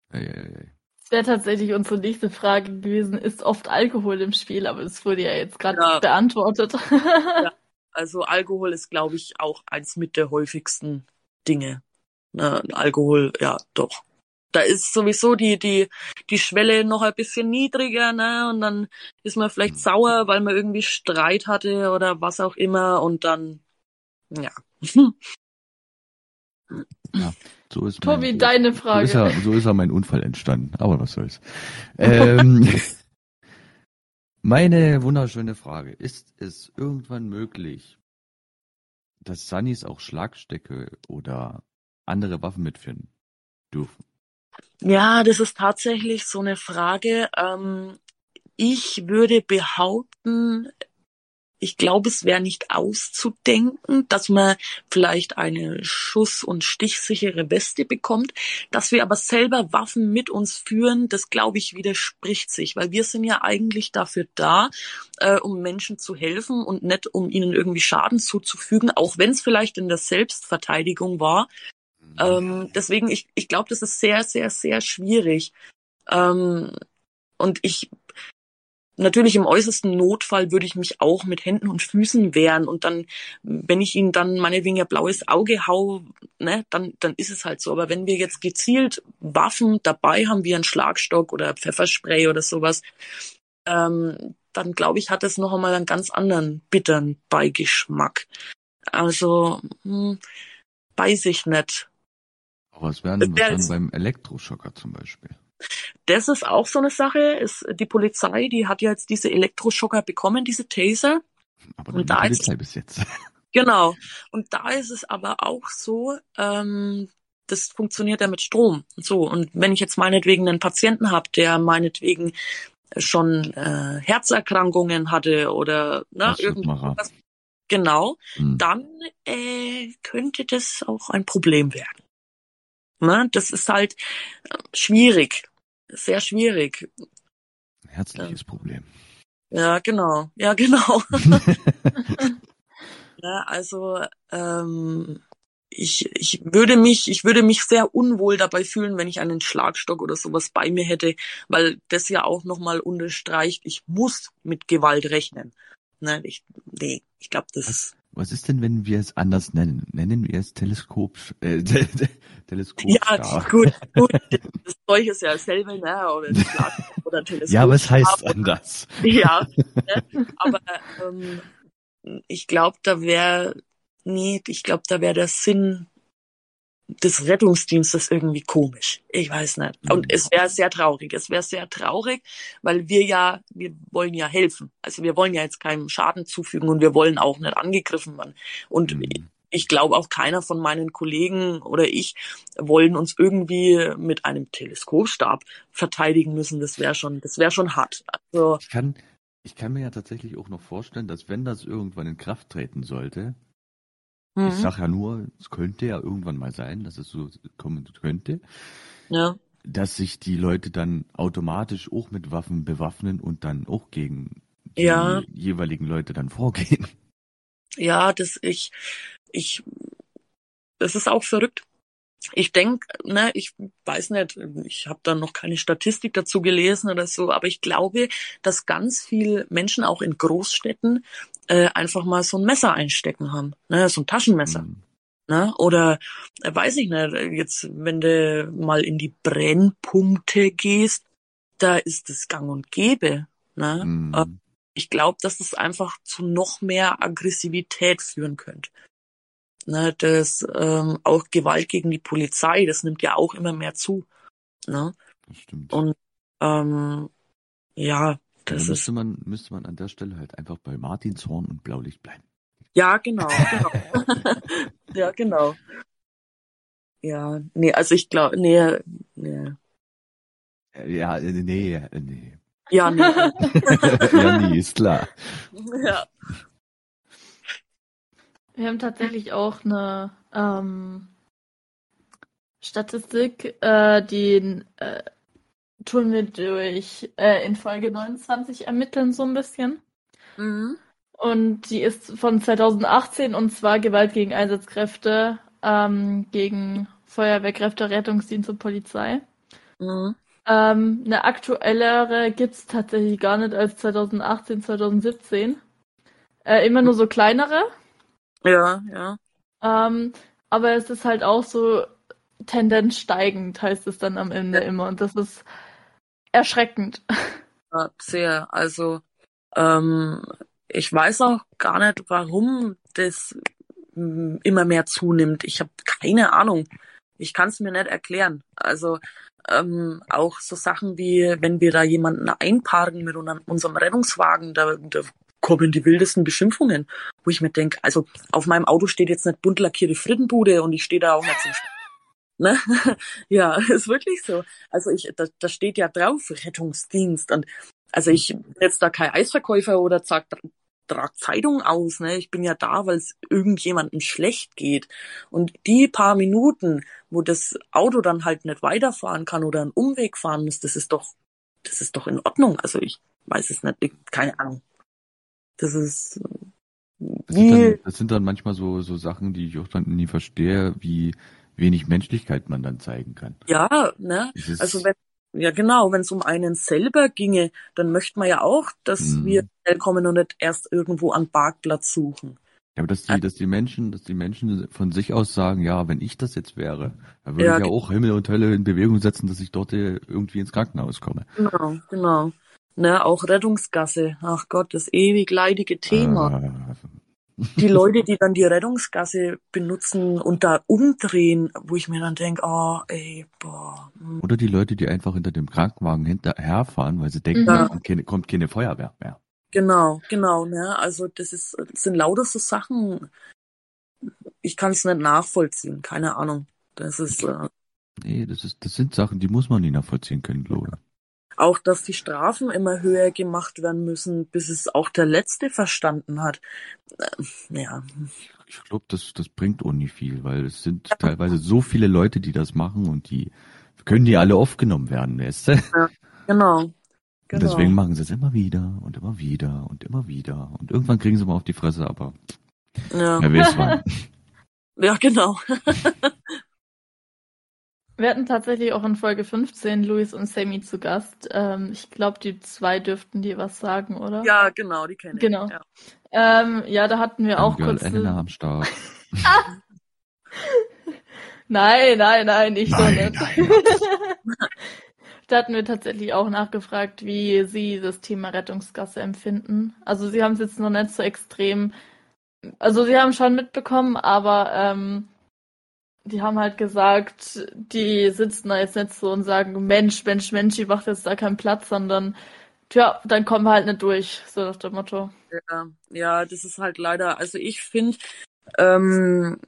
Ei, ei, ei. Das wäre tatsächlich unsere nächste Frage gewesen. Ist oft Alkohol im Spiel? Aber es wurde ja jetzt gerade Ja. beantwortet. Ja. Also Alkohol ist, glaube ich, auch eins mit der häufigsten Dinge. Ne, Alkohol, ja, doch. Da ist sowieso die, die, die Schwelle noch ein bisschen niedriger, ne? Und dann ist man vielleicht Hm. sauer, weil man irgendwie Streit hatte oder was auch immer und dann, ja. Ja, so ist Tobi, mein, so deine ist, so Frage. ist er, so ist er mein Unfall entstanden. Aber was soll's. ähm, meine wunderschöne Frage. Ist es irgendwann möglich, dass Sunnies auch Schlagstöcke oder andere Waffen mitführen dürfen? Ja, das ist tatsächlich so eine Frage. Ähm, ich würde behaupten, ich glaube, es wäre nicht auszudenken, dass man vielleicht eine schuss- und stichsichere Weste bekommt. Dass wir aber selber Waffen mit uns führen, das glaube ich widerspricht sich, weil wir sind ja eigentlich dafür da, äh, um Menschen zu helfen und nicht um ihnen irgendwie Schaden zuzufügen, auch wenn es vielleicht in der Selbstverteidigung war. Ähm, deswegen, ich, ich glaube, das ist sehr, sehr, sehr schwierig. Ähm, und ich Natürlich im äußersten Notfall würde ich mich auch mit Händen und Füßen wehren und dann, wenn ich ihnen dann meinetwegen ein blaues Auge hau, ne, dann, dann ist es halt so. Aber wenn wir jetzt gezielt Waffen dabei haben, wie ein Schlagstock oder Pfefferspray oder sowas, ähm, dann glaube ich, hat es noch einmal einen ganz anderen bitteren Beigeschmack. Also, hm, weiß ich nicht. Aber was wäre Es denn, was wär wäre denn jetzt- beim Elektroschocker zum Beispiel? Das ist auch so eine Sache. Ist die Polizei, die hat ja jetzt diese Elektroschocker bekommen, diese Taser. Aber Und nur die da ist Polizei bis jetzt. Genau. Und da ist es aber auch so, ähm, das funktioniert ja mit Strom. So. Und wenn ich jetzt meinetwegen einen Patienten habe, der meinetwegen schon äh, Herzerkrankungen hatte oder ne, Herzschrittmacher. irgendwas, genau, Hm. dann äh, könnte das auch ein Problem werden. Ne? Das ist halt äh, schwierig. Sehr schwierig. Herzliches Problem. Ja, genau. Ja, genau. Ja, also ähm, ich, ich würde mich, ich würde mich sehr unwohl dabei fühlen, wenn ich einen Schlagstock oder sowas bei mir hätte, weil das ja auch nochmal unterstreicht, ich muss mit Gewalt rechnen. Ne, ich, nee, ich glaube, das Was, was ist denn, wenn wir es anders nennen? Nennen wir es Teleskop, äh, Te- Te- ja Teleskopstar. gut, gut, das Zeug ist ja dasselbe, ne? Oder Schlagstock oder Teleskop. Ja, aber es heißt anders. Ja, ne? Aber ähm, ich glaube, da wäre, nee, ich glaube, da wäre der Sinn des Rettungsdienstes irgendwie komisch. Ich weiß nicht. Und Mhm. es wäre sehr traurig. Es wäre sehr traurig, weil wir ja, wir wollen ja helfen. Also wir wollen ja jetzt keinem Schaden zufügen und wir wollen auch nicht angegriffen werden. Und Mhm. ich glaube auch keiner von meinen Kollegen oder ich wollen uns irgendwie mit einem Teleskopstab verteidigen müssen. Das wäre schon, das wäre schon hart. Also, Ich kann, ich kann mir ja tatsächlich auch noch vorstellen, dass wenn das irgendwann in Kraft treten sollte, ich mhm. sage ja nur, es könnte ja irgendwann mal sein, dass es so kommen könnte, ja. dass sich die Leute dann automatisch auch mit Waffen bewaffnen und dann auch gegen die Ja. jeweiligen Leute dann vorgehen. Ja, das ich, ich, das ist auch verrückt. Ich denke, ne, ich weiß nicht, ich habe da noch keine Statistik dazu gelesen oder so, aber ich glaube, dass ganz viel Menschen auch in Großstädten äh, einfach mal so ein Messer einstecken haben, ne, so ein Taschenmesser, Mhm. ne, oder äh, weiß ich nicht, jetzt wenn du mal in die Brennpunkte gehst, da ist es gang und gäbe, ne. Äh, Mhm. Ich glaube, dass das einfach zu noch mehr Aggressivität führen könnte. Ne, das ähm, auch Gewalt gegen die Polizei, das nimmt ja auch immer mehr zu. Ne? Das stimmt. Und ähm, ja, Ja, da das ist müsste man, müsste man an der Stelle halt einfach bei Martinshorn und Blaulicht bleiben. ja genau, genau. Ja, genau. Ja, nee, also ich glaube, nee, nee. Äh, Ja, äh, nee, äh, nee. Ja, nee. Ja, nee, ist klar. Ja. Wir haben tatsächlich auch eine ähm, Statistik, äh, die äh, tun wir durch äh, in Folge neunundzwanzig ermitteln so ein bisschen. Mhm. Und die ist von zweitausendachtzehn und zwar Gewalt gegen Einsatzkräfte, ähm, gegen Feuerwehrkräfte, Rettungsdienst und Polizei. Mhm. Ähm, eine aktuellere gibt's tatsächlich gar nicht als zwanzig achtzehn, zwanzig siebzehn. Äh, immer nur so kleinere. Ja, ja. Ähm, aber es ist halt auch so Tendenz steigend, heißt es dann am Ende Ja, immer. Und das ist erschreckend. ja, sehr. Also, ähm, ich weiß auch gar nicht, warum das mm, immer mehr zunimmt. Ich habe keine Ahnung. Ich kann es mir nicht erklären. Also ähm, auch so Sachen wie, wenn wir da jemanden einparken mit un- unserem Rettungswagen, da, da kommen die wildesten Beschimpfungen, wo ich mir denke, also auf meinem Auto steht jetzt nicht bunt lackierte Frittenbude und ich stehe da auch nicht zum Sch- ne? Ja, ist wirklich so. Also ich, da, da steht ja drauf Rettungsdienst und also ich bin jetzt da kein Eisverkäufer oder sag, trag Zeitung aus, ne? Ich bin ja da, weil es irgendjemandem schlecht geht. Und die paar Minuten, wo das Auto dann halt nicht weiterfahren kann oder einen Umweg fahren muss, das ist doch, das ist doch in Ordnung. Also ich weiß es nicht, ich, keine Ahnung. Das ist Das sind dann, wie, das sind dann manchmal so, so Sachen, die ich auch dann nie verstehe, wie wenig Menschlichkeit man dann zeigen kann. ja, ne? Es Also ist, wenn, ja genau, wenn es um einen selber ginge, dann möchte man ja auch, dass wir mh, schnell kommen und nicht erst irgendwo einen Parkplatz suchen. ja, aber dass die, dass die Menschen, dass die Menschen von sich aus sagen, ja, wenn ich das jetzt wäre, dann würde ich Ja, ja auch Himmel und Hölle in Bewegung setzen, dass ich dort äh, irgendwie ins Krankenhaus komme. genau, genau. Ne, auch Rettungsgasse. Ach Gott, das ewig leidige Thema. Äh, Die Leute, die dann die Rettungsgasse benutzen und da umdrehen, wo ich mir dann denke, oh, ey, boah. hm. Oder die Leute, die einfach hinter dem Krankenwagen hinterherfahren, weil sie denken, Mhm. da Ja, kommt keine, kommt keine Feuerwehr mehr. genau, genau, ne. Also das ist, das sind lauter so Sachen, ich kann es nicht nachvollziehen, keine Ahnung. Das ist äh, Nee, das ist, das sind Sachen, die muss man nicht nachvollziehen können, glaube ich. auch, dass die Strafen immer höher gemacht werden müssen, bis es auch der Letzte verstanden hat. Äh, ja, Ich glaube, das, das bringt auch nicht viel, weil es sind teilweise so viele Leute, die das machen und die können die alle aufgenommen werden, weißt du? ja, genau, Und genau. deswegen machen sie es immer wieder und immer wieder und immer wieder. Und irgendwann kriegen sie mal auf die Fresse, aber Ja, wer weiß wann. ja, genau. Wir hatten tatsächlich auch in Folge fünfzehn Luis und Sammy zu Gast. Ähm, ich glaube, die zwei dürften dir was sagen, oder? Ja, genau, die kenne ich. Genau. Ja. Ähm, ja, da hatten wir auch Girl kurz. Elena am Start. Nein, nein, nein, ich so Nein, nicht. nein. Da hatten wir tatsächlich auch nachgefragt, wie sie das Thema Rettungsgasse empfinden. Also sie haben es jetzt noch nicht so extrem, also sie haben schon mitbekommen, aber ähm, die haben halt gesagt, die sitzen da jetzt nicht so und sagen, Mensch, Mensch, Mensch, ich mach jetzt da keinen Platz, sondern tja, dann kommen wir halt nicht durch, so nach dem Motto. Ja, ja, das ist halt leider, also ich finde, ähm,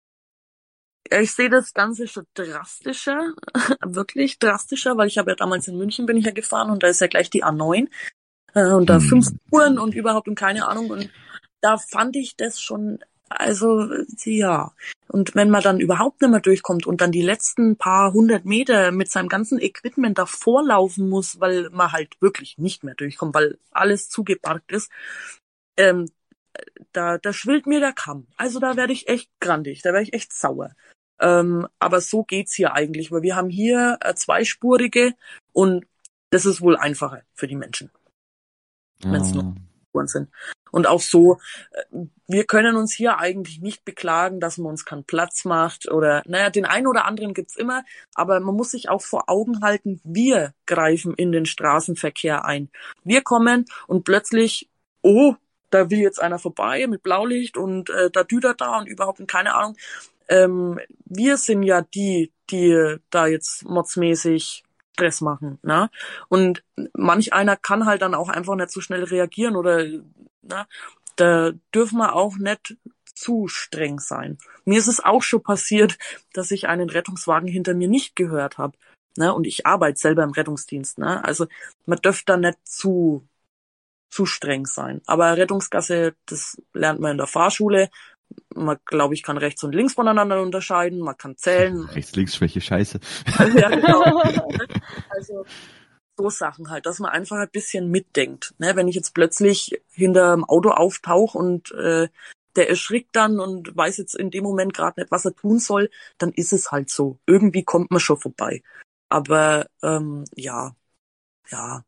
ich sehe das Ganze schon drastischer, wirklich drastischer, weil ich habe ja damals in München bin ich ja gefahren und da ist ja gleich die A neun äh, und da fünf Hm. Spuren und überhaupt und keine Ahnung und da fand ich das schon, also ja. Und wenn man dann überhaupt nicht mehr durchkommt und dann die letzten paar hundert Meter mit seinem ganzen Equipment davor laufen muss, weil man halt wirklich nicht mehr durchkommt, weil alles zugeparkt ist, ähm, da, da schwillt mir der Kamm. Also da werde ich echt grandig, da werde ich echt sauer. Ähm, aber so geht's hier eigentlich, weil wir haben hier äh, zweispurige und das ist wohl einfacher für die Menschen, wenn es nur Ja. Spuren sind. Und auch so, äh, wir können uns hier eigentlich nicht beklagen, dass man uns keinen Platz macht oder, naja, den einen oder anderen gibt's immer, aber man muss sich auch vor Augen halten, wir greifen in den Straßenverkehr ein. Wir kommen und plötzlich, oh, da will jetzt einer vorbei mit Blaulicht und äh, da düdert da und überhaupt keine Ahnung. Ähm, wir sind ja die, die da jetzt modsmäßig Stress machen, ne? Und manch einer kann halt dann auch einfach nicht so schnell reagieren oder, ne? Da dürfen wir auch nicht zu streng sein. Mir ist es auch schon passiert, dass ich einen Rettungswagen hinter mir nicht gehört habe, ne? Und ich arbeite selber im Rettungsdienst, ne? Also man dürfte da nicht zu zu streng sein. Aber Rettungsgasse, das lernt man in der Fahrschule. Man, glaube ich, kann rechts und links voneinander unterscheiden. Man kann zählen. Rechts-Links-Schwäche, scheiße. Ja, genau. Also so Sachen halt, dass man einfach ein bisschen mitdenkt. Ne? Wenn ich jetzt plötzlich hinter dem Auto auftauche und äh, der erschrickt dann und weiß jetzt in dem Moment gerade nicht, was er tun soll, dann ist es halt so. Irgendwie kommt man schon vorbei. Aber ähm, ja, ja,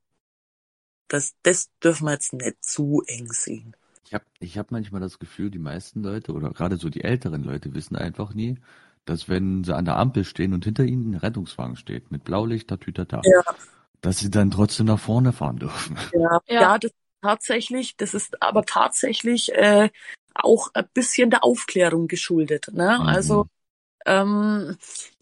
das, das dürfen wir jetzt nicht zu eng sehen. Ich habe ich hab manchmal das Gefühl, die meisten Leute oder gerade so die älteren Leute wissen einfach nie, dass wenn sie an der Ampel stehen und hinter ihnen ein Rettungswagen steht mit Blaulicht, tatütata, Ja. dass sie dann trotzdem nach vorne fahren dürfen. Ja, Ja. ja, das ist tatsächlich, das ist aber tatsächlich äh, auch ein bisschen der Aufklärung geschuldet. Ne? Mhm. Also ähm,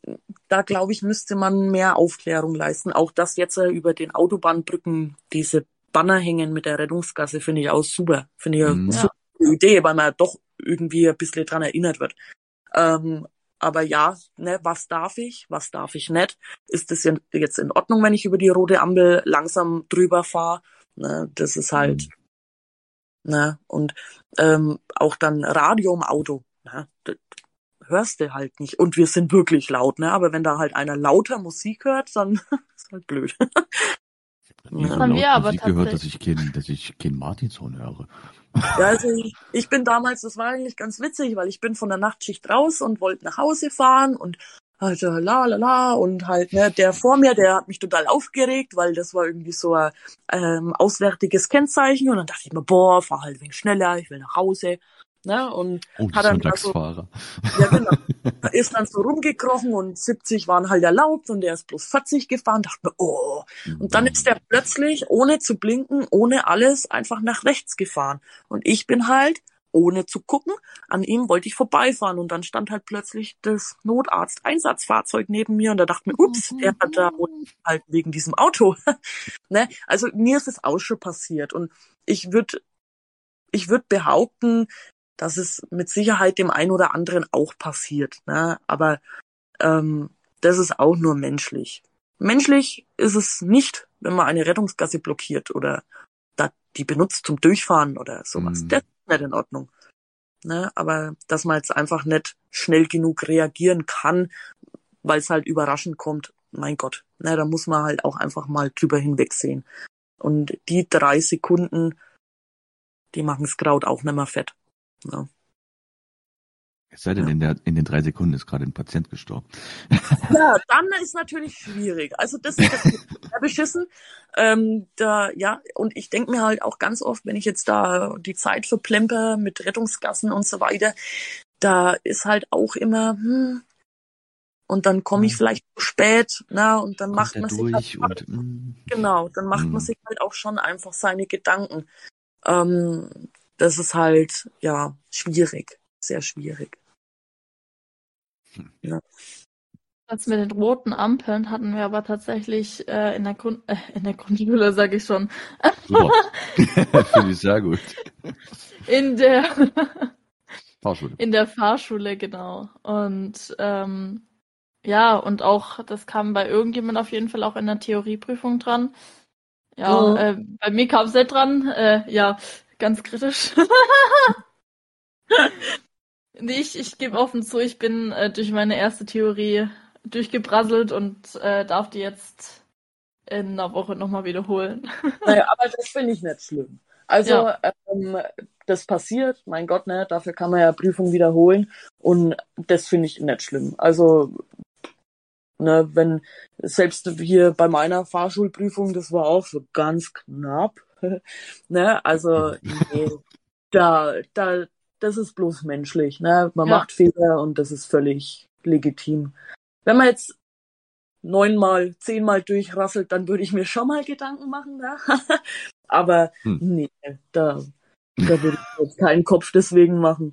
da glaube ich, müsste man mehr Aufklärung leisten. Auch dass jetzt äh, über den Autobahnbrücken diese Banner hängen mit der Rettungsgasse, finde ich auch super. Finde ich eine Mhm. super Idee, weil man doch irgendwie ein bisschen dran erinnert wird. Ähm, aber ja, ne, was darf ich, was darf ich nicht? Ist das jetzt in Ordnung, wenn ich über die rote Ampel langsam drüber fahre? Ne, das ist halt, Mhm. ne, und ähm, auch dann Radio im Auto, ne, das hörst du halt nicht. Und wir sind wirklich laut, ne, aber wenn da halt einer lauter Musik hört, dann ist halt blöd. Ich habe nie Ja. so haben wir laut aber Musik gehört, dass tatsächlich. ich keinen, dass ich keinen Martinshorn höre. Ja, also ich, ich bin damals, das war eigentlich ganz witzig, weil ich bin von der Nachtschicht raus und wollte nach Hause fahren und halt äh, la la la und halt, ne, der vor mir, der hat mich total aufgeregt, weil das war irgendwie so ein ähm, auswärtiges Kennzeichen und dann dachte ich mir, boah, fahr halt ein wenig schneller, ich will nach Hause, ne, und Oh, die hat dann da so, Sonntagsfahrer. ja genau, ist dann so rumgekrochen und siebzig waren halt erlaubt und der ist bloß vierzig gefahren, dachte mir, oh, und dann ist der plötzlich, ohne zu blinken, ohne alles, einfach nach rechts gefahren. Und ich bin halt, ohne zu gucken, an ihm wollte ich vorbeifahren. Und dann stand halt plötzlich das Notarzt-Einsatzfahrzeug neben mir und da dachte mir, ups, der hat da halt wegen diesem Auto. Ne? Also mir ist es auch schon passiert. Und ich würde ich würd behaupten, dass es mit Sicherheit dem einen oder anderen auch passiert. Ne? Aber ähm, das ist auch nur menschlich. Menschlich ist es nicht, wenn man eine Rettungsgasse blockiert oder da die benutzt zum Durchfahren oder sowas. Mhm. Das ist nicht in Ordnung. Ne? Aber dass man jetzt einfach nicht schnell genug reagieren kann, weil es halt überraschend kommt, mein Gott, ne, da muss man halt auch einfach mal drüber hinwegsehen. Und die drei Sekunden, die machen das Kraut auch nicht mehr fett. Ne? Es sei denn, Ja. in, der, in den drei Sekunden ist gerade ein Patient gestorben. Ja, dann ist natürlich schwierig. Also das ist das sehr beschissen. Ähm, da, ja, und ich denke mir halt auch ganz oft, wenn ich jetzt da die Zeit verplemper mit Rettungsgassen und so weiter, da ist halt auch immer, hm, und dann komme ich Ja. vielleicht zu spät, na, und dann Kommt macht er man sich durch halt, und mm, genau, dann macht man mm. sich halt auch schon einfach seine Gedanken. Ähm, das ist halt, ja, schwierig, sehr schwierig. Ja. Das mit den roten Ampeln hatten wir aber tatsächlich äh, in der Grund äh, in der Grundschule, sage ich schon. Super. Finde ich sehr gut. In der Fahrschule. in der Fahrschule, genau. Und ähm, ja, und auch, das kam bei irgendjemand auf jeden Fall auch in der Theorieprüfung dran. Ja, Mhm. äh, bei mir kam es nicht dran. Äh, ja, ganz kritisch. Nee, ich, ich gebe offen zu, ich bin äh, durch meine erste Theorie durchgebrasselt und äh, darf die jetzt in einer Woche nochmal wiederholen. Naja, aber das finde ich nicht schlimm. Also, Ja. ähm, das passiert, mein Gott, ne, dafür kann man ja Prüfung wiederholen und das finde ich nicht schlimm. Also, ne, wenn, selbst hier bei meiner Fahrschulprüfung, das war auch so ganz knapp, ne, also, nee, da, da, das ist bloß menschlich, ne, man Ja. macht Fehler und das ist völlig legitim. Wenn man jetzt neunmal, zehnmal durchrasselt, dann würde ich mir schon mal Gedanken machen, ne? Aber Hm. nee, da, da würde ich jetzt keinen Kopf deswegen machen.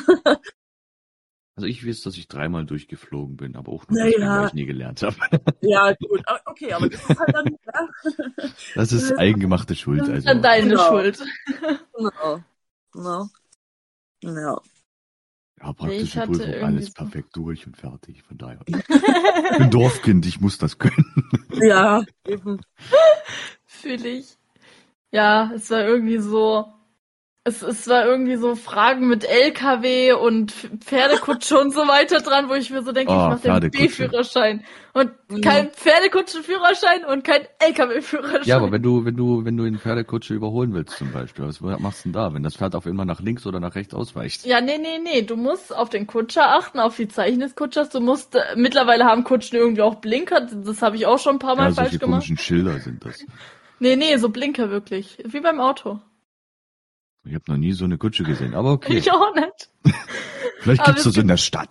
Also ich weiß, dass ich dreimal durchgeflogen bin, aber auch nur Naja. deswegen, weil ich nie gelernt habe. Ja, gut, ah, okay, aber das ist halt dann, ne? Das ist eigengemachte Schuld. Also Dann deine Genau. Schuld. Genau. No. Ja. ja, Nee, praktische ich hatte Prüfung, irgendwie alles so- perfekt durch und fertig. Von daher. Ich bin Dorfkind, ich muss das können. Ja, eben. Fühl ich. Ja, es war irgendwie so, Es, es war irgendwie so Fragen mit L K W und Pferdekutsche und so weiter dran, wo ich mir so denke, Oh, ich mache den Pferdekutsche. B-Führerschein. Und Mhm. kein Pferdekutschen-Führerschein und kein L K W-Führerschein. Ja, aber wenn du, wenn du, wenn du in Pferdekutsche überholen willst zum Beispiel, was machst du denn da, wenn das Pferd auf einmal nach links oder nach rechts ausweicht? Ja, nee, nee, nee. Du musst auf den Kutscher achten, auf die Zeichen des Kutschers. Du musst, äh, mittlerweile haben Kutschen irgendwie auch Blinker. Das habe ich auch schon ein paar Mal Ja, falsch solche gemacht. komischen Schilder sind das. Nee, nee, so Blinker wirklich. Wie beim Auto. Ich habe noch nie so eine Kutsche gesehen, aber okay. Ich auch nicht. Vielleicht aber gibt's es das in der Stadt.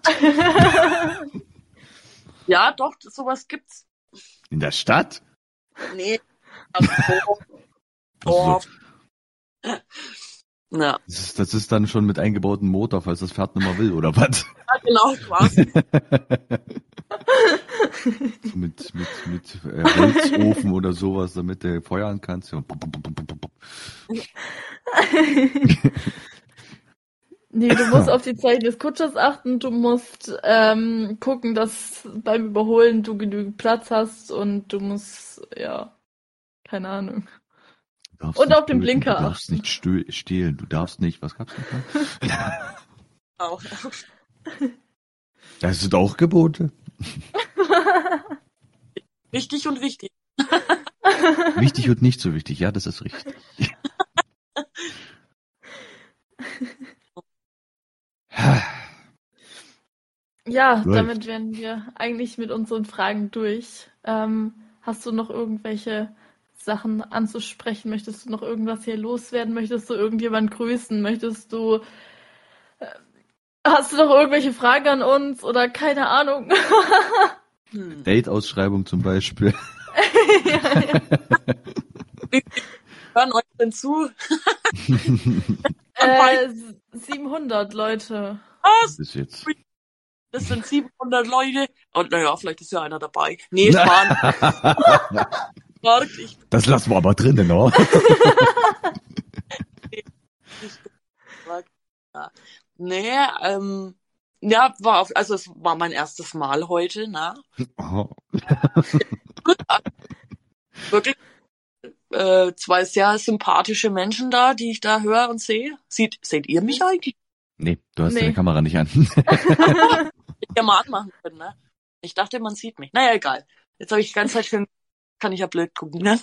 Ja, doch, sowas gibt's. In der Stadt? Nee. Auf Dorf. Ja, Das ist, das ist dann schon mit eingebautem Motor, falls das Pferd nicht mehr will, oder was? ja, genau, quasi. So mit mit mit äh, Holzofen oder sowas, damit du feuern kannst. Ja. Nee, du musst auf die Zeichen des Kutschers achten. Du musst ähm, gucken, dass beim Überholen du genügend Platz hast und du musst, ja, keine Ahnung. Du darfst Und nicht auf den töten, Blinker Du darfst achten. nicht stö- stehlen, du darfst nicht, was gab's noch? Auch. Das sind auch Gebote. Wichtig und wichtig. Wichtig und nicht so wichtig, ja, das ist richtig. Ja, Läuft. damit wären wir eigentlich mit unseren Fragen durch. Ähm, hast du noch irgendwelche Sachen anzusprechen? Möchtest du noch irgendwas hier loswerden? Möchtest du irgendjemand grüßen? Möchtest du... Äh, hast du noch irgendwelche Fragen an uns oder keine Ahnung? Hm. Date-Ausschreibung zum Beispiel. ja, ja. Hören euch denn zu? Äh, siebenhundert Leute. Was? Das ist jetzt. Das sind siebenhundert Leute. Und naja, vielleicht ist ja einer dabei. Nee, es waren Mark, ich Das lassen wir aber drinnen, ne? ja. Nee, ähm, ja, war auf, also es war mein erstes Mal heute, ne? Oh. Wirklich äh, zwei sehr sympathische Menschen da, die ich da höre und sehe. Seht, seht ihr mich eigentlich? Nee, du hast Nee. deine Kamera nicht an. Ich ja mal anmachen können, ne? Ich dachte, man sieht mich. Naja, egal. Jetzt habe ich die ganze Zeit schon, kann ich ja blöd gucken, ne?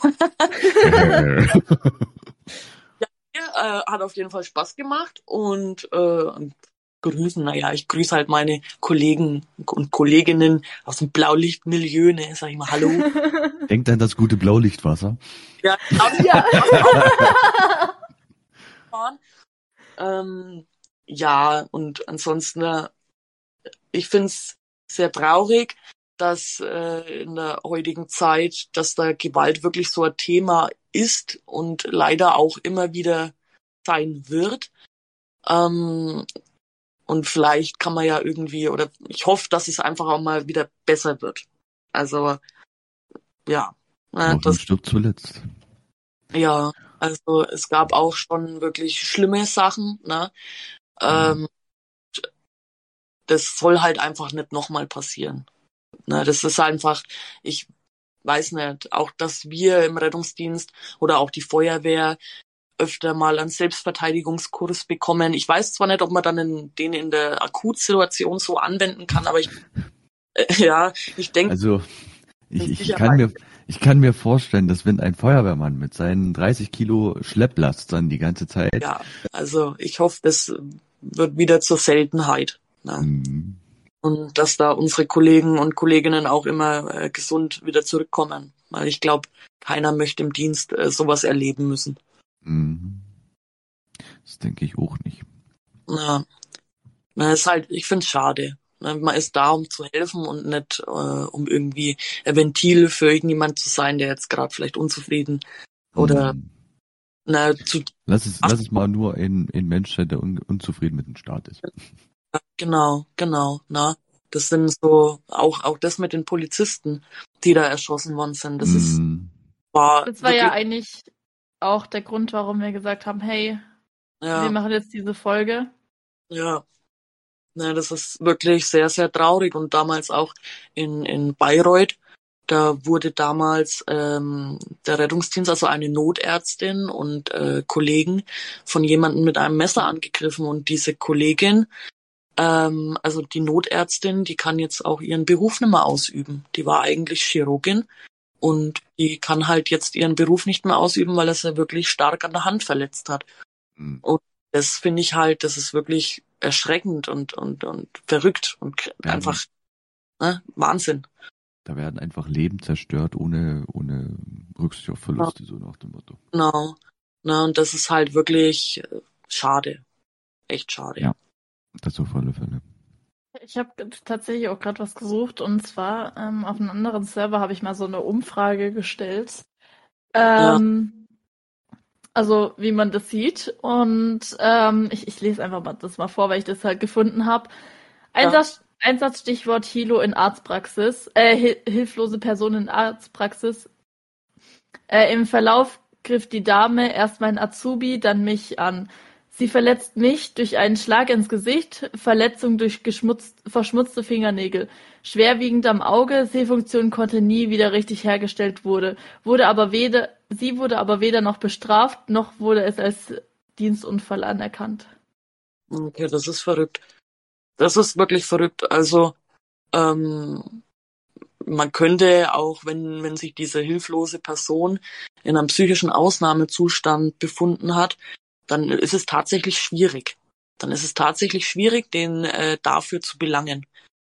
äh, hat auf jeden Fall Spaß gemacht und äh, grüßen, naja, ich grüße halt meine Kollegen und Kolleginnen aus dem Blaulichtmilieu, ne, sag ich mal, hallo. Denkt an das gute Blaulichtwasser. Ja, Ja. ähm, ja, und ansonsten, äh, ich find's sehr traurig, dass äh, in der heutigen Zeit, dass da Gewalt wirklich so ein Thema ist und leider auch immer wieder sein wird. Ähm, und vielleicht kann man ja irgendwie, oder ich hoffe, dass es einfach auch mal wieder besser wird. Also, ja. Äh, Hoffnung das, stirbt zuletzt. ja, also es gab auch schon wirklich schlimme Sachen, ne? Ähm, das soll halt einfach nicht nochmal passieren. Ne? Das ist einfach, ich weiß nicht, auch dass wir im Rettungsdienst oder auch die Feuerwehr öfter mal einen Selbstverteidigungskurs bekommen. Ich weiß zwar nicht, ob man dann in, den in der Akutsituation so anwenden kann, aber ich, äh, ja, ich denke, Also, ich, ich, kann mir, ich kann mir vorstellen, dass wenn ein Feuerwehrmann mit seinen dreißig Kilo Schlepplast dann die ganze Zeit. ja, also ich hoffe, das wird wieder zur Seltenheit. Ne? Mhm. Und dass da unsere Kollegen und Kolleginnen auch immer äh, gesund wieder zurückkommen. Weil ich glaube, keiner möchte im Dienst äh, sowas erleben müssen. Mhm. Das denke ich auch nicht. Ja, na, ist halt, ich finde es schade. Man ist da, um zu helfen und nicht, äh, um irgendwie ein Ventil für irgendjemand zu sein, der jetzt gerade vielleicht unzufrieden oder Mhm. na, zu Lass es, lass es mal nur ein, ein Mensch sein, der un, unzufrieden mit dem Staat ist. genau, genau, na. Das sind so, auch, auch das mit den Polizisten, die da erschossen worden sind. Das ist, Mhm. war, Das war ja wirklich- eigentlich auch der Grund, warum wir gesagt haben, hey, wir ja, machen jetzt diese Folge. ja. Na, das ist wirklich sehr, sehr traurig und damals auch in, in Bayreuth, Da wurde damals ähm, der Rettungsdienst, also eine Notärztin und äh, Kollegen, von jemandem mit einem Messer angegriffen. Und diese Kollegin, ähm, also die Notärztin, die kann jetzt auch ihren Beruf nicht mehr ausüben. Die war eigentlich Chirurgin und die kann halt jetzt ihren Beruf nicht mehr ausüben, weil er sie wirklich stark an der Hand verletzt hat. Mhm. Und das finde ich halt, das ist wirklich erschreckend und und und verrückt und Ja, einfach ne, Wahnsinn. Da werden einfach Leben zerstört ohne, ohne Rücksicht auf Verluste, so nach dem Motto. Genau. Na, und das ist halt wirklich äh, schade. Echt schade. Ja. Das auf alle Fälle. Ich habe tatsächlich auch gerade was gesucht und zwar ähm, auf einem anderen Server habe ich mal so eine Umfrage gestellt. Ähm, Also wie man das sieht und ähm, ich, ich lese einfach mal das mal vor, weil ich das halt gefunden habe. Einsatz, Einsatzstichwort Hilo in Arztpraxis, äh, hil hilflose Person in Arztpraxis. Äh, Im Verlauf griff die Dame erst meinen Azubi, dann mich an. Sie verletzt mich durch einen Schlag ins Gesicht, Verletzung durch geschmutzt, verschmutzte Fingernägel. Schwerwiegend am Auge, Sehfunktion konnte nie wieder richtig hergestellt wurde, wurde aber weder, sie wurde aber weder noch bestraft, noch wurde es als Dienstunfall anerkannt. Okay, das ist verrückt. Das ist wirklich verrückt. Also ähm, man könnte auch, wenn wenn sich diese hilflose Person in einem psychischen Ausnahmezustand befunden hat, dann ist es tatsächlich schwierig. Dann ist es tatsächlich schwierig, den äh, dafür zu belangen.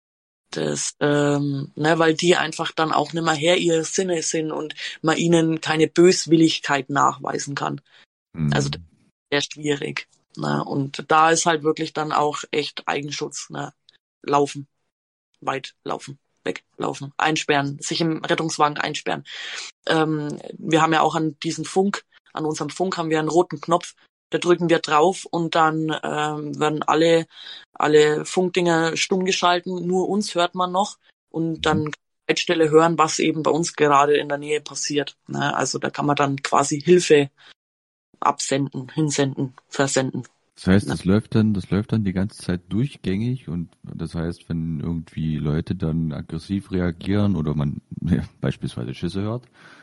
Das, ähm, ne, weil die einfach dann auch nicht mehr Herr ihrer Sinne sind und man ihnen keine Böswilligkeit nachweisen kann. Mhm. Also das ist sehr schwierig. Ne? Und da ist halt wirklich dann auch echt Eigenschutz. Ne? Laufen, weit laufen, weglaufen, einsperren, sich im Rettungswagen einsperren. Ähm, wir haben ja auch an diesem Funk, an unserem Funk haben wir einen roten Knopf. Da drücken wir drauf und dann ähm, werden alle alle Funkdinger stumm geschalten. Nur uns hört man noch und dann kann die Leitstelle hören, was eben bei uns gerade in der Nähe passiert. Ne? Also da kann man dann quasi Hilfe absenden, hinsenden, versenden. Das heißt, das läuft dann, das läuft dann die ganze Zeit durchgängig und das heißt, wenn irgendwie Leute dann aggressiv reagieren oder man ja, beispielsweise Schüsse hört,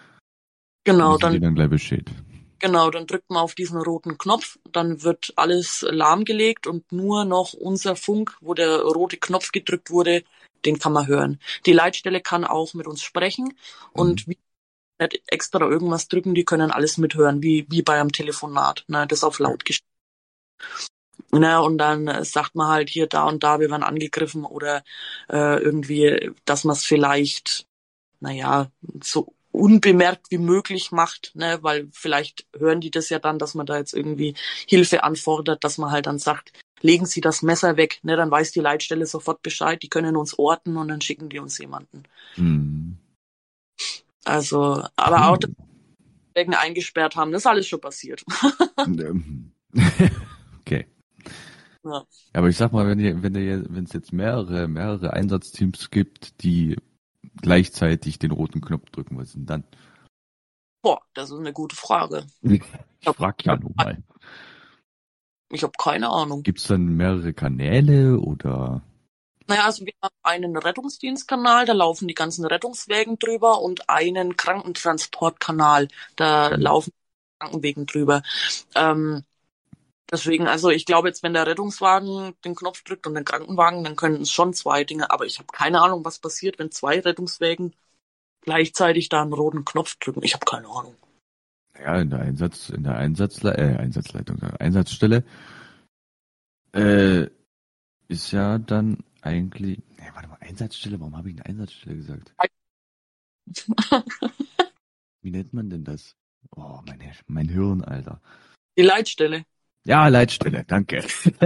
Genau, wissen die dann dann gleich Bescheid. genau, dann drückt man auf diesen roten Knopf, dann wird alles lahmgelegt und nur noch unser Funk, wo der rote Knopf gedrückt wurde, den kann man hören. Die Leitstelle kann auch mit uns sprechen und Mhm. wir nicht extra irgendwas drücken, die können alles mithören, wie wie bei einem Telefonat, ne, das auf laut gestellt. Ne, und dann äh, sagt man halt hier, da und da, wir werden angegriffen oder äh, irgendwie, dass man es vielleicht, naja, so unbemerkt wie möglich macht, ne, weil vielleicht hören die das ja dann, dass man da jetzt irgendwie Hilfe anfordert, dass man halt dann sagt, legen Sie das Messer weg, ne, dann weiß die Leitstelle sofort Bescheid, die können uns orten und dann schicken die uns jemanden. Mhm. Also, aber auch, dass Puh. wir wegen eingesperrt haben, das ist alles schon passiert. Ähm, Okay. Ja. Aber ich sag mal, wenn ihr, wenn ihr, wenn es jetzt mehrere, mehrere Einsatzteams gibt, die gleichzeitig den roten Knopf drücken, was denn dann? Boah, das ist eine gute Frage. Ich frag ja nur mal. Ich habe keine Ahnung. Gibt's dann mehrere Kanäle oder? Naja, also wir haben einen Rettungsdienstkanal, da laufen die ganzen Rettungswägen drüber und einen Krankentransportkanal, da Hm. laufen Krankenwegen drüber. Ähm, deswegen, also ich glaube jetzt, wenn der Rettungswagen den Knopf drückt und den Krankenwagen, dann können es schon zwei Dinge, aber ich habe keine Ahnung, was passiert, wenn zwei Rettungswägen gleichzeitig da einen roten Knopf drücken. Ich habe keine Ahnung. Ja, in der Einsatz, in der Einsatzle äh, Einsatzleitung, äh, Einsatzstelle äh, ist ja dann eigentlich. Nee, warte mal, Einsatzstelle, warum habe ich eine Einsatzstelle gesagt? Wie nennt man denn das? Oh, mein, mein Hirn, Alter. Die Leitstelle. Ja, Leitstelle, danke.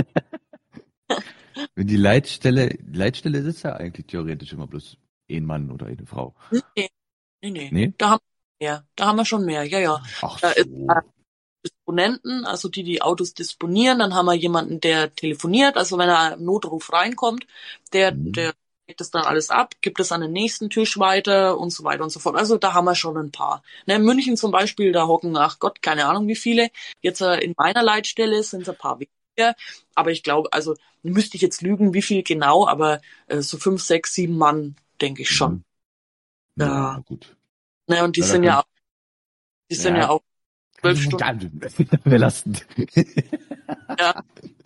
Wenn die Leitstelle, Leitstelle ist ja eigentlich theoretisch immer bloß ein Mann oder eine Frau. Nee, nee, nee. Nee? Da haben wir mehr. Da haben wir schon mehr, ja, ja. Ach Da ist so. äh, Disponenten, also die die Autos disponieren, dann haben wir jemanden, der telefoniert, also wenn ein Notruf reinkommt, der, Mhm. der legt das dann alles ab, gibt es an den nächsten Tisch weiter und so weiter und so fort. Also da haben wir schon ein paar. Ne, in München zum Beispiel, da hocken, ach Gott, keine Ahnung wie viele. Jetzt äh, in meiner Leitstelle sind es ein paar weniger, aber ich glaube, also müsste ich jetzt lügen, wie viel genau, aber äh, so fünf, sechs, sieben Mann, denke ich schon. Mhm. Ja. Ja, gut. Ne, und die Ja, da sind ja kann- auch, die sind Ja. ja auch zwölf Stunden. Wir lassen. Ja.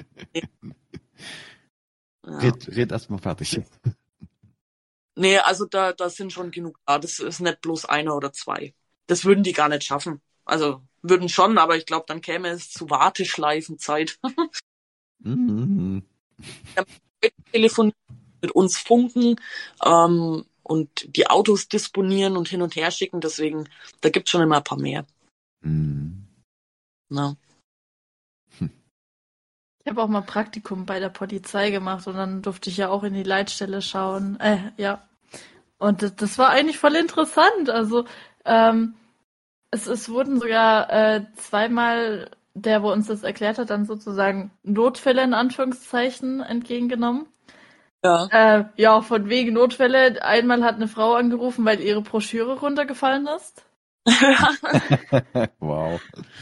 Ja. Red, red erst mal fertig. Nee, also da, da sind schon genug da. Das ist nicht bloß einer oder zwei. Das würden die gar nicht schaffen. Also würden schon, aber ich glaube, dann käme es zu Warteschleifenzeit. Mhm. Telefonieren, mit uns funken ähm, und die Autos disponieren und hin und her schicken. Deswegen, da gibt's schon immer ein paar mehr. Mhm. Ne? Ich habe auch mal Praktikum bei der Polizei gemacht und dann durfte ich ja auch in die Leitstelle schauen. Äh, ja. Und das, das war eigentlich voll interessant. Also, ähm, es, es wurden sogar äh, zweimal, der, wo uns das erklärt hat, dann sozusagen Notfälle in Anführungszeichen entgegengenommen. Ja. Äh, ja, von wegen Notfälle. Einmal hat eine Frau angerufen, weil ihre Broschüre runtergefallen ist. Wow.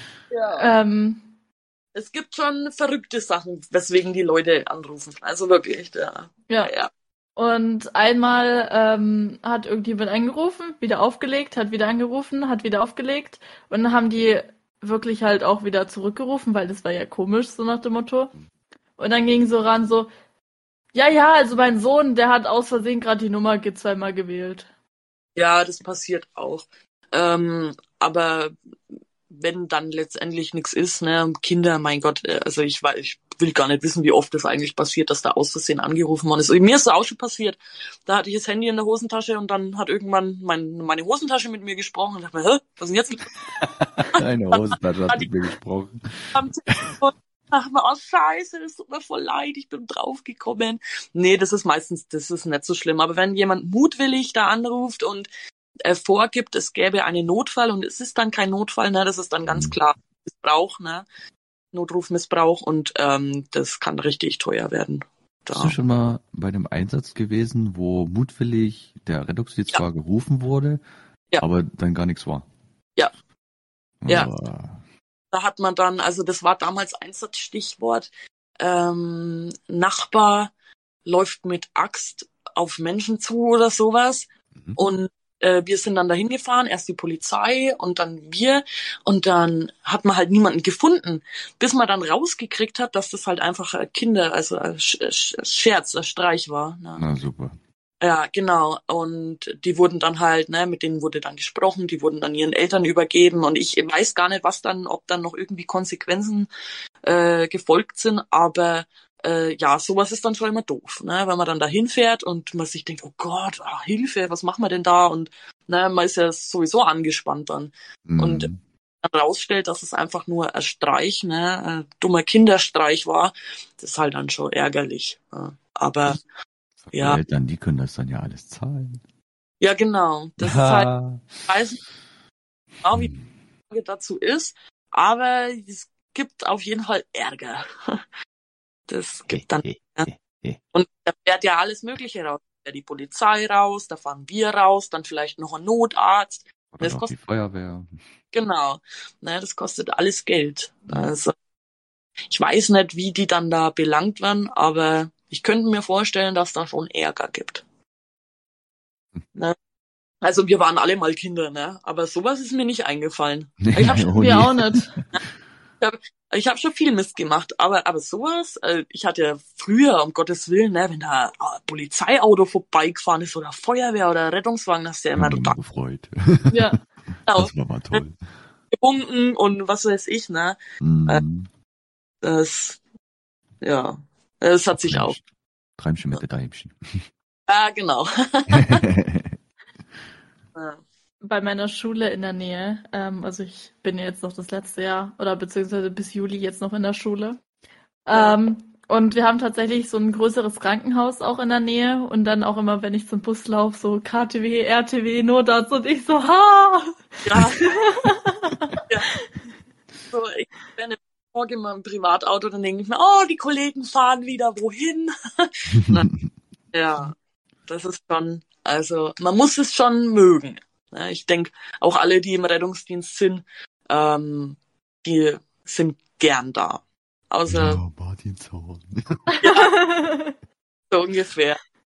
Ja. Ähm, Es gibt schon verrückte Sachen, weswegen die Leute anrufen. Also wirklich, ja. ja. Ja. Und einmal ähm, hat irgendjemand angerufen, wieder aufgelegt, hat wieder angerufen, hat wieder aufgelegt. Und dann haben die wirklich halt auch wieder zurückgerufen, weil das war ja komisch, so nach dem Motto. Und dann ging so ran, so, ja, ja, also mein Sohn, der hat aus Versehen gerade die Nummer ge- zweimal gewählt. Ja, das passiert auch. Ähm, aber wenn dann letztendlich nichts ist, ne, Kinder, mein Gott, äh, also ich weiß, ich will gar nicht wissen, wie oft das eigentlich passiert, dass da aus Versehen angerufen worden ist. Mir ist das auch schon passiert. Da hatte ich das Handy in der Hosentasche und dann hat irgendwann mein, meine Hosentasche mit mir gesprochen und dachte mir, hä, was ist denn jetzt? Eine Hosentasche hat mit mir gesprochen. Am Telefon. Ach, oh Scheiße, das tut mir voll leid, ich bin draufgekommen. Nee, das ist meistens, das ist nicht so schlimm. Aber wenn jemand mutwillig da anruft und äh, vorgibt, es gäbe einen Notfall und es ist dann kein Notfall, ne, das ist dann ganz Mhm. klar Missbrauch, ne, Notrufmissbrauch und ähm, das kann richtig teuer werden. Bist Da. du schon mal bei einem Einsatz gewesen, wo mutwillig der Rettungsdienst Ja. zwar gerufen wurde, Ja. aber dann gar nichts war? Ja. Ja. Aber- Da hat man dann, also das war damals Einsatzstichwort, ähm, Nachbar läuft mit Axt auf Menschen zu oder sowas. Mhm. Und äh, wir sind dann dahin gefahren, erst die Polizei und dann wir. Und dann hat man halt niemanden gefunden, bis man dann rausgekriegt hat, dass das halt einfach äh, Kinder, also ein Sch- Sch- Scherz, ein Streich war. Ne? Na super. Ja, genau. Und die wurden dann halt, ne, mit denen wurde dann gesprochen, die wurden dann ihren Eltern übergeben. Und ich weiß gar nicht, was dann, ob dann noch irgendwie Konsequenzen äh, gefolgt sind, aber äh, ja, sowas ist dann schon immer doof, ne, wenn man dann da hinfährt und man sich denkt, oh Gott, ah, Hilfe, was machen wir denn da? Und ne, man ist ja sowieso angespannt dann. Und Mhm. dann rausstellt, dass es einfach nur ein Streich, ne, ein dummer Kinderstreich war, das ist halt dann schon ärgerlich. Ne? Aber Die ja. Eltern, die können das dann ja alles zahlen. ja, genau, das ist halt, Ja. ich weiß nicht genau, wie die Frage dazu ist, aber es gibt auf jeden Fall Ärger. Das gibt dann, und da fährt ja alles Mögliche raus. Da fährt die Polizei raus, da fahren wir raus, dann vielleicht noch ein Notarzt. Oder Das doch kostet, die Feuerwehr. genau, ne, das kostet alles Geld. Also, ich weiß nicht, wie die dann da belangt werden, aber ich könnte mir vorstellen, dass da schon Ärger gibt. Ne? Also wir waren alle mal Kinder, ne? Aber sowas ist mir nicht eingefallen. Ich habe Oh wir je. auch nicht. ich hab schon viel Mist gemacht, aber aber sowas, äh, ich hatte ja früher, um Gottes Willen, ne, wenn da ein Polizeiauto vorbeigefahren ist oder Feuerwehr oder Rettungswagen, hast du ja Ich immer habe mich total gefreut. Ja. Das war mal toll. gewunken und was weiß ich, ne? Mhm. Das, ja, das hat sich auch. Träumchen mit der Däumchen. Ah, genau. Ja. Bei meiner Schule in der Nähe, ähm, also ich bin ja jetzt noch das letzte Jahr oder beziehungsweise bis Juli jetzt noch in der Schule. Ähm, und wir haben tatsächlich so ein größeres Krankenhaus auch in der Nähe und dann auch immer, wenn ich zum Bus laufe, so K T W, R T W, Notarzt und ich so, ha! Ja. Ja. So, ich bin morgen in meinem Privatauto, dann denke ich mir, oh, die Kollegen fahren wieder wohin. Na, ja, das ist schon, also man muss es schon mögen. Ja, ich denke, auch alle, die im Rettungsdienst sind, ähm, die sind gern da. Außer Ja, Martin Zorn. ja, so ungefähr.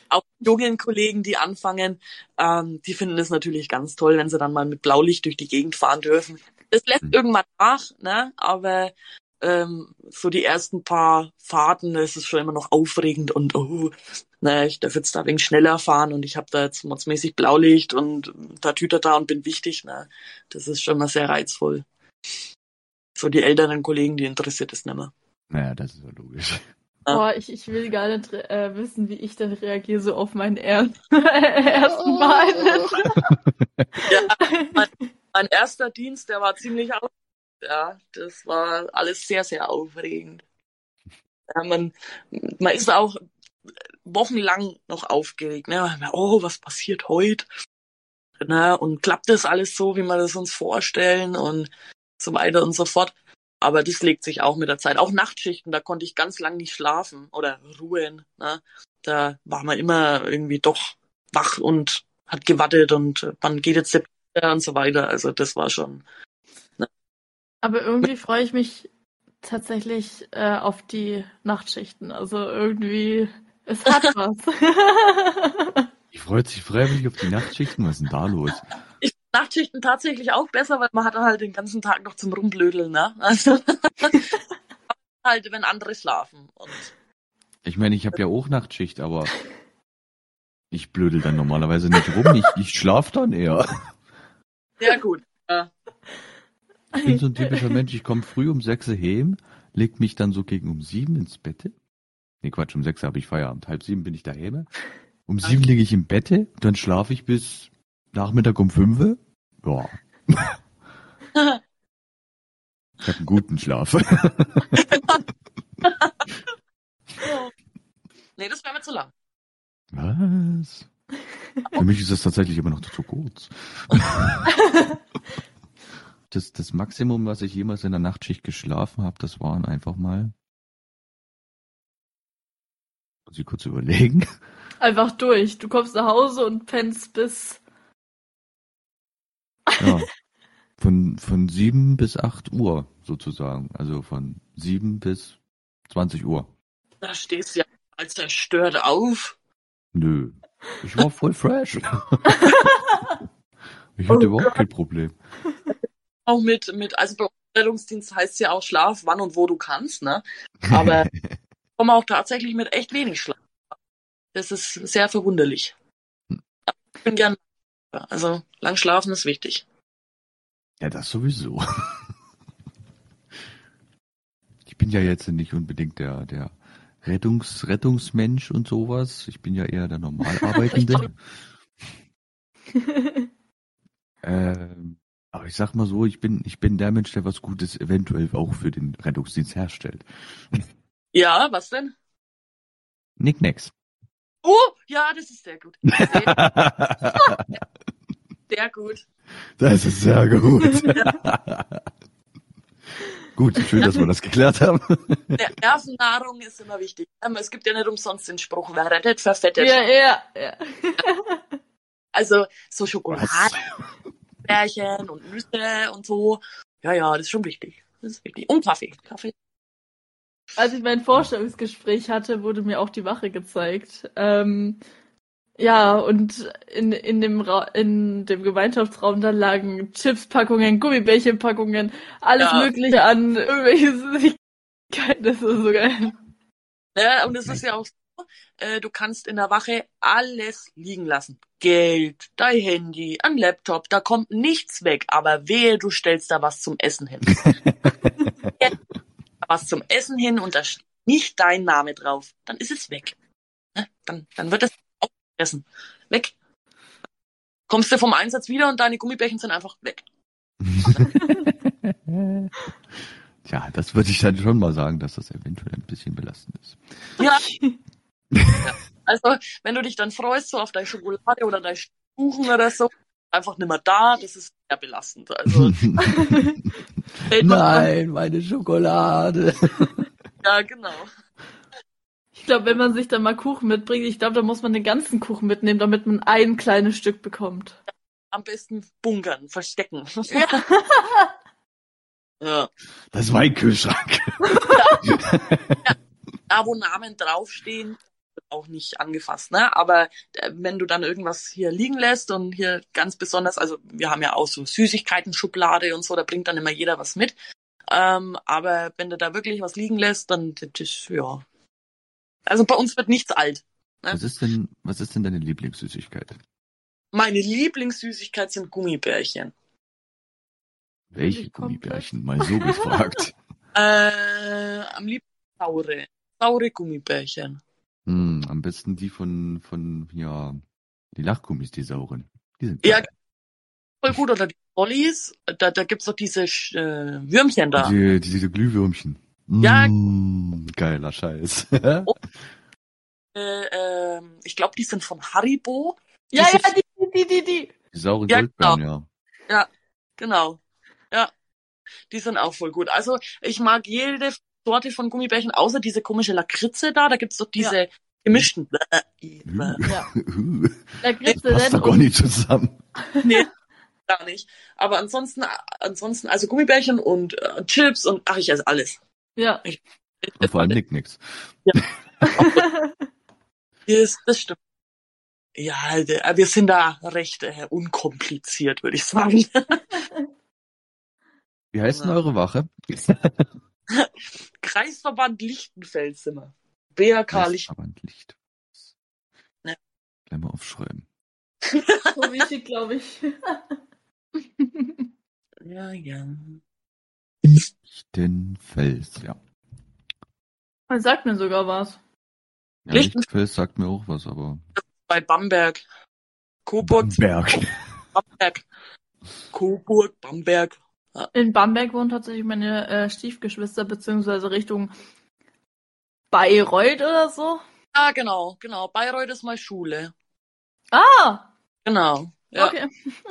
auch jungen Kollegen, die anfangen, ähm, die finden es natürlich ganz toll, wenn sie dann mal mit Blaulicht durch die Gegend fahren dürfen. Das lässt Mhm. irgendwann nach, ne? Aber ähm, so die ersten paar Fahrten, das ist schon immer noch aufregend und oh, ne, ich darf jetzt da ein wenig schneller fahren und ich habe da jetzt modsmäßig Blaulicht und da Tüter da und bin wichtig, ne? Das ist schon mal sehr reizvoll. So die älteren Kollegen, die interessiert es nicht mehr. Naja, das ist ja logisch. Boah, ich, ich will gar nicht äh, wissen, wie ich dann reagiere so auf meinen er ersten Mal. Ja, mein, mein erster Dienst, der war ziemlich aufregend. Ja, das war alles sehr, sehr aufregend. Ja, man, man ist auch wochenlang noch aufgeregt. Ne? Oh, was passiert heute? Ne? Und klappt das alles so, wie wir das uns vorstellen und so weiter und so fort. Aber das legt sich auch mit der Zeit. Auch Nachtschichten, da konnte ich ganz lang nicht schlafen oder ruhen. Ne? Da war man immer irgendwie doch wach und hat gewartet und wann geht jetzt der Peter und so weiter. Also das war schon... Aber irgendwie freue ich mich tatsächlich äh, auf die Nachtschichten. Also irgendwie, es hat was. Ich freut sich freiwillig auf die Nachtschichten. Was ist denn da los? Ich finde Nachtschichten tatsächlich auch besser, weil man hat dann halt den ganzen Tag noch zum Rumblödeln, ne? Also halt, wenn andere schlafen. Und Ich meine, ich habe ja auch Nachtschicht, aber ich blödel dann normalerweise nicht rum. Ich, ich schlaf dann eher. ja gut. Ja. Ich bin so ein typischer Mensch. Ich komme früh um sechs heim, leg mich dann so gegen um sieben ins Bett. Nee, Quatsch, um sechs habe ich Feierabend. Halb sieben bin ich daheim. Um sieben liege ich im Bett, dann schlafe ich bis Nachmittag um fünf. Ja. Ich habe einen guten Schlaf. Nee, das wäre mir zu lang. Was? Für mich ist das tatsächlich immer noch zu kurz. Das, das Maximum, was ich jemals in der Nachtschicht geschlafen habe, das waren einfach mal... Muss ich kurz überlegen. Einfach durch. Du kommst nach Hause und pennst bis... Ja. Von, von sieben bis acht Uhr sozusagen. Also von sieben bis zwanzig Uhr. Da stehst du ja als zerstört auf. Nö. Ich war voll fresh. Ich hatte Oh überhaupt Gott. kein Problem. Auch mit, mit, also bei uns im Rettungsdienst heißt es ja auch Schlaf, wann und wo du kannst, ne? Aber ich komme auch tatsächlich mit echt wenig Schlaf. Das ist sehr verwunderlich. Ich bin gern, also lang schlafen ist wichtig. Ja, das sowieso. Ich bin ja jetzt nicht unbedingt der, der Rettungs, Rettungsmensch und sowas. Ich bin ja eher der Normalarbeitende. ähm, aber ich sag mal so, ich bin, ich bin der Mensch, der was Gutes eventuell auch für den Rettungsdienst herstellt. Ja, was denn? Nicknacks. Oh, ja, das ist sehr gut. Sehr, sehr gut. Das ist sehr gut. Gut, schön, dass wir das geklärt haben. Der Nervennahrung ist immer wichtig. Aber es gibt ja nicht umsonst den Spruch, wer rettet, verfettet. Ja, ja, ja. Also so Schokoladebärchen und Nüsse und so. Ja, ja, das ist schon wichtig. Das ist wichtig. Und Kaffee. Kaffee. Als ich mein Vorstellungsgespräch hatte, wurde mir auch die Wache gezeigt. Ähm, ja, und in, in, dem Ra in dem Gemeinschaftsraum, da lagen Chipspackungen, Gummibärchenpackungen, alles Ja. Mögliche an irgendwelche Süßigkeiten. Das ist so geil. Ja, und es ist ja auch so, äh, du kannst in der Wache alles liegen lassen. Geld, dein Handy, ein Laptop, da kommt nichts weg. Aber wehe, du stellst da was zum Essen hin. was zum Essen hin und da steht nicht dein Name drauf, dann ist es weg. Ne? Dann, dann wird es aufgegessen. Weg. Kommst du vom Einsatz wieder und deine Gummibärchen sind einfach weg. Tja, das würde ich dann schon mal sagen, dass das eventuell ein bisschen belastend ist. Ja. Ja. Also, wenn du dich dann freust, so auf deine Schokolade oder deinen Kuchen oder so, einfach nicht mehr da, das ist sehr belastend. Also, Nein, meine Schokolade. ja, genau. Ich glaube, wenn man sich dann mal Kuchen mitbringt, ich glaube, da muss man den ganzen Kuchen mitnehmen, damit man ein kleines Stück bekommt. Am besten bunkern, verstecken. Ja. Ja. Das ist mein Kühlschrank. Da, wo Namen draufstehen, auch nicht angefasst, ne? Aber äh, wenn du dann irgendwas hier liegen lässt und hier ganz besonders, also wir haben ja auch so Süßigkeiten-Schublade und so, da bringt dann immer jeder was mit. Ähm, aber wenn du da wirklich was liegen lässt, dann das ist, ja. Also bei uns wird nichts alt. Ne? Was ist denn, was ist denn deine Lieblingssüßigkeit? Meine Lieblingssüßigkeit sind Gummibärchen. Welche Ich komplett. Gummibärchen? Mal so gefragt. Äh, am liebsten saure. Saure Gummibärchen. Hm, am besten die von, von, ja, die Lachgummis, die sauren. Die sind Ja, geil. voll gut. Oder die Ollis. Da, da gibt's doch diese äh, Würmchen da. Die, die, diese Glühwürmchen. Ja. Mm, geiler Scheiß. Oh. Äh, ähm, ich glaube, die sind von Haribo. Ja, Diese- ja, die, die, die, die. Die sauren Ja, Goldbeeren, ja. Genau. Ja, die sind auch voll gut. Also ich mag jede Sorte von Gummibärchen, außer diese komische Lakritze da. Da gibt's doch diese gemischten. Ja. Das Lakritze passt denn doch gar und nicht zusammen. Nee, gar nicht. Aber ansonsten, ansonsten, also Gummibärchen und äh, Chips und ach, ich esse alles. ja. Ich Und vor allem nickt nix. Das, das stimmt. Ja, der- wir sind da recht äh, unkompliziert, würde ich sagen. Wie heißt denn Ja. eure Wache? Kreisverband Lichtenfeld sind wir. B H K Lichtenfeld. Verband Licht. Ja. Gleich mal aufschreiben. So wichtig, glaube ich. Ja, ja. Lichtenfels, ja. Man sagt mir sogar was. ja Lichten- Lichtenfels sagt mir auch was, aber. Bei Bamberg. Coburg, Berg. Bamberg. Coburg, Bamberg. In Bamberg wohnen tatsächlich meine äh, Stiefgeschwister, beziehungsweise Richtung Bayreuth oder so. Ja, genau, genau. Bayreuth ist mal Schule. Ah, Genau. Ja. okay.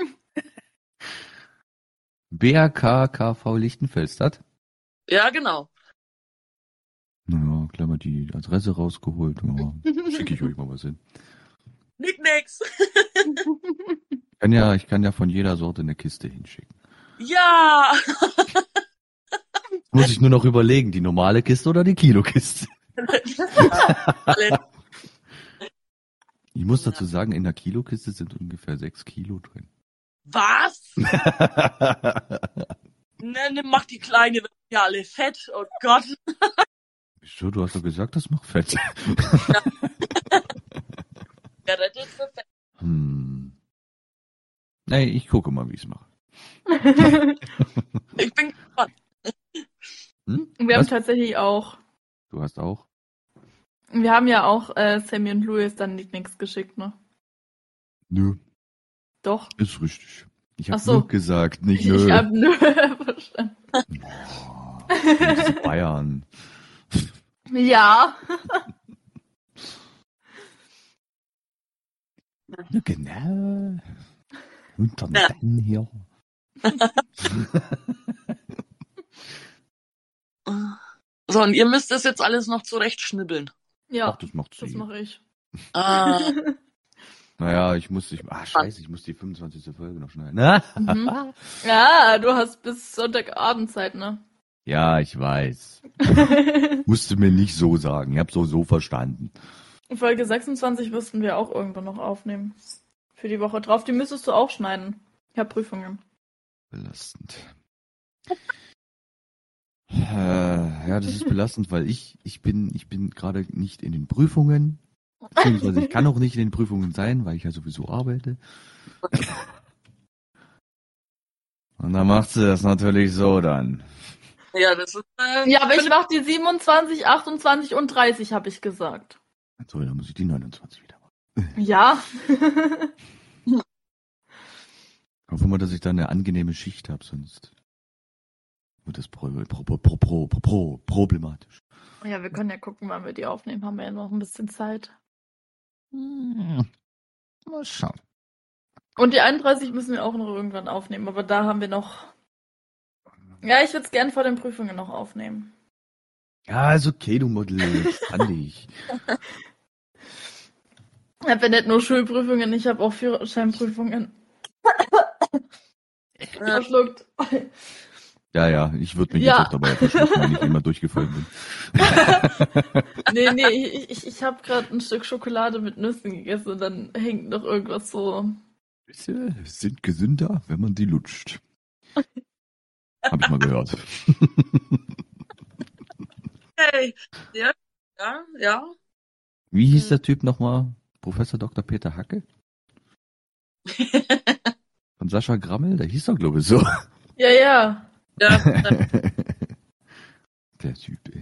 B R K K V Lichtenfelstadt. Ja, genau. Naja, gleich mal die Adresse rausgeholt. Ja, schicke ich euch mal was hin. Nick nix. Ich kann ja, ich kann ja von jeder Sorte eine Kiste hinschicken. Ja. Muss ich nur noch überlegen, die normale Kiste oder die Kilokiste. Alle. Ich muss dazu sagen, in der Kilokiste sind ungefähr sechs Kilo drin. Was? Ne, ne, mach die Kleine, wir sind ja alle fett. Oh Gott. Wieso, du hast doch gesagt, das macht fett. Wer rettet für fett? Hm. Nee, ich gucke mal, wie ich es mache. Ich bin gespannt. Hm? Wir haben Was? tatsächlich auch, Du hast auch? wir haben ja auch äh, Sammy und Louis dann nicht nichts geschickt, ne? Nö, Doch. ist richtig. Ich habe Ach so. nur gesagt, nicht Ich, nö. ich hab nö verstanden. Oh, diese Bayern. Ja. Ja, genau. Und dann, dann hier. So, und ihr müsst das jetzt alles noch zurechtschnibbeln. Ja, Ach, das macht das sie. mache ich. Ah, Naja, ich muss, ich, ah, scheiße, ich muss die fünfundzwanzigste Folge noch schneiden. Na? Mhm. Ja, du hast bis Sonntagabend Zeit, ne? Ja, ich weiß. Musste mir nicht so sagen. Ich hab's so, so verstanden. Folge sechsundzwanzig müssten wir auch irgendwann noch aufnehmen. Für die Woche drauf. Die müsstest du auch schneiden. Ich habe Prüfungen. Belastend. Äh, ja, das ist belastend, weil ich, ich bin, ich bin gerade nicht in den Prüfungen. Beziehungsweise ich kann auch nicht in den Prüfungen sein, weil ich ja sowieso arbeite. Und dann macht sie das natürlich so dann. ja, das ist. Äh, Ja, aber ich mach die siebenundzwanzig, achtundzwanzig und dreißig, habe ich gesagt. So, dann muss ich die neunundzwanzig wieder machen. Ja. Hoffen wir, dass ich da eine angenehme Schicht habe, sonst wird das pro, pro, pro, pro, pro, pro, pro, problematisch. Ja, wir können ja gucken, wann wir die aufnehmen. Haben wir ja noch ein bisschen Zeit. Hm. Mal schauen. Und die einunddreißig müssen wir auch noch irgendwann aufnehmen, aber da haben wir noch. Ja, ich würde es gern vor den Prüfungen noch aufnehmen. Ja, ist okay, du Model. Das kann ich. Ich habe ja nicht nur Schulprüfungen, ich habe auch Führerscheinprüfungen. äh, Verschluckt. Ja, ja, ich würde mich Ja. jetzt auch dabei verschlucken, wenn ich immer durchgefallen bin. Nee, nee, ich, ich, ich habe gerade ein Stück Schokolade mit Nüssen gegessen und dann hängt noch irgendwas so. Nüsse sind gesünder, wenn man sie lutscht. Hab ich mal gehört. Hey, ja, ja, ja. Wie hieß Hm. der Typ nochmal? Professor Doktor Peter Hacke? Von Sascha Grammel? Der hieß doch, glaube ich, so. Ja, ja. Ja, Der Typ, ey.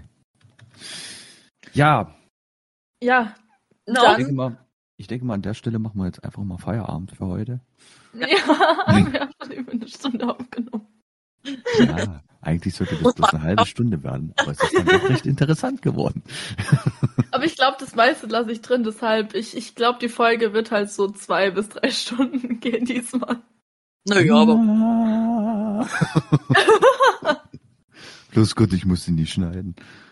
Ja, Ja. No. ich Dann, denke mal, ich denke mal, an der Stelle machen wir jetzt einfach mal Feierabend für heute. ja, wir haben schon über eine Stunde aufgenommen. Ja, eigentlich sollte das bloß eine halbe Stunde werden, aber es ist dann doch recht interessant geworden. Aber ich glaube, das meiste lasse ich drin, deshalb, ich, ich glaube, die Folge wird halt so zwei bis drei Stunden gehen diesmal. naja, aber Bloß Gott, ich muss ihn nicht schneiden.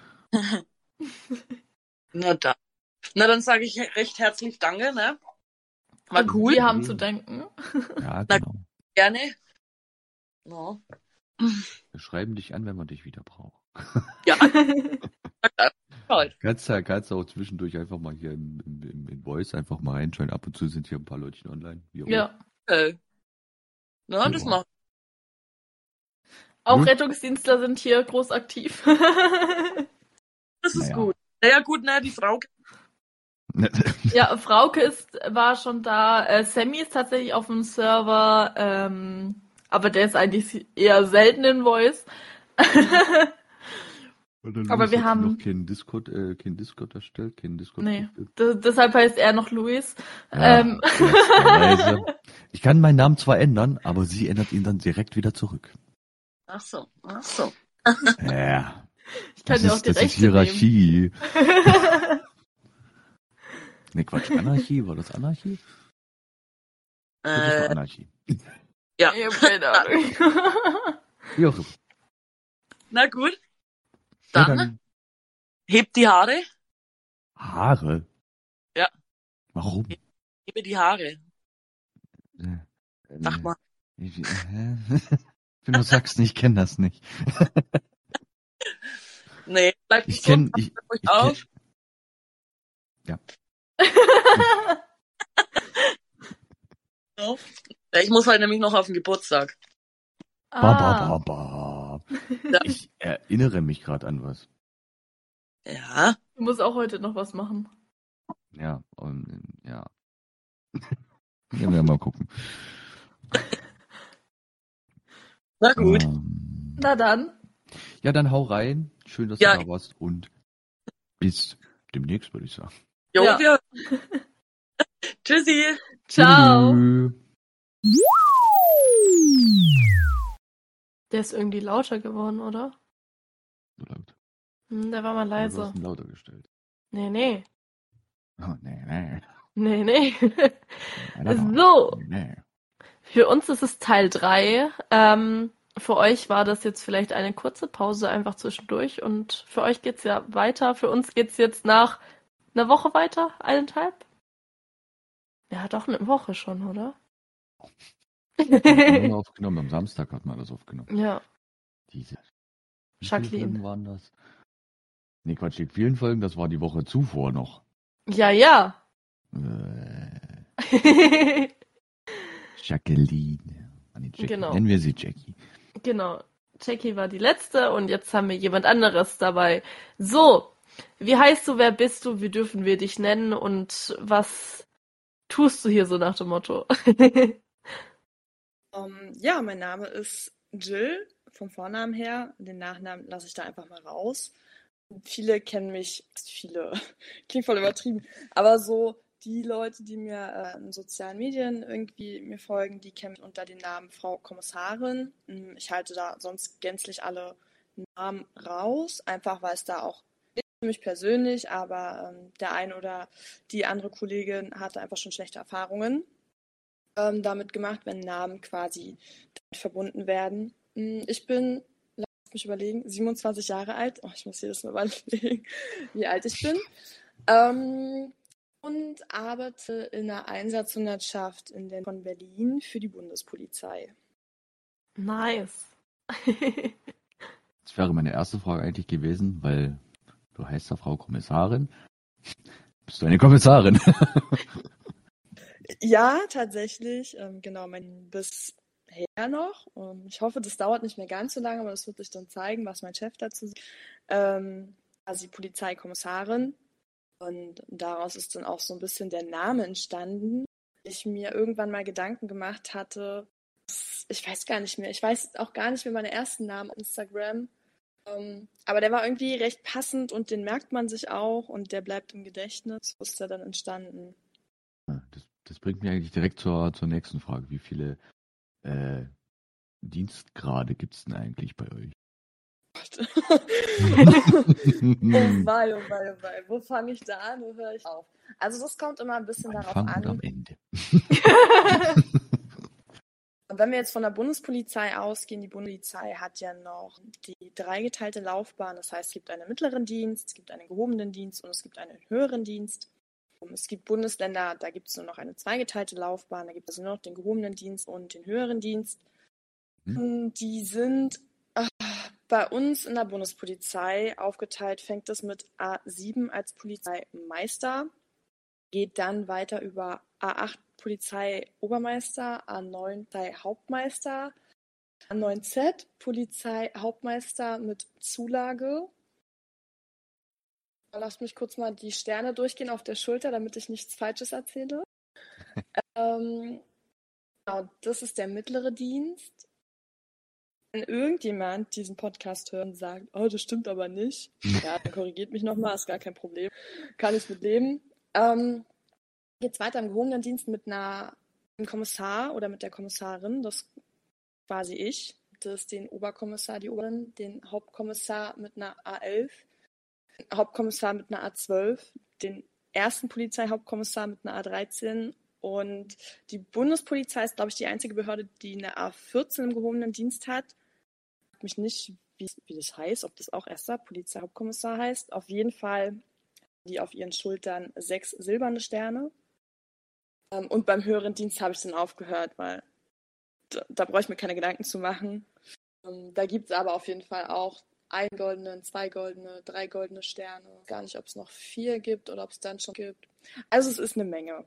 na dann. Na dann sage ich recht herzlich Danke, ne? War Und cool, Wir haben zu danken. Ja, genau. gerne. No. Wir schreiben dich an, wenn man dich wieder braucht. Ja, toll. Kannst du kannst du auch zwischendurch einfach mal hier im, im, im Voice einfach mal reinschauen. Ab und zu sind hier ein paar Leutchen online. Wie auch Ja. Okay. Na, das Ja. macht. Auch Hm? Rettungsdienstler sind hier groß aktiv. Das ist Naja. gut. Naja, gut, na, die Frau. Ja, Frauke ist, war schon da. Äh, Sammy ist tatsächlich auf dem Server, ähm, aber der ist eigentlich eher selten in Voice. Aber wir haben- noch keinen Discord, äh, keinen Discord erstellt, keinen Discord. Nee, d- deshalb heißt er noch Luis. Ja, Ähm, letzterweise. Ich kann meinen Namen zwar ändern, aber sie ändert ihn dann direkt wieder zurück. Ach so, ach so. Ja. ich kann Das dir auch ist, die das ist Rechte Hierarchie. nehmen. Ne, Quatsch, Anarchie, war das Anarchie? Ja, das war Äh, Anarchie. ja. Ich hab keine Ahnung. Wie auch immer. Na gut. Ja, Dann, hebt die Haare. Haare? Ja. Warum? Hebe die Haare. Äh, Sag äh, mal. Ich, äh, wenn du sagst, ich kenne das nicht. Nee, bleib Ich gesund. kenne, ich, passt auf euch ich auf. kenn, ja. Ja. Ja, ich muss halt nämlich noch auf den Geburtstag. Ba, ba, Ah, ba, ba. Ja. Ich erinnere mich gerade an was. Ja. du musst auch heute noch was machen. Ja, und, äh, ja. Ja, wir mal gucken. Na gut. Ähm, Na dann. ja, dann hau rein. Schön, dass Ja. du da warst und bis demnächst, würde ich sagen. Jo, Ja. wir. Tschüssi. Ciao. Tschüss. Der ist irgendwie lauter geworden, oder? So laut. Hm, der war mal Oder Du leise. hast ihn lauter gestellt. Nee, nee. Oh, nee, nee. Nee, nee. Leider doch. So. Nee. Für uns ist es Teil drei. Ähm, für euch war das jetzt vielleicht eine kurze Pause einfach zwischendurch und für euch geht's ja weiter. Für uns geht's jetzt nach einer Woche weiter, eineinhalb? Ja, doch eine Woche schon, oder? Wir haben aufgenommen. Am Samstag hat man das aufgenommen. Ja, Diese. Wie viele Jacqueline. Folgen waren das? Nee, Quatsch, die vielen Folgen, das war die Woche zuvor noch. Ja, ja. Äh, Jacqueline. Ah, nee, Jackie. Genau. Nennen wir sie Jackie. Genau. Jackie war die letzte und jetzt haben wir jemand anderes dabei. So, wie heißt du, wer bist du, wie dürfen wir dich nennen und was tust du hier so nach dem Motto? Um, ja, mein Name ist Jill, vom Vornamen her. Den Nachnamen lasse ich da einfach mal raus. Viele kennen mich, viele, klingt voll übertrieben, aber so die Leute, die mir äh, in sozialen Medien irgendwie mir folgen, die kennen mich unter dem Namen Frau Kommissarin. Ich halte da sonst gänzlich alle Namen raus, einfach weil es da auch nicht für mich persönlich, aber ähm, der ein oder die andere Kollegin hatte einfach schon schlechte Erfahrungen ähm, damit gemacht, wenn Namen quasi damit verbunden werden. Ich bin, lass mich überlegen, siebenundzwanzig Jahre alt. Oh, ich muss jedes Mal überlegen, wie alt ich bin. Ähm, und arbeite in einer Einsatzhundertschaft in der von Berlin für die Bundespolizei. Nice. Das wäre meine erste Frage eigentlich gewesen, weil du heißt ja Frau Kommissarin. Bist du eine Kommissarin? Ja, tatsächlich. Ähm, genau, mein bisher noch. Ähm, ich hoffe, das dauert nicht mehr ganz so lange, aber das wird sich dann zeigen, was mein Chef dazu sagt. Ähm, also die Polizeikommissarin. Und daraus ist dann auch so ein bisschen der Name entstanden. Ich mir irgendwann mal Gedanken gemacht hatte, ich weiß gar nicht mehr, ich weiß auch gar nicht mehr meinen ersten Namen auf Instagram. Ähm, aber der war irgendwie recht passend und den merkt man sich auch und der bleibt im Gedächtnis. So ist der dann entstanden. Das, das bringt mich eigentlich direkt zur, zur nächsten Frage. Wie viele äh, Dienstgrade gibt es denn eigentlich bei euch? Oh wei, oh wei, oh wei. Wo fange ich da an? Wo höre ich auf? Also das kommt immer ein bisschen Am darauf Anfang und an. am Ende. Und wenn wir jetzt von der Bundespolizei ausgehen, die Bundespolizei hat ja noch die dreigeteilte Laufbahn. Das heißt, es gibt einen mittleren Dienst, es gibt einen gehobenen Dienst und es gibt einen höheren Dienst. Und es gibt Bundesländer, da gibt es nur noch eine zweigeteilte Laufbahn. Da gibt es nur noch den gehobenen Dienst und den höheren Dienst. Hm? Die sind äh, bei uns in der Bundespolizei aufgeteilt, fängt es mit A sieben als Polizeimeister, geht dann weiter über A acht Polizeiobermeister, A neun Polizeihauptmeister, A neun Z Polizeihauptmeister mit Zulage. Lass mich kurz mal die Sterne durchgehen auf der Schulter, damit ich nichts Falsches erzähle. ähm, genau, das ist der mittlere Dienst. Wenn irgendjemand diesen Podcast hört und sagt, oh, das stimmt aber nicht, ja, dann korrigiert mich nochmal, ist gar kein Problem. Kann ich mit leben. Ähm, geht's weiter im gehobenen Dienst mit einer, einem Kommissar oder mit der Kommissarin, das ist quasi ich. Das ist den Oberkommissar, die Oberin, den Hauptkommissar mit einer A elf, den Hauptkommissar mit einer A zwölf, den ersten Polizeihauptkommissar mit einer A dreizehn und die Bundespolizei ist, glaube ich, die einzige Behörde, die eine A vierzehn im gehobenen Dienst hat. Ich frage mich nicht, wie, wie das heißt, ob das auch erster Polizeihauptkommissar heißt. Auf jeden Fall die auf ihren Schultern sechs silberne Sterne. Und beim höheren Dienst habe ich dann aufgehört, weil da, da brauche ich mir keine Gedanken zu machen. Da gibt es aber auf jeden Fall auch ein goldene, zwei goldene, drei goldene Sterne. Gar nicht, ob es noch vier gibt oder ob es dann schon gibt. Also es ist eine Menge.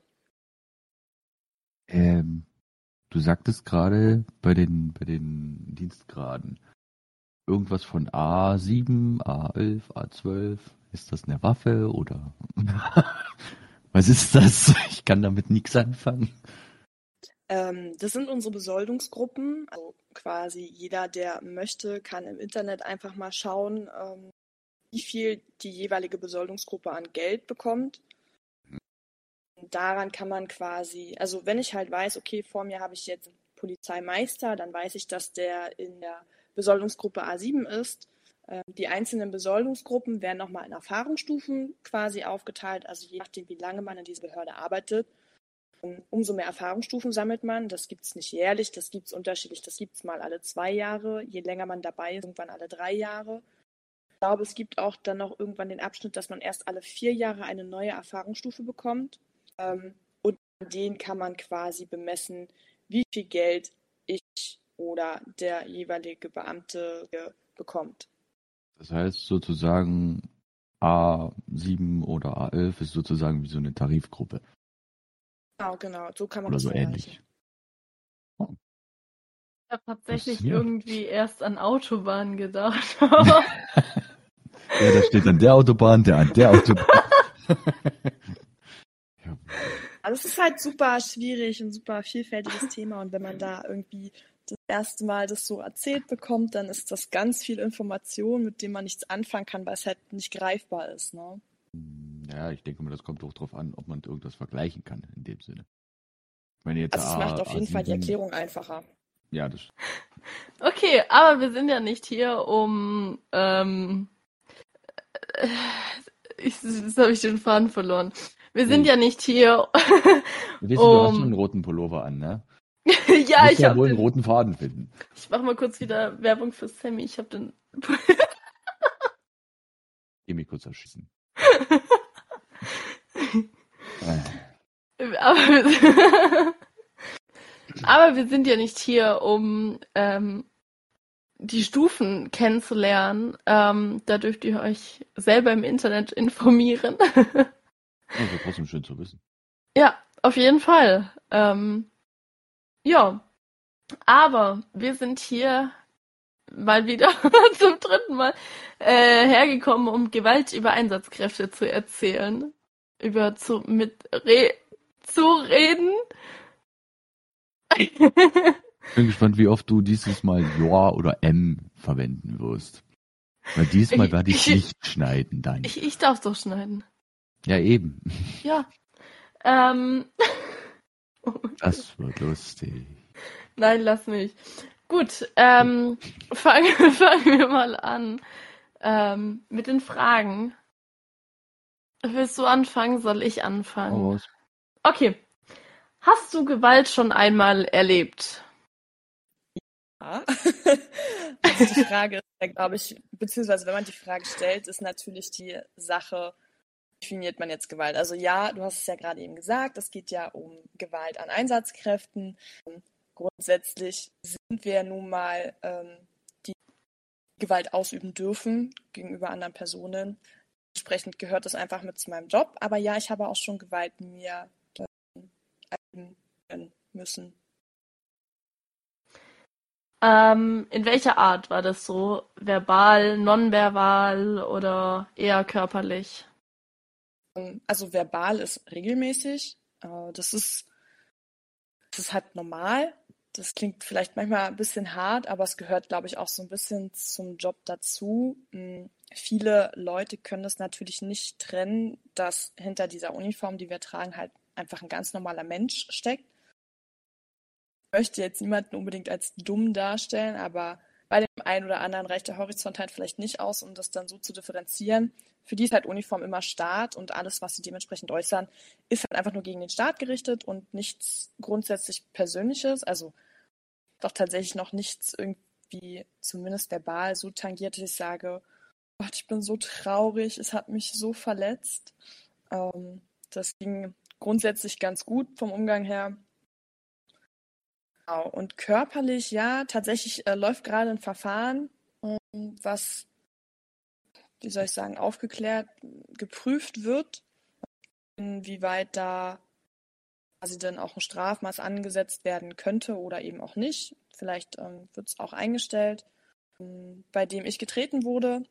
Ähm, du sagtest gerade bei den, bei den Dienstgraden irgendwas von A sieben, A elf, A zwölf. Ist das eine Waffe oder was ist das? Ich kann damit nichts anfangen. Ähm, das sind unsere Besoldungsgruppen. Also quasi jeder, der möchte, kann im Internet einfach mal schauen, ähm, wie viel die jeweilige Besoldungsgruppe an Geld bekommt. Und daran kann man quasi, also wenn ich halt weiß, okay, vor mir habe ich jetzt einen Polizeimeister, dann weiß ich, dass der in der Besoldungsgruppe A sieben ist. Die einzelnen Besoldungsgruppen werden nochmal in Erfahrungsstufen quasi aufgeteilt, also je nachdem, wie lange man in dieser Behörde arbeitet. Und umso mehr Erfahrungsstufen sammelt man. Das gibt es nicht jährlich, das gibt es unterschiedlich. Das gibt es mal alle zwei Jahre. Je länger man dabei ist, irgendwann alle drei Jahre. Ich glaube, es gibt auch dann noch irgendwann den Abschnitt, dass man erst alle vier Jahre eine neue Erfahrungsstufe bekommt. Und an denen kann man quasi bemessen, wie viel Geld ich oder der jeweilige Beamte bekommt. Das heißt sozusagen A sieben oder A elf ist sozusagen wie so eine Tarifgruppe. Genau, genau, so kann man Oder das so vergleichen. ähnlich. Ich habe tatsächlich Das- ja. irgendwie erst an Autobahnen gedacht. Ja, da steht an der Autobahn, der an der Autobahn. Ja. Also es ist halt super schwierig und super vielfältiges Thema und wenn man da irgendwie das erste Mal das so erzählt bekommt, dann ist das ganz viel Information, mit dem man nichts anfangen kann, weil es halt nicht greifbar ist, ne? Ja, ich denke mal, das kommt auch drauf an, ob man irgendwas vergleichen kann in dem Sinne. Ich meine jetzt Also es A, macht auf jeden Fall die A sieben, Erklärung einfacher. Ja, das Okay, aber wir sind ja nicht hier, um ähm, äh, ich, jetzt habe ich den Faden verloren. Wir sind Ui. ja nicht hier, Wir wissen, du hast um schon einen roten Pullover an, ne? ja, Du musst ich ja habe wohl einen den. roten Faden finden. Ich mache mal kurz wieder Werbung für Sammy. Ich habe den. Geh mich kurz erschießen. aber, wir, aber wir sind ja nicht hier, um ähm, die Stufen kennenzulernen. Ähm, da dürft ihr euch selber im Internet informieren. Das wäre trotzdem schön zu wissen. Ja, auf jeden Fall. Ähm, ja, aber wir sind hier mal wieder zum dritten Mal äh, hergekommen, um Gewalt über Einsatzkräfte zu erzählen. Über zu mit re, zu reden. Ich bin gespannt, wie oft du dieses Mal Joa oder M verwenden wirst. Weil diesmal Ich- werde ich ich- nicht schneiden, dann. ich, ich darf doch schneiden. Ja, eben. Ja. Ähm. Das wird lustig. Nein, lass mich. Gut, ähm, fangen, fangen wir mal an ähm, mit den Fragen. Willst du anfangen? Soll ich Hau anfangen? raus. Okay. Hast du Gewalt schon einmal erlebt? Ja. Also die Frage ist ja, glaube ich, beziehungsweise wenn man die Frage stellt, ist natürlich die Sache, wie definiert man jetzt Gewalt? Also ja, du hast es ja gerade eben gesagt, es geht ja um Gewalt an Einsatzkräften. Grundsätzlich sind wir nun mal ähm, die Gewalt ausüben dürfen gegenüber anderen Personen. Entsprechend gehört das einfach mit zu meinem Job. Aber ja, ich habe auch schon Gewalt mir ähm, erleben müssen. Ähm, in welcher Art war das so? Verbal, nonverbal oder eher körperlich? Ähm, Also verbal ist regelmäßig. Äh, Das ist, das ist halt normal. Das klingt vielleicht manchmal ein bisschen hart, aber es gehört, glaube ich, auch so ein bisschen zum Job dazu. Mm, Viele Leute können das natürlich nicht trennen, dass hinter dieser Uniform, die wir tragen, halt einfach ein ganz normaler Mensch steckt. Ich möchte jetzt niemanden unbedingt als dumm darstellen, aber bei dem einen oder anderen reicht der Horizont halt vielleicht nicht aus, um das dann so zu differenzieren. Für die ist halt Uniform immer Staat und alles, was sie dementsprechend äußern, ist halt einfach nur gegen den Staat gerichtet und nichts grundsätzlich Persönliches. Also doch tatsächlich noch nichts irgendwie, zumindest verbal, so tangiert, dass ich sage, Gott, ich bin so traurig, es hat mich so verletzt. Ähm, das ging grundsätzlich ganz gut vom Umgang her. Genau. Und körperlich, ja, tatsächlich äh, läuft gerade ein Verfahren, ähm, was, wie soll ich sagen, aufgeklärt, geprüft wird, inwieweit da quasi dann auch ein Strafmaß angesetzt werden könnte oder eben auch nicht. Vielleicht ähm, wird es auch eingestellt, ähm, bei dem ich getreten wurde.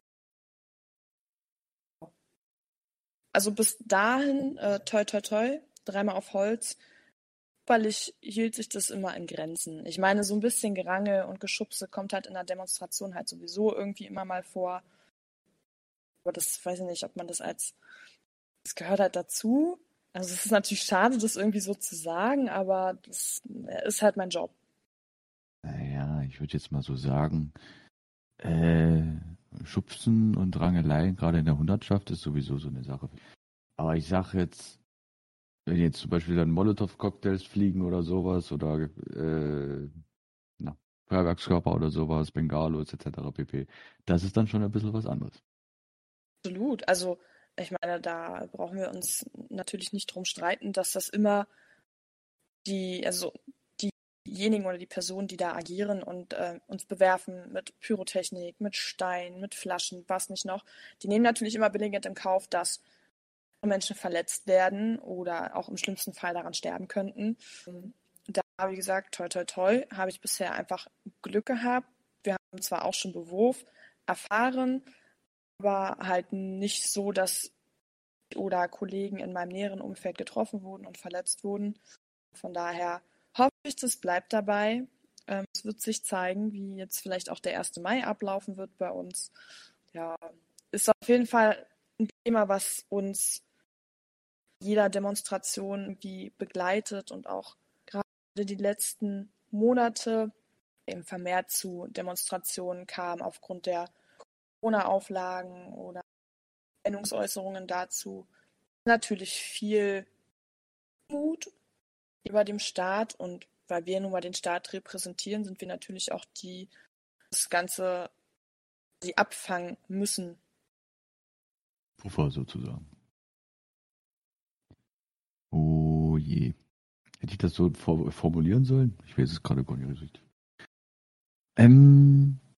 Also bis dahin, äh, toi toi toi, dreimal auf Holz, körperlich hielt sich das immer in Grenzen. Ich meine, so ein bisschen Gerangel und Geschubse kommt halt in der Demonstration halt sowieso irgendwie immer mal vor. Aber das weiß ich nicht, ob man das als, das gehört halt dazu. Also es ist natürlich schade, das irgendwie so zu sagen, aber das ist halt mein Job. Naja, ich würde jetzt mal so sagen, äh, Schubsen und Rangeleien, gerade in der Hundertschaft, ist sowieso so eine Sache. Aber ich sag jetzt, wenn jetzt zum Beispiel dann Molotow-Cocktails fliegen oder sowas oder äh, na, Feuerwerkskörper oder sowas, Bengalos et cetera pp. Das ist dann schon ein bisschen was anderes. Absolut. Also ich meine, da brauchen wir uns natürlich nicht drum streiten, dass das immer die, also diejenigen oder die Personen, die da agieren und äh, uns bewerfen mit Pyrotechnik, mit Stein, mit Flaschen, was nicht noch, die nehmen natürlich immer billigend in Kauf, dass Menschen verletzt werden oder auch im schlimmsten Fall daran sterben könnten. Da, wie gesagt, toi toi toi, habe ich bisher einfach Glück gehabt. Wir haben zwar auch schon Bewurf erfahren, aber halt nicht so, dass oder Kollegen in meinem näheren Umfeld getroffen wurden und verletzt wurden. Von daher hoffe ich, das bleibt dabei. Ähm, es wird sich zeigen, wie jetzt vielleicht auch der erste Mai ablaufen wird bei uns. Ja, ist auf jeden Fall ein Thema, was uns jeder Demonstration wie begleitet und auch gerade die letzten Monate eben vermehrt zu Demonstrationen kam aufgrund der Corona-Auflagen oder Meinungsäußerungen dazu. Natürlich viel Mut über dem Staat und weil wir nun mal den Staat repräsentieren, sind wir natürlich auch die, das Ganze, die abfangen müssen. Puffer sozusagen. Oh je. Hätte ich das so for- formulieren sollen? Ich weiß es gerade gar nicht richtig. Ähm,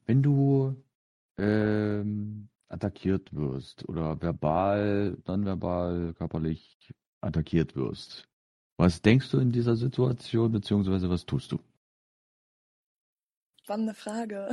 Wenn du ähm, attackiert wirst oder verbal, nonverbal, körperlich attackiert wirst, was denkst du in dieser Situation, beziehungsweise was tust du? Spannende Frage.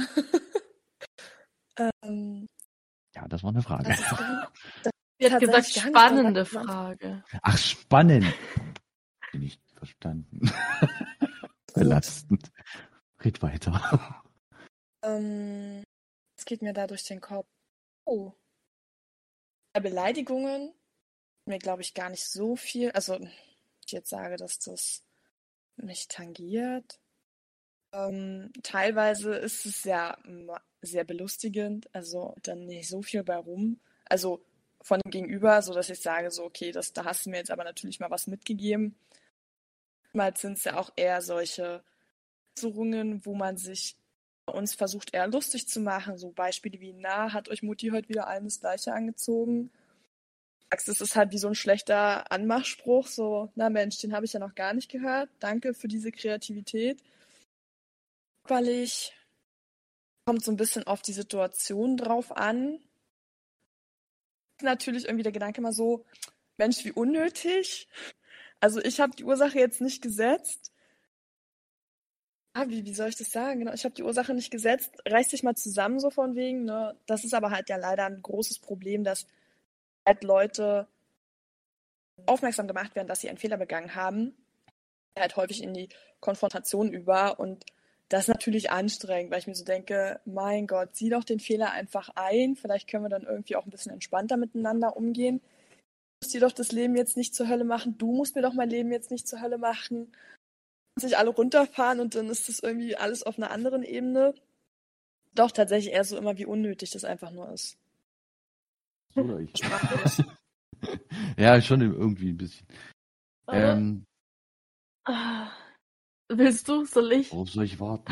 ähm, Ja, das war eine Frage. das ist gar, das Sie ist hat gesagt, tatsächlich gar nicht so spannende leicht zu beantworten. Frage. Ach, spannend. Bin nicht verstanden. Gut. Belastend. Red weiter. Ähm, es geht mir da durch den Kopf. Oh. Bei Beleidigungen mir, glaube ich, gar nicht so viel. Also, wenn ich jetzt sage, dass das mich tangiert. Ähm, teilweise ist es ja ma- sehr belustigend, also dann nicht so viel bei rum. Also von dem Gegenüber, so dass ich sage, so, okay, das, da hast du mir jetzt aber natürlich mal was mitgegeben. Manchmal sind es ja auch eher solche Äußerungen, wo man sich bei uns versucht, eher lustig zu machen. So Beispiele wie, na, hat euch Mutti heute wieder allen das Gleiche angezogen? Das ist halt wie so ein schlechter Anmachspruch, so, na Mensch, den habe ich ja noch gar nicht gehört. Danke für diese Kreativität. Körperlich kommt so ein bisschen auf die Situation drauf an. Natürlich irgendwie der Gedanke immer so, Mensch, wie unnötig. Also ich habe die Ursache jetzt nicht gesetzt. Ah, wie, wie soll ich das sagen? Genau, ich habe die Ursache nicht gesetzt. Reiß dich mal zusammen so von wegen. Ne? Das ist aber halt ja leider ein großes Problem, dass halt Leute aufmerksam gemacht werden, dass sie einen Fehler begangen haben, halt häufig in die Konfrontation über und das ist natürlich anstrengend, weil ich mir so denke, mein Gott, sieh doch den Fehler einfach ein, vielleicht können wir dann irgendwie auch ein bisschen entspannter miteinander umgehen. Du musst dir doch das Leben jetzt nicht zur Hölle machen, du musst mir doch mein Leben jetzt nicht zur Hölle machen. Sich alle runterfahren und dann ist das irgendwie alles auf einer anderen Ebene. Doch tatsächlich eher so immer, wie unnötig das einfach nur ist. Oder ich. Sprachlos. Ja, schon irgendwie ein bisschen. Warte. Ähm, Ah, willst du? Soll ich? worauf soll ich warten?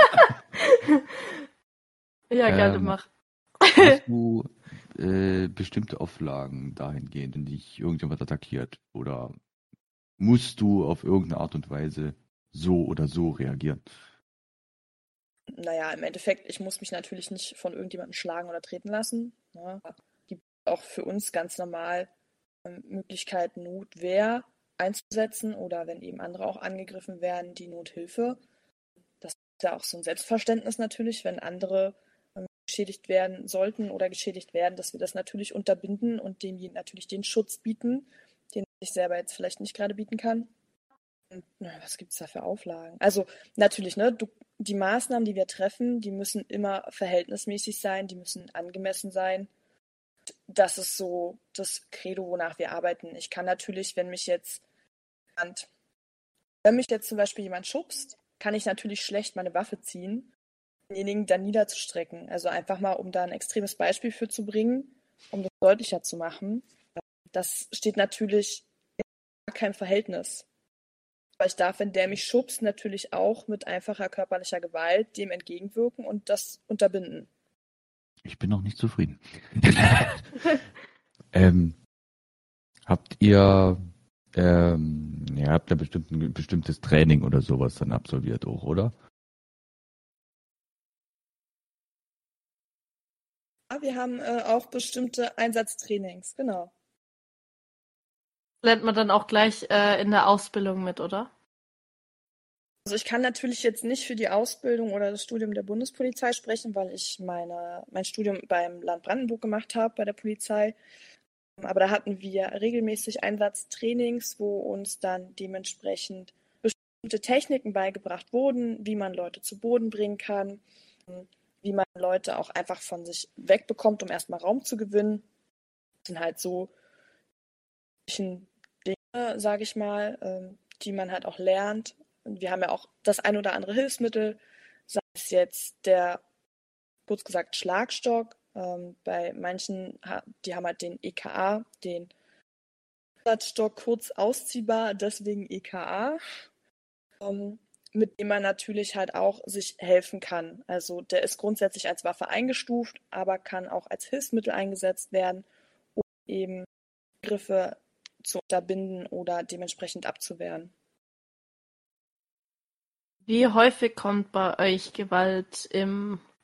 Ja, gerne, Ähm, mach. Hast du äh, bestimmte Auflagen dahingehend, wenn dich irgendjemand attackiert? Oder musst du auf irgendeine Art und Weise so oder so reagieren? Naja, im Endeffekt, ich muss mich natürlich nicht von irgendjemandem schlagen oder treten lassen. Ne? Es gibt auch für uns ganz normal ähm, Möglichkeiten, Notwehr einzusetzen oder wenn eben andere auch angegriffen werden, die Nothilfe. Das ist ja auch so ein Selbstverständnis natürlich, wenn andere ähm, geschädigt werden sollten oder geschädigt werden, dass wir das natürlich unterbinden und dem natürlich den Schutz bieten, den ich selber jetzt vielleicht nicht gerade bieten kann. Und, na, was gibt es da für Auflagen? Also natürlich, ne, du, die Maßnahmen, die wir treffen, die müssen immer verhältnismäßig sein, die müssen angemessen sein. Das ist so das Credo, wonach wir arbeiten. Ich kann natürlich, wenn mich jetzt jemand, wenn mich jetzt zum Beispiel jemand schubst, kann ich natürlich schlecht meine Waffe ziehen, denjenigen dann niederzustrecken. Also einfach mal, um da ein extremes Beispiel für zu bringen, um das deutlicher zu machen. Das steht natürlich in gar keinem Verhältnis. Aber ich darf, wenn der mich schubst, natürlich auch mit einfacher körperlicher Gewalt dem entgegenwirken und das unterbinden. Ich bin noch nicht zufrieden. ähm, habt ihr, ähm, ihr habt ja bestimmt ein bestimmtes Training oder sowas dann absolviert auch, oder? Ja, wir haben äh, auch bestimmte Einsatztrainings, genau. Lernt man dann auch gleich äh, in der Ausbildung mit, oder? Also ich kann natürlich jetzt nicht für die Ausbildung oder das Studium der Bundespolizei sprechen, weil ich meine, mein Studium beim Land Brandenburg gemacht habe, bei der Polizei. Aber da hatten wir regelmäßig Einsatztrainings, wo uns dann dementsprechend bestimmte Techniken beigebracht wurden, wie man Leute zu Boden bringen kann, wie man Leute auch einfach von sich wegbekommt, um erstmal Raum zu gewinnen. Das sind halt so Dinge, sage ich mal, die man halt auch lernt. Und wir haben ja auch das ein oder andere Hilfsmittel, sei es jetzt der, kurz gesagt, Schlagstock. Ähm, bei manchen, die haben halt den E K A, den Einsatzstock, kurz ausziehbar, deswegen E K A, ähm, mit dem man natürlich halt auch sich helfen kann. Also der ist grundsätzlich als Waffe eingestuft, aber kann auch als Hilfsmittel eingesetzt werden, um eben Angriffe zu unterbinden oder dementsprechend abzuwehren. Wie häufig kommt bei euch Gewalt im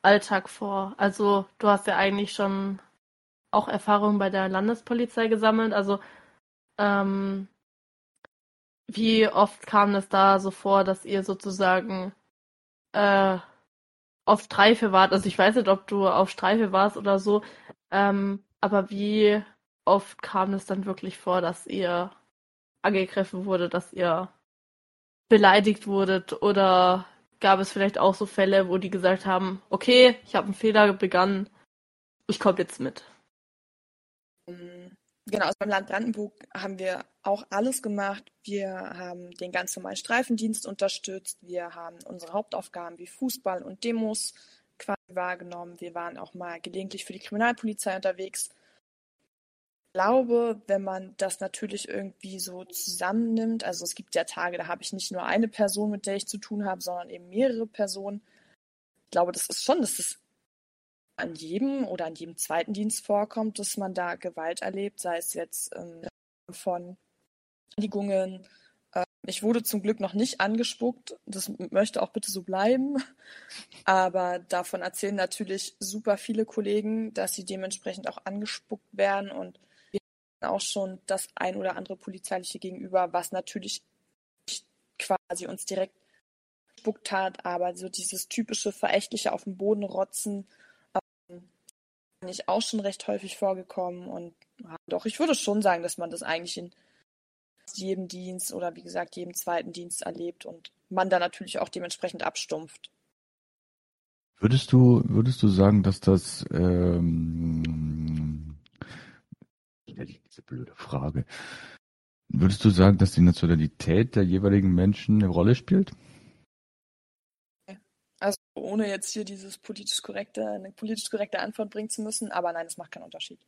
Alltag vor? Also du hast ja eigentlich schon auch Erfahrung bei der Landespolizei gesammelt. Also ähm, wie oft kam es da so vor, dass ihr sozusagen äh, auf Streife wart? Also ich weiß nicht, ob du auf Streife warst oder so, ähm, aber wie oft kam es dann wirklich vor, dass ihr angegriffen wurde, dass ihr beleidigt wurdet oder gab es vielleicht auch so Fälle, wo die gesagt haben, okay, ich habe einen Fehler begangen, ich komme jetzt mit. Ähm, Genau, also beim Land Brandenburg haben wir auch alles gemacht. Wir haben den ganz normalen Streifendienst unterstützt. Wir haben unsere Hauptaufgaben wie Fußball und Demos quasi wahrgenommen. Wir waren auch mal gelegentlich für die Kriminalpolizei unterwegs. Ich glaube, wenn man das natürlich irgendwie so zusammennimmt, also es gibt ja Tage, da habe ich nicht nur eine Person, mit der ich zu tun habe, sondern eben mehrere Personen. Ich glaube, das ist schon, dass es an jedem oder an jedem zweiten Dienst vorkommt, dass man da Gewalt erlebt, sei es jetzt ähm, von Beleidigungen. Ähm, ich wurde zum Glück noch nicht angespuckt, das möchte auch bitte so bleiben, aber davon erzählen natürlich super viele Kollegen, dass sie dementsprechend auch angespuckt werden und wir hatten auch schon das ein oder andere polizeiliche Gegenüber, was natürlich nicht quasi uns direkt gespuckt hat, aber so dieses typische verächtliche auf den Boden rotzen, bin ich auch schon recht häufig vorgekommen und ja, doch, ich würde schon sagen, dass man das eigentlich in jedem Dienst oder wie gesagt jedem zweiten Dienst erlebt und man da natürlich auch dementsprechend abstumpft. Würdest du, würdest du sagen, dass das, ähm, stell ich diese blöde Frage. Würdest du sagen, dass die Nationalität der jeweiligen Menschen eine Rolle spielt? Also ohne jetzt hier dieses politisch korrekte, eine politisch korrekte Antwort bringen zu müssen, aber nein, es macht keinen Unterschied.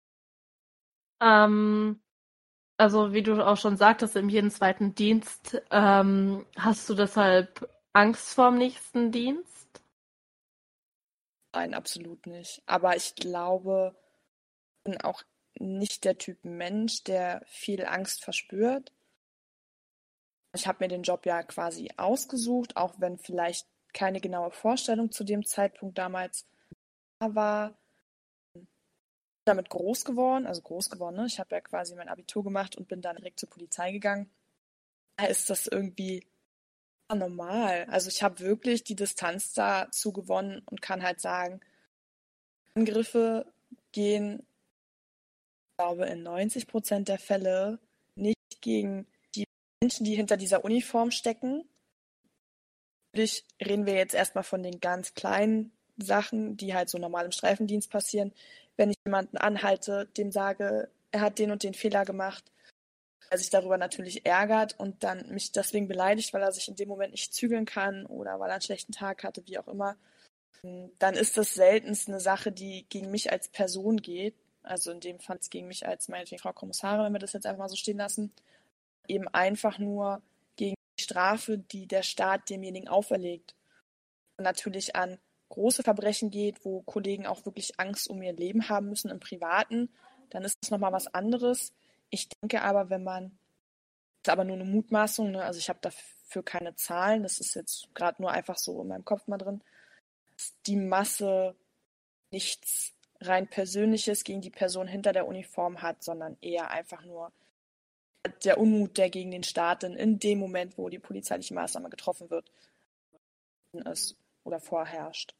Ähm, also wie du auch schon sagtest, in jedem zweiten Dienst, ähm, hast du deshalb Angst vorm nächsten Dienst? Nein, absolut nicht. Aber ich glaube, ich bin auch nicht der Typ Mensch, der viel Angst verspürt. Ich habe mir den Job ja quasi ausgesucht, auch wenn vielleicht keine genaue Vorstellung zu dem Zeitpunkt damals da war. Damit groß geworden, also groß geworden, ne? Ich habe ja quasi mein Abitur gemacht und bin dann direkt zur Polizei gegangen. Da ist das irgendwie normal. Also ich habe wirklich die Distanz dazu gewonnen und kann halt sagen, Angriffe gehen, ich glaube, in neunzig Prozent der Fälle nicht gegen die Menschen, die hinter dieser Uniform stecken. Natürlich reden wir jetzt erstmal von den ganz kleinen Sachen, die halt so normal im Streifendienst passieren. Wenn ich jemanden anhalte, dem sage, er hat den und den Fehler gemacht, er sich darüber natürlich ärgert und dann mich deswegen beleidigt, weil er sich in dem Moment nicht zügeln kann oder weil er einen schlechten Tag hatte, wie auch immer, dann ist das seltenst eine Sache, die gegen mich als Person geht. Also in dem Fall gegen mich als meinetwegen Frau Kommissarin, wenn wir das jetzt einfach mal so stehen lassen. Eben einfach nur gegen die Strafe, die der Staat demjenigen auferlegt. Und natürlich an große Verbrechen geht, wo Kollegen auch wirklich Angst um ihr Leben haben müssen im Privaten, dann ist das nochmal was anderes. Ich denke aber, wenn man, das ist aber nur eine Mutmaßung, ne? Also ich habe dafür keine Zahlen, das ist jetzt gerade nur einfach so in meinem Kopf mal drin, dass die Masse nichts rein Persönliches gegen die Person hinter der Uniform hat, sondern eher einfach nur der Unmut, der gegen den Staat in dem Moment, wo die polizeiliche Maßnahme getroffen wird, ist oder vorherrscht.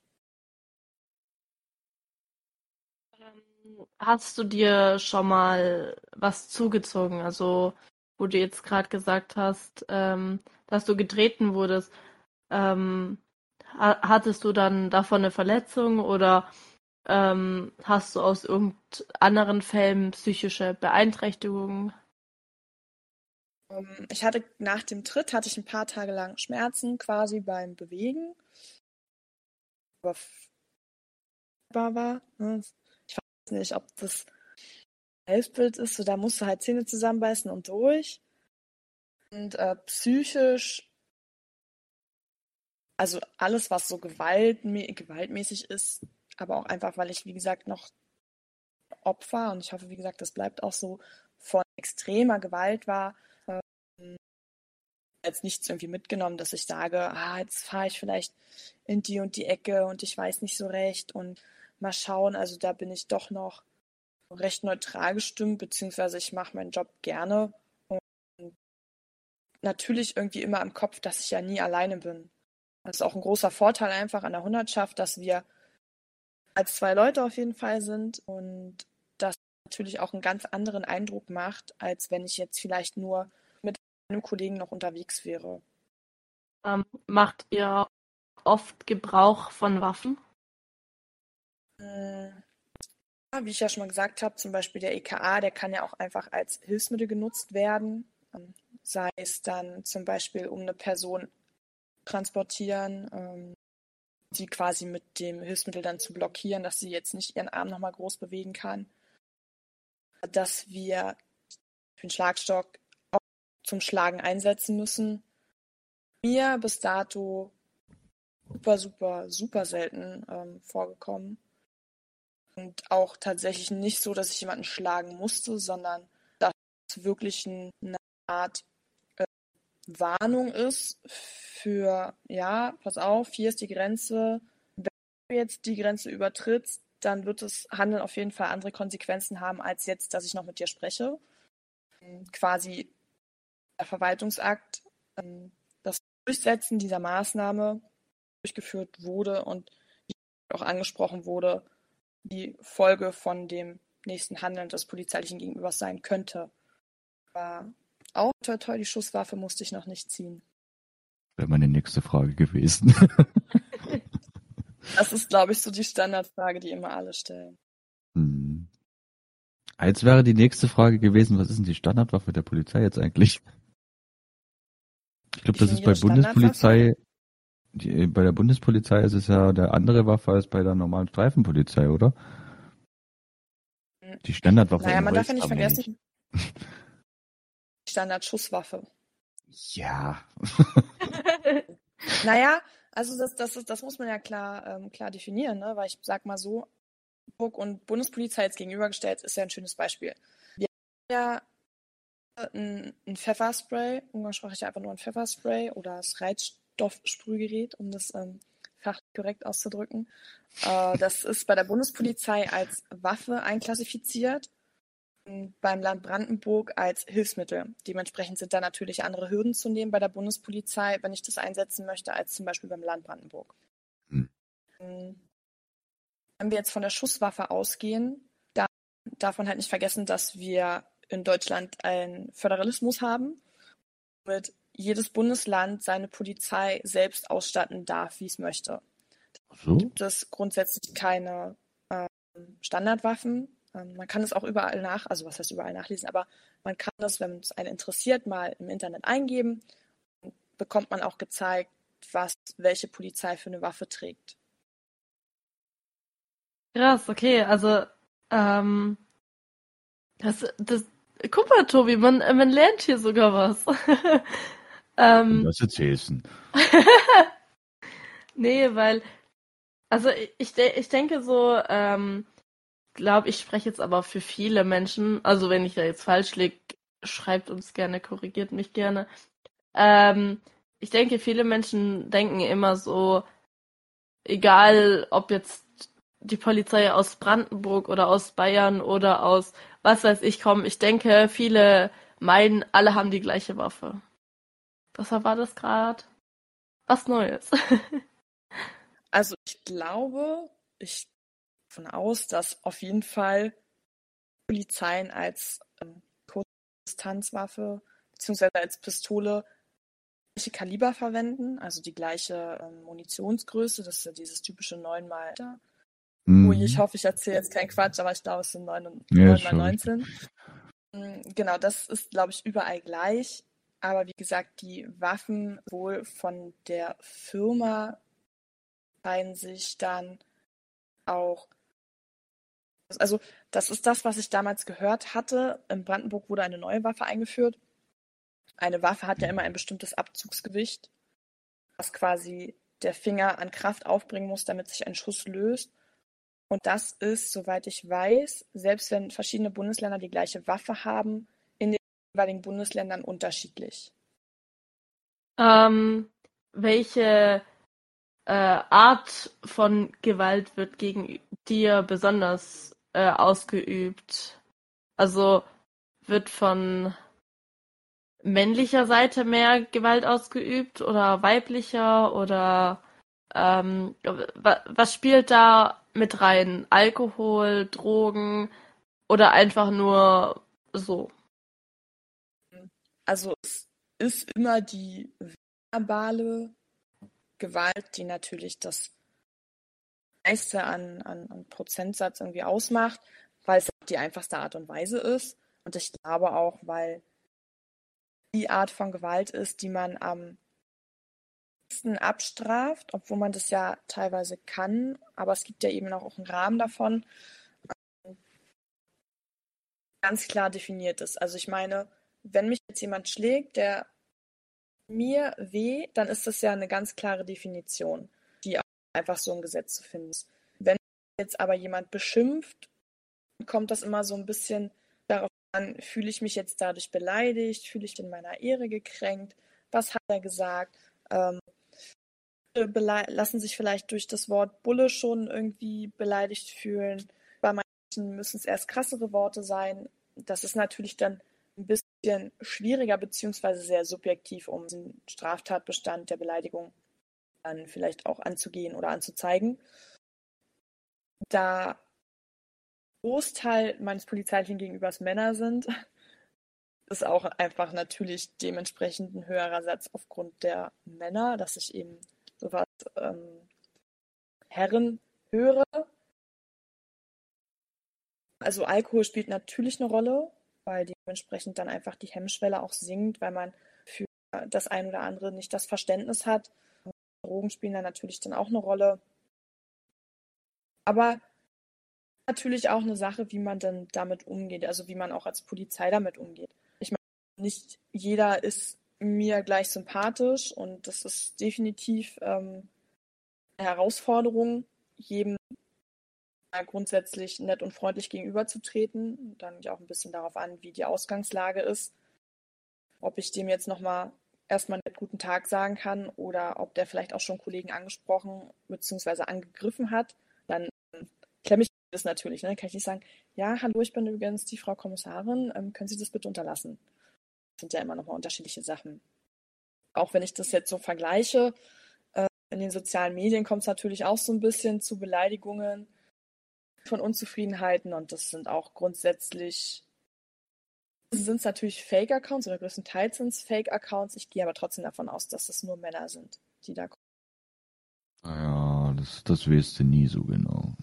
Hast du dir schon mal was zugezogen? Also, wo du jetzt gerade gesagt hast, ähm, dass du getreten wurdest, ähm, ha hattest du dann davon eine Verletzung oder ähm, hast du aus irgendeinen Fällen psychische Beeinträchtigungen? Ähm, Ich hatte nach dem Tritt hatte ich ein paar Tage lang Schmerzen quasi beim Bewegen, aber war. Ne? Ich weiß nicht, ob das Selbstbild ist, so da musst du halt Zähne zusammenbeißen und durch. Und äh, psychisch, also alles, was so gewaltmä gewaltmäßig ist, aber auch einfach, weil ich, wie gesagt, noch Opfer, und ich hoffe, wie gesagt, das bleibt auch so, von extremer Gewalt war, ähm, jetzt nichts irgendwie mitgenommen, dass ich sage, ah, jetzt fahre ich vielleicht in die und die Ecke und ich weiß nicht so recht und mal schauen. Also da bin ich doch noch recht neutral gestimmt, beziehungsweise ich mache meinen Job gerne und natürlich irgendwie immer im Kopf, dass ich ja nie alleine bin. Das ist auch ein großer Vorteil einfach an der Hundertschaft, dass wir als zwei Leute auf jeden Fall sind und das natürlich auch einen ganz anderen Eindruck macht, als wenn ich jetzt vielleicht nur mit einem Kollegen noch unterwegs wäre. Ähm, macht ihr oft Gebrauch von Waffen? Hm, ja, wie ich ja schon mal gesagt habe, zum Beispiel der E K A, der kann ja auch einfach als Hilfsmittel genutzt werden. Ähm, sei es dann zum Beispiel, um eine Person transportieren, ähm, die quasi mit dem Hilfsmittel dann zu blockieren, dass sie jetzt nicht ihren Arm nochmal groß bewegen kann. Dass wir den Schlagstock auch zum Schlagen einsetzen müssen. Mir bis dato super, super, super selten ähm, vorgekommen. Und auch tatsächlich nicht so, dass ich jemanden schlagen musste, sondern dass es wirklich eine Art äh, Warnung ist für, ja, pass auf, hier ist die Grenze. Wenn du jetzt die Grenze übertrittst, dann wird das Handeln auf jeden Fall andere Konsequenzen haben, als jetzt, dass ich noch mit dir spreche. Quasi der Verwaltungsakt, das Durchsetzen dieser Maßnahme durchgeführt wurde und auch angesprochen wurde, die Folge von dem nächsten Handeln des polizeilichen Gegenübers sein könnte. Aber auch toi toi, die Schusswaffe musste ich noch nicht ziehen. Wäre meine nächste Frage gewesen. Das ist, glaube ich, so die Standardfrage, die immer alle stellen. Hm. Jetzt wäre die nächste Frage gewesen, was ist denn die Standardwaffe der Polizei jetzt eigentlich? Ich glaube, das ist bei Bundespolizei, die, bei der Bundespolizei ist es ja der andere Waffe als bei der normalen Streifenpolizei, oder? Die Standardwaffe. Naja, man darf ja nicht vergessen, die Standardschusswaffe. Ja. Naja, also das, das, ist, das muss man ja klar, ähm, klar definieren, ne? Weil ich sag mal so, Hamburg und Bundespolizei jetzt gegenübergestellt, ist ja ein schönes Beispiel. Wir haben ja ein, ein Pfefferspray, umgangssprachlich einfach nur ein Pfefferspray oder das Reizstoffsprühgerät, um das ähm, fachlich korrekt auszudrücken. Äh, das ist bei der Bundespolizei als Waffe einklassifiziert, beim Land Brandenburg als Hilfsmittel. Dementsprechend sind da natürlich andere Hürden zu nehmen bei der Bundespolizei, wenn ich das einsetzen möchte, als zum Beispiel beim Land Brandenburg. Hm. Wenn wir jetzt von der Schusswaffe ausgehen, dann darf man halt nicht vergessen, dass wir in Deutschland einen Föderalismus haben, womit jedes Bundesland seine Polizei selbst ausstatten darf, wie es möchte. So? Gibt es grundsätzlich keine ähm, Standardwaffen. Ähm, man kann es auch überall nach, also was heißt überall nachlesen, aber man kann das, wenn es einen interessiert, mal im Internet eingeben. Dann bekommt man auch gezeigt, was welche Polizei für eine Waffe trägt. Krass, okay, also ähm, das, das, guck mal, Tobi, man, man lernt hier sogar was. ähm, das erzählst du. Nee, weil, also ich, ich denke so, ähm, glaube ich spreche jetzt aber für viele Menschen, also wenn ich da jetzt falsch liege, schreibt uns gerne, korrigiert mich gerne. Ähm, ich denke, viele Menschen denken immer so, egal ob jetzt die Polizei aus Brandenburg oder aus Bayern oder aus was weiß ich kommt, ich denke, viele meinen, alle haben die gleiche Waffe. Deshalb war das gerade was Neues. Also ich glaube, ich gehe davon aus, dass auf jeden Fall Polizeien als ähm, Kurzdistanzwaffe bzw. als Pistole gleiche Kaliber verwenden, also die gleiche ähm, Munitionsgröße, das ist ja dieses typische neun mal. Mhm. Ui, ich hoffe, ich erzähle jetzt keinen Quatsch, aber ich glaube, es sind neun Ja, mal neunzehn. Genau, das ist, glaube ich, überall gleich. Aber wie gesagt, die Waffen wohl von der Firma scheinen sich dann auch. Also, das ist das, was ich damals gehört hatte. In Brandenburg wurde eine neue Waffe eingeführt. Eine Waffe hat ja immer ein bestimmtes Abzugsgewicht, was quasi der Finger an Kraft aufbringen muss, damit sich ein Schuss löst. Und das ist, soweit ich weiß, selbst wenn verschiedene Bundesländer die gleiche Waffe haben, in den jeweiligen Bundesländern unterschiedlich. Ähm, welche äh, Art von Gewalt wird gegen dir besonders äh, ausgeübt? Also wird von männlicher Seite mehr Gewalt ausgeübt oder weiblicher oder ähm, wa- was spielt da mit rein? Alkohol, Drogen oder einfach nur so? Also es ist immer die verbale Gewalt, die natürlich das meiste an, an, an Prozentsatz irgendwie ausmacht, weil es die einfachste Art und Weise ist. Und ich glaube auch, weil die Art von Gewalt ist, die man am meisten abstraft, obwohl man das ja teilweise kann, aber es gibt ja eben auch einen Rahmen davon, ganz klar definiert ist. Also ich meine, wenn mich jetzt jemand schlägt, der mir weh, dann ist das ja eine ganz klare Definition, die auch einfach so im Gesetz zu finden ist. Wenn jetzt aber jemand beschimpft, kommt das immer so ein bisschen darauf an, fühle ich mich jetzt dadurch beleidigt, fühle ich in meiner Ehre gekränkt, was hat er gesagt, ähm, belei- lassen sich vielleicht durch das Wort Bulle schon irgendwie beleidigt fühlen. Bei manchen müssen es erst krassere Worte sein. Das ist natürlich dann ein bisschen schwieriger beziehungsweise sehr subjektiv, um den Straftatbestand der Beleidigung dann vielleicht auch anzugehen oder anzuzeigen. Da Großteil meines polizeilichen Gegenübers Männer sind, ist auch einfach natürlich dementsprechend ein höherer Satz aufgrund der Männer, dass ich eben sowas ähm, Herren höre. Also Alkohol spielt natürlich eine Rolle, weil dementsprechend dann einfach die Hemmschwelle auch sinkt, weil man für das ein oder andere nicht das Verständnis hat. Drogen spielen da natürlich dann auch eine Rolle. Aber natürlich auch eine Sache, wie man dann damit umgeht, also wie man auch als Polizei damit umgeht. Ich meine, nicht jeder ist mir gleich sympathisch und das ist definitiv ähm, eine Herausforderung, jedem grundsätzlich nett und freundlich gegenüberzutreten. Dann auch ein bisschen darauf an, wie die Ausgangslage ist. Ob ich dem jetzt nochmal erstmal einen guten Tag sagen kann oder ob der vielleicht auch schon Kollegen angesprochen bzw. angegriffen hat, dann klemme ich das natürlich. Ne? Kann ich nicht sagen, ja, hallo, ich bin übrigens die Frau Kommissarin, ähm, können Sie das bitte unterlassen? Das sind ja immer nochmal unterschiedliche Sachen. Auch wenn ich das jetzt so vergleiche, äh, in den sozialen Medien kommt es natürlich auch so ein bisschen zu Beleidigungen von Unzufriedenheiten und das sind auch grundsätzlich, sind es natürlich Fake-Accounts oder größtenteils sind es Fake-Accounts. Ich gehe aber trotzdem davon aus, dass es nur Männer sind, die da kommen. Naja, das, das weißt du nie so genau.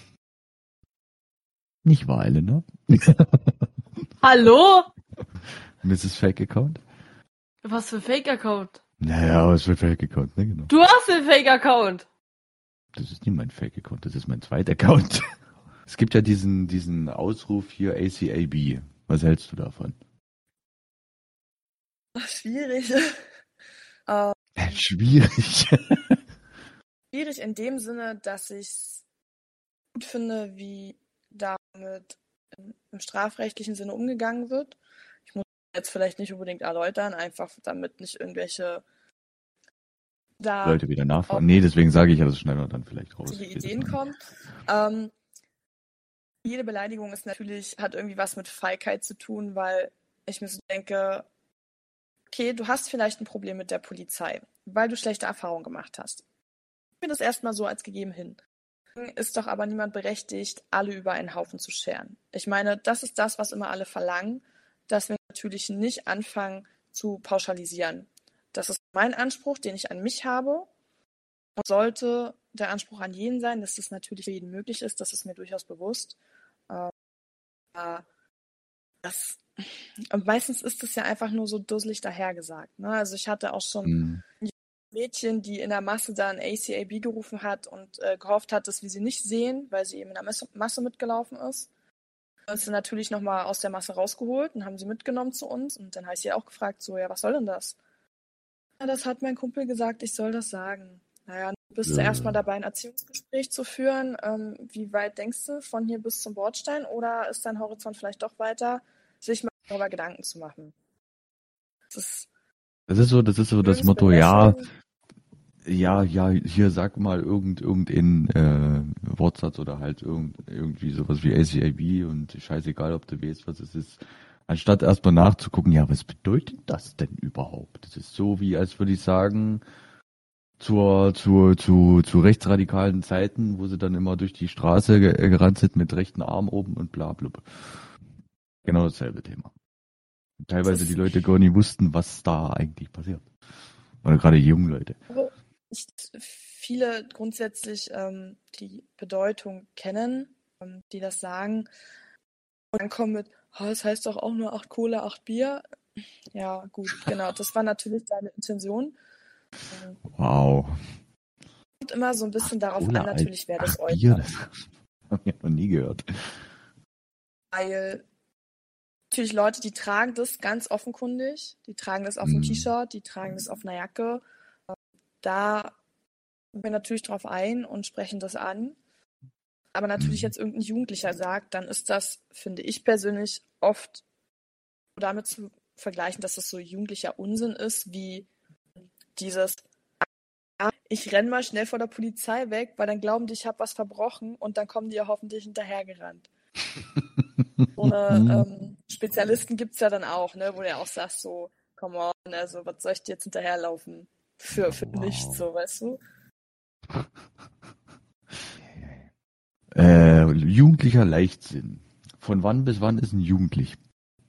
Nicht wahr, Elena? Hallo? Misses Fake Account? Was für Fake-Account? Naja, was für Fake Account, ne, genau. Du hast den Fake-Account! Das ist nicht mein Fake Account, das ist mein zweiter Account. Es gibt ja diesen, diesen Ausruf hier A C A B. Was hältst du davon? Ach, schwierig. äh, Schwierig. schwierig in dem Sinne, dass ich es gut finde, wie damit im, im strafrechtlichen Sinne umgegangen wird. Ich muss jetzt vielleicht nicht unbedingt erläutern, einfach damit nicht irgendwelche da Leute wieder nachfragen. Nee, deswegen sage ich ja, das schneiden wir dann vielleicht raus. die Ideen kommen. Ähm, jede Beleidigung ist natürlich, hat irgendwie was mit Feigheit zu tun, weil ich mir so denke, okay, du hast vielleicht ein Problem mit der Polizei, weil du schlechte Erfahrungen gemacht hast. Ich finde das erstmal so als gegeben hin. Ist doch aber niemand berechtigt, alle über einen Haufen zu scheren. Ich meine, das ist das, was immer alle verlangen, dass wir natürlich nicht anfangen zu pauschalisieren. Das ist mein Anspruch, den ich an mich habe. Und sollte der Anspruch an jeden sein, dass das natürlich für jeden möglich ist, das ist mir durchaus bewusst. Äh, das, und meistens ist es ja einfach nur so dusselig dahergesagt. Ne? Also ich hatte auch schon Mhm. Mädchen, die in der Masse dann A C A B gerufen hat und äh, gehofft hat, dass wir sie nicht sehen, weil sie eben in der Masse, Masse mitgelaufen ist. Dann ist sie natürlich nochmal aus der Masse rausgeholt und haben sie mitgenommen zu uns. Und dann habe ich sie auch gefragt, so, ja, was soll denn das? Ja, das hat mein Kumpel gesagt, ich soll das sagen. Naja, bist du Ja. erstmal dabei, ein Erziehungsgespräch zu führen? Ähm, wie weit denkst du von hier bis zum Bordstein? Oder ist dein Horizont vielleicht doch weiter, sich mal darüber Gedanken zu machen? Das ist Das ist so, das ist so das Nirgends Motto, ja, belächeln. ja, ja, hier sag mal irgend, irgendein äh, Wortsatz oder halt irgend, irgendwie sowas wie A C A B und scheißegal, ob du weißt, was es ist. Anstatt erstmal nachzugucken, ja, was bedeutet das denn überhaupt? Das ist so wie, als würde ich sagen, zur, zur, zu, zu rechtsradikalen Zeiten, wo sie dann immer durch die Straße ge- äh, gerannt sind mit rechten Arm oben und bla bla. bla. Genau dasselbe Thema. Und teilweise Das die ist- Leute gar nicht wussten, was da eigentlich passiert. Oder gerade die jungen Leute. Nicht viele grundsätzlich ähm, die Bedeutung kennen, ähm, die das sagen. Und dann kommen mit, oh, das heißt doch auch nur acht Cola, acht Bier. Ja, gut, genau. Das war natürlich deine Intention. Ähm, Wow. Kommt immer so ein bisschen darauf Cola, an, natürlich, wer das Ach, Bier, äußert. das habe ich noch nie gehört. Weil natürlich Leute, die tragen das ganz offenkundig. Die tragen das auf dem Mm. T-Shirt, die tragen das auf einer Jacke. Da gehen wir natürlich drauf ein und sprechen das an. Aber natürlich Mm. jetzt irgendein Jugendlicher sagt, dann ist das, finde ich persönlich, oft damit zu vergleichen, dass das so jugendlicher Unsinn ist, wie dieses, ah, ich renn mal schnell vor der Polizei weg, weil dann glauben die, ich habe was verbrochen und dann kommen die ja hoffentlich hinterhergerannt. So eine ähm, Spezialisten gibt's ja dann auch, ne, wo du ja auch sagst, so, come on, also was soll ich dir jetzt hinterherlaufen? Für, für Wow. nichts, so, weißt du? Äh, jugendlicher Leichtsinn. Von wann bis wann ist ein jugendlich?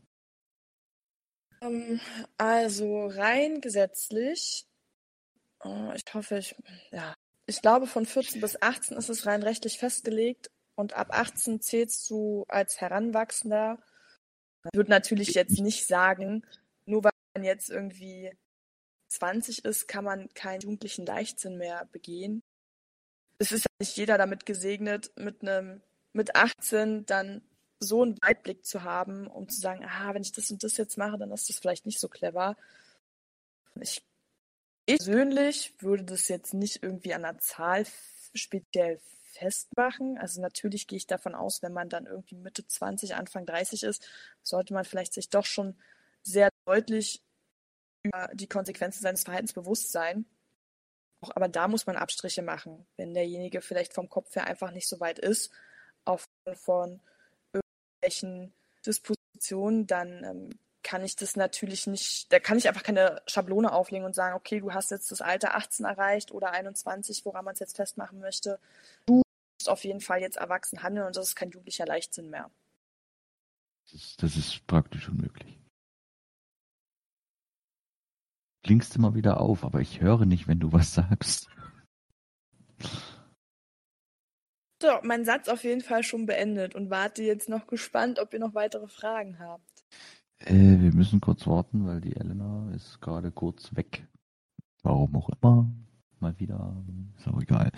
Ähm, also rein gesetzlich, äh, ich hoffe, ich, ja, ich glaube von vierzehn bis achtzehn ist es rein rechtlich festgelegt und ab achtzehn zählst du als Heranwachsender. Ich würde natürlich jetzt nicht sagen, nur weil man jetzt irgendwie zwanzig ist, kann man keinen jugendlichen Leichtsinn mehr begehen. Es ist ja nicht jeder damit gesegnet, mit einem, mit achtzehn dann so einen Weitblick zu haben, um zu sagen, ah, wenn ich das und das jetzt mache, dann ist das vielleicht nicht so clever. Ich, ich persönlich würde das jetzt nicht irgendwie an einer Zahl f- speziell festmachen. Also natürlich gehe ich davon aus, wenn man dann irgendwie Mitte zwanzig, Anfang dreißig ist, sollte man vielleicht sich doch schon sehr deutlich über die Konsequenzen seines Verhaltens bewusst sein. Auch, aber da muss man Abstriche machen, wenn derjenige vielleicht vom Kopf her einfach nicht so weit ist, aufgrund von irgendwelchen Dispositionen, dann ähm, kann ich das natürlich nicht, da kann ich einfach keine Schablone auflegen und sagen, okay, du hast jetzt das Alter achtzehn erreicht oder einundzwanzig, woran man es jetzt festmachen möchte. Du musst auf jeden Fall jetzt erwachsen handeln und das ist kein jugendlicher Leichtsinn mehr. Das ist, das ist praktisch unmöglich. Klingst immer wieder auf, aber ich höre nicht, wenn du was sagst. So, mein Satz auf jeden Fall schon beendet und warte jetzt noch gespannt, ob ihr noch weitere Fragen habt. Äh, wir müssen kurz warten, weil die Elena ist gerade kurz weg. Warum auch immer. Mal wieder. Ist auch egal.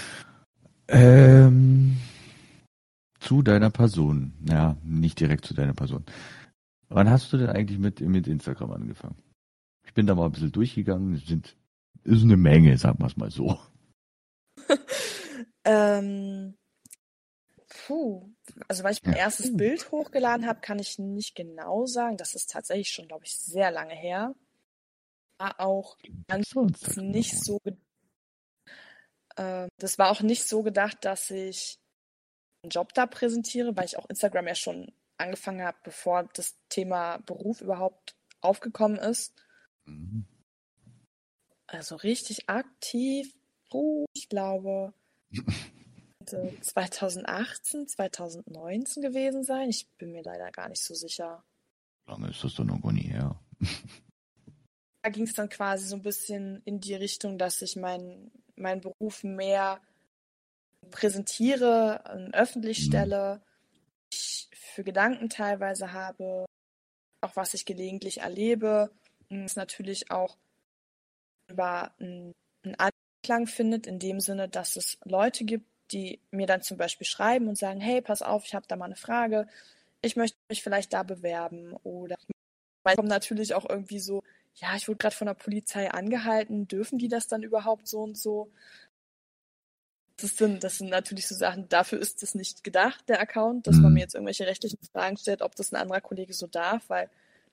Ähm, zu deiner Person. Ja, nicht direkt zu deiner Person. Wann hast du denn eigentlich mit, mit Instagram angefangen? Ich bin da mal ein bisschen durchgegangen. Es sind, ist eine Menge, sagen wir es mal so. ähm, puh, also weil ich mein Ja. erstes Bild hochgeladen habe, kann ich nicht genau sagen. Das ist tatsächlich schon, glaube ich, sehr lange her. War auch ganz nicht so, ge- äh, das war auch nicht so gedacht, dass ich einen Job da präsentiere, weil ich auch Instagram ja schon angefangen habe, bevor das Thema Beruf überhaupt aufgekommen ist. Mhm. Also richtig aktiv, puh, ich glaube, könnte zwanzig achtzehn, zwanzig neunzehn gewesen sein. Ich bin mir leider gar nicht so sicher. Lange ist das doch noch gar nicht her. Da ging es dann quasi so ein bisschen in die Richtung, dass ich meinen meinen Beruf mehr präsentiere, äh, öffentlich Mhm. stelle, ich für Gedanken teilweise habe, auch was ich gelegentlich erlebe, und es natürlich auch über einen, einen Anklang findet, in dem Sinne, dass es Leute gibt, die mir dann zum Beispiel schreiben und sagen, hey, pass auf, ich habe da mal eine Frage, ich möchte mich vielleicht da bewerben. Oder es kommt natürlich auch irgendwie so, ja, ich wurde gerade von der Polizei angehalten, dürfen die das dann überhaupt so und so? Das sind, das sind natürlich so Sachen, dafür ist es nicht gedacht, der Account, dass man Mhm. mir jetzt irgendwelche rechtlichen Fragen stellt, ob das ein anderer Kollege so darf, weil das kann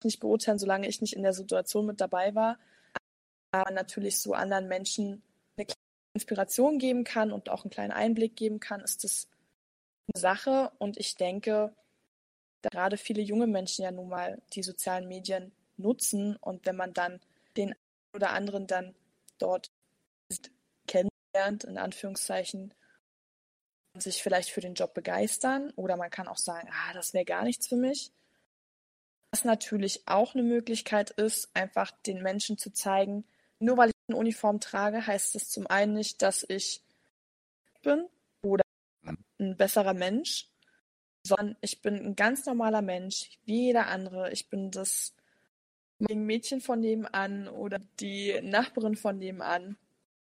nicht beurteilen, solange ich nicht in der Situation mit dabei war. Aber natürlich so anderen Menschen eine kleine Inspiration geben kann und auch einen kleinen Einblick geben kann, ist das eine Sache. Und ich denke, da gerade viele junge Menschen ja nun mal die sozialen Medien nutzen und wenn man dann den einen oder anderen dann dort kennenlernt, in Anführungszeichen, sich vielleicht für den Job begeistern oder man kann auch sagen, ah, das wäre gar nichts für mich. Was natürlich auch eine Möglichkeit ist, einfach den Menschen zu zeigen, nur weil ich eine Uniform trage, heißt es zum einen nicht, dass ich bin oder ein besserer Mensch, sondern ich bin ein ganz normaler Mensch, wie jeder andere. Ich bin das Mädchen von nebenan oder die Nachbarin von nebenan.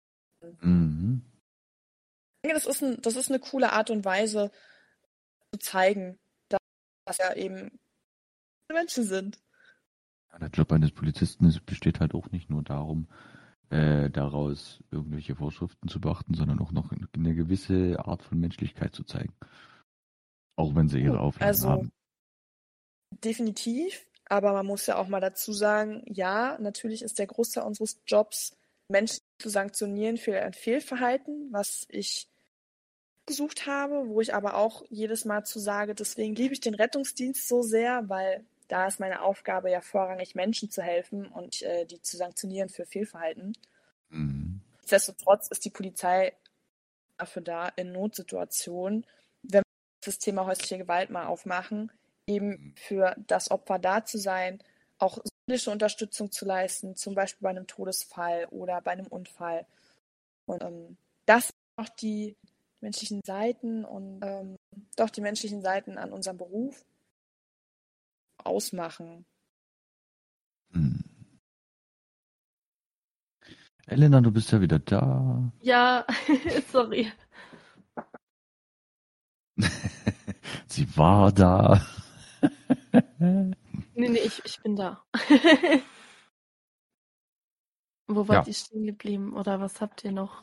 Mhm. Ich denke, das ist, ein, das ist eine coole Art und Weise zu zeigen, dass, dass ja eben Menschen sind. Ja, der Job eines Polizisten ist, besteht halt auch nicht nur darum, äh, daraus irgendwelche Vorschriften zu beachten, sondern auch noch eine gewisse Art von Menschlichkeit zu zeigen. Auch wenn sie ihre Aufgaben Also haben. definitiv, aber man muss ja auch mal dazu sagen, ja, natürlich ist der Großteil unseres Jobs, Menschen zu sanktionieren für ein Fehlverhalten, was ich gesucht habe, wo ich aber auch jedes Mal zu sage, deswegen liebe ich den Rettungsdienst so sehr, weil da ist meine Aufgabe ja vorrangig Menschen zu helfen und äh, die zu sanktionieren für Fehlverhalten. Mhm. Nichtsdestotrotz ist die Polizei dafür da, in Notsituationen, wenn wir das Thema häusliche Gewalt mal aufmachen, eben für das Opfer da zu sein, auch seelische Unterstützung zu leisten, zum Beispiel bei einem Todesfall oder bei einem Unfall. Und ähm, das sind auch die menschlichen Seiten und ähm, doch die menschlichen Seiten an unserem Beruf ausmachen. Hm. Elena, du bist ja wieder da. Ja, sorry. Sie war da. Nee, nee, ich, ich bin da. Wo Ja. wart ihr stehen geblieben oder was habt ihr noch?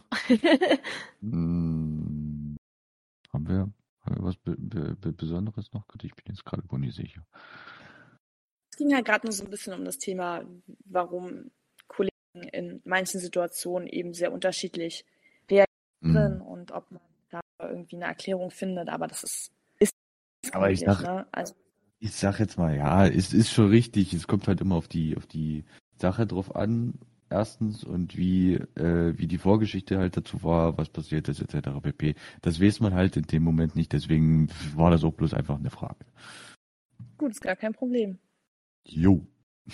Hm. Haben wir, haben wir was Be Be Be Besonderes noch? Gott, ich bin jetzt gerade wohl nicht sicher. Es ging ja gerade nur so ein bisschen um das Thema, warum Kollegen in manchen Situationen eben sehr unterschiedlich reagieren Hm. und ob man da irgendwie eine Erklärung findet, aber das ist, ist Aber ich möglich, sag- ne? Also Ich sag jetzt mal, ja, es ist schon richtig. Es kommt halt immer auf die, auf die Sache drauf an. Erstens und wie, äh, wie die Vorgeschichte halt dazu war, was passiert ist, et cetera pp. Das weiß man halt in dem Moment nicht, deswegen war das auch bloß einfach eine Frage. gut, ist gar kein Problem. Jo.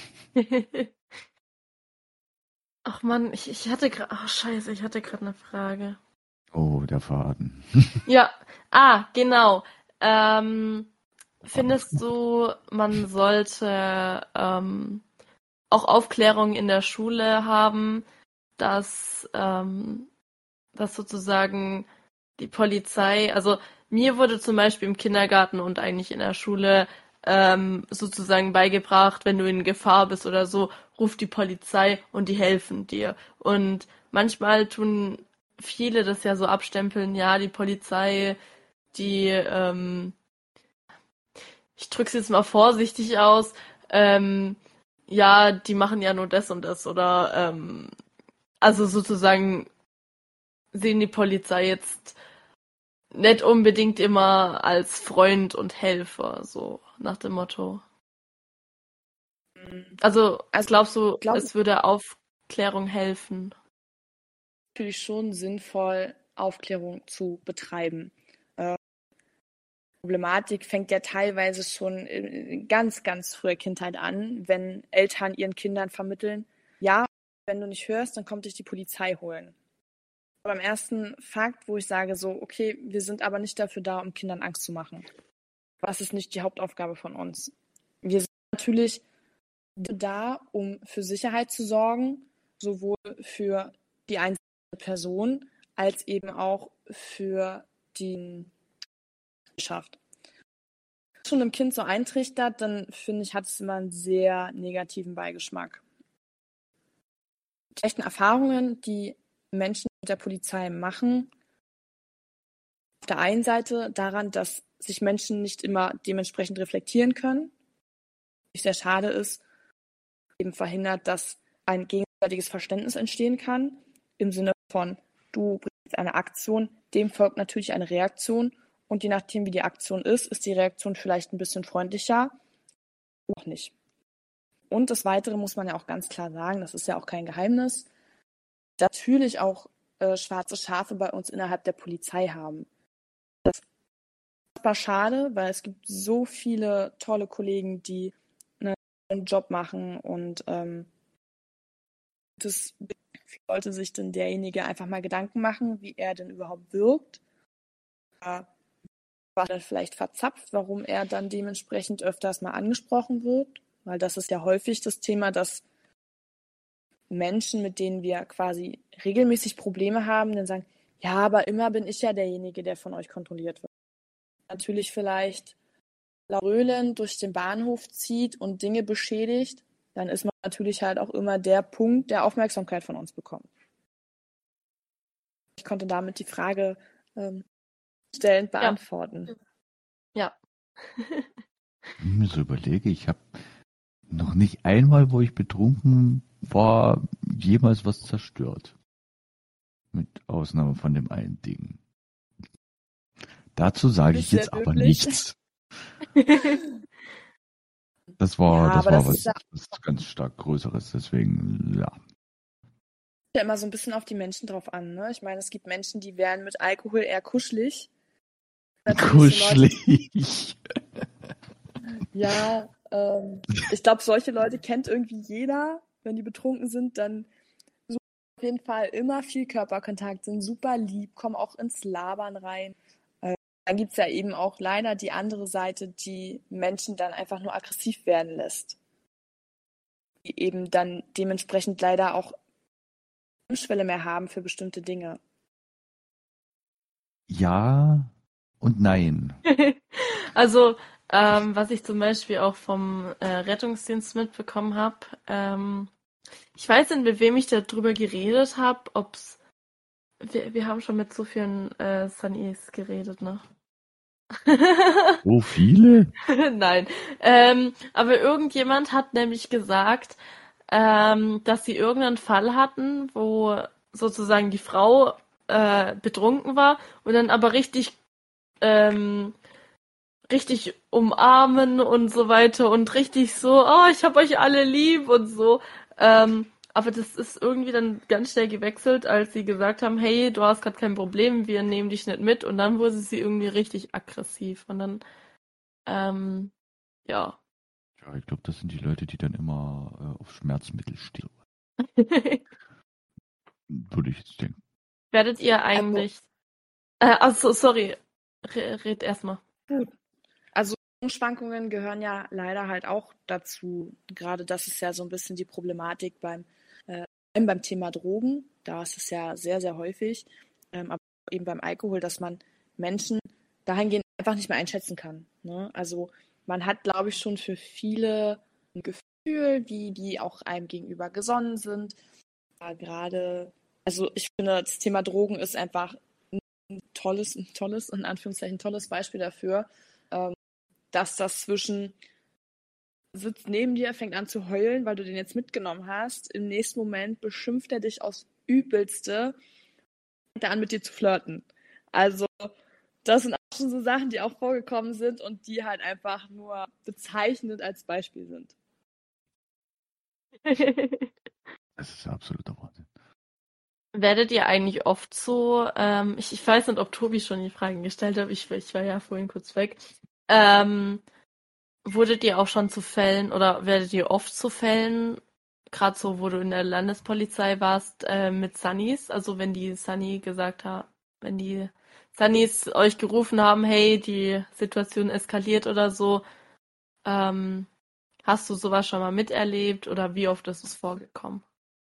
Ach Mann, ich, ich hatte gerade. Ach scheiße, ich hatte gerade eine Frage. Oh, der Faden. Ja, ah, genau. Ähm, findest du, man sollte ähm, auch Aufklärung in der Schule haben, dass, ähm, dass sozusagen die Polizei, also mir wurde zum Beispiel im Kindergarten und eigentlich in der Schule ähm, sozusagen beigebracht, wenn du in Gefahr bist oder so, ruf die Polizei und die helfen dir. Und manchmal tun viele das ja so abstempeln, ja, die Polizei, die, ähm, ich drück's jetzt mal vorsichtig aus, ähm, ja, die machen ja nur das und das oder, ähm, also sozusagen sehen die Polizei jetzt nicht unbedingt immer als Freund und Helfer, so nach dem Motto. Also, Also, glaubst du, glaub- es würde Aufklärung helfen? natürlich schon sinnvoll, Aufklärung zu betreiben. Äh, Problematik fängt ja teilweise schon in ganz, ganz früher Kindheit an, wenn Eltern ihren Kindern vermitteln, ja, wenn du nicht hörst, dann kommt dich die Polizei holen. Beim ersten Fakt, wo ich sage so, okay, wir sind aber nicht dafür da, um Kindern Angst zu machen. Das ist nicht die Hauptaufgabe von uns. Wir sind natürlich da, um für Sicherheit zu sorgen, sowohl für die einzelne Person als eben auch für die Gesellschaft. Wenn es schon einem Kind so eintrichtert, dann finde ich, hat es immer einen sehr negativen Beigeschmack. Die schlechten Erfahrungen, die Menschen mit der Polizei machen, auf der einen Seite daran, dass sich Menschen nicht immer dementsprechend reflektieren können, was sehr schade ist, eben verhindert, dass ein gegenseitiges Verständnis entstehen kann, im Sinne von, du bringst eine Aktion, dem folgt natürlich eine Reaktion und je nachdem, wie die Aktion ist, ist die Reaktion vielleicht ein bisschen freundlicher, auch nicht. Und das Weitere muss man ja auch ganz klar sagen, das ist ja auch kein Geheimnis, dass natürlich auch äh, schwarze Schafe bei uns innerhalb der Polizei haben. Das ist super schade, weil es gibt so viele tolle Kollegen, die einen Job machen und ähm, das sollte sich denn derjenige einfach mal Gedanken machen, wie er denn überhaupt wirkt. Äh, war dann vielleicht verzapft, warum er dann dementsprechend öfters mal angesprochen wird, weil das ist ja häufig das Thema, dass Menschen, mit denen wir quasi regelmäßig Probleme haben, dann sagen, ja, aber immer bin ich ja derjenige, der von euch kontrolliert wird. Natürlich vielleicht laurölend durch den Bahnhof zieht und Dinge beschädigt, dann ist man natürlich halt auch immer der Punkt, der Aufmerksamkeit von uns bekommt. Ich konnte damit die Frage ähm, stellend beantworten. Ja. Wenn ich mir so überlege, ich habe noch nicht einmal, wo ich betrunken war, jemals was zerstört. Mit Ausnahme von dem einen Ding. Dazu sage ich jetzt aber nichts. Das war, Ja, das aber war das was, ist ja- was ganz stark Größeres, deswegen, ja. Ja immer so ein bisschen auf die Menschen drauf an. Ne? Ich meine, es gibt Menschen, die wären mit Alkohol eher kuschelig. Natürlich so Leute, Kuschelig. ja, ähm, ich glaube, solche Leute kennt irgendwie jeder. Wenn die betrunken sind, dann suchen auf jeden Fall immer viel Körperkontakt, sind super lieb, kommen auch ins Labern rein. Äh, dann gibt es ja eben auch leider die andere Seite, die Menschen dann einfach nur aggressiv werden lässt. Die eben dann dementsprechend leider auch Hemmschwelle mehr haben für bestimmte Dinge. Ja und nein. Also, ähm, was ich zum Beispiel auch vom äh, Rettungsdienst mitbekommen habe, ähm, ich weiß nicht, mit wem ich darüber geredet habe, ob's wir, wir haben schon mit so vielen äh, Sunnies geredet, ne? So viele? Nein. Ähm, aber irgendjemand hat nämlich gesagt, ähm, dass sie irgendeinen Fall hatten, wo sozusagen die Frau äh, betrunken war und dann aber richtig ähm, richtig umarmen und so weiter und richtig so, oh, ich hab euch alle lieb und so. Ähm, aber das ist irgendwie dann ganz schnell gewechselt, als sie gesagt haben, hey, du hast gerade kein Problem, wir nehmen dich nicht mit. Und dann wurde sie irgendwie richtig aggressiv. Und dann, ähm, ja. Ja, ich glaube, das sind die Leute, die dann immer äh, auf Schmerzmittel stehen. Würde ich jetzt denken. Werdet ihr eigentlich... Äh, also, sorry, Re red erstmal. Gut. Also Schwankungen gehören ja leider halt auch dazu. Gerade das ist ja so ein bisschen die Problematik beim, äh, beim Thema Drogen. Da ist es ja sehr, sehr häufig. Ähm, aber eben beim Alkohol, dass man Menschen dahingehend einfach nicht mehr einschätzen kann. Ne? Also man hat, glaube ich, schon für viele ein Gefühl, wie die auch einem gegenüber gesonnen sind. Ja, gerade, also ich finde, das Thema Drogen ist einfach ein tolles, ein tolles, in Anführungszeichen tolles Beispiel dafür, ähm, dass das zwischen sitzt neben dir, fängt an zu heulen, weil du den jetzt mitgenommen hast. Im nächsten Moment beschimpft er dich aufs Übelste, fängt er an mit dir zu flirten. Also das sind auch schon so Sachen, die auch vorgekommen sind und die halt einfach nur bezeichnend als Beispiel sind. Das ist absoluter Wahnsinn. Werdet ihr eigentlich oft so, ähm, ich, ich weiß nicht, ob Tobi schon die Fragen gestellt hat, ich, ich war ja vorhin kurz weg, ähm, wurdet ihr auch schon zu Fällen oder werdet ihr oft zu Fällen, gerade so, wo du in der Landespolizei warst, äh, mit Sunnies, also wenn die Sunny gesagt haben, wenn die Sunnies euch gerufen haben, hey, die Situation eskaliert oder so, ähm, hast du sowas schon mal miterlebt oder wie oft ist es vorgekommen?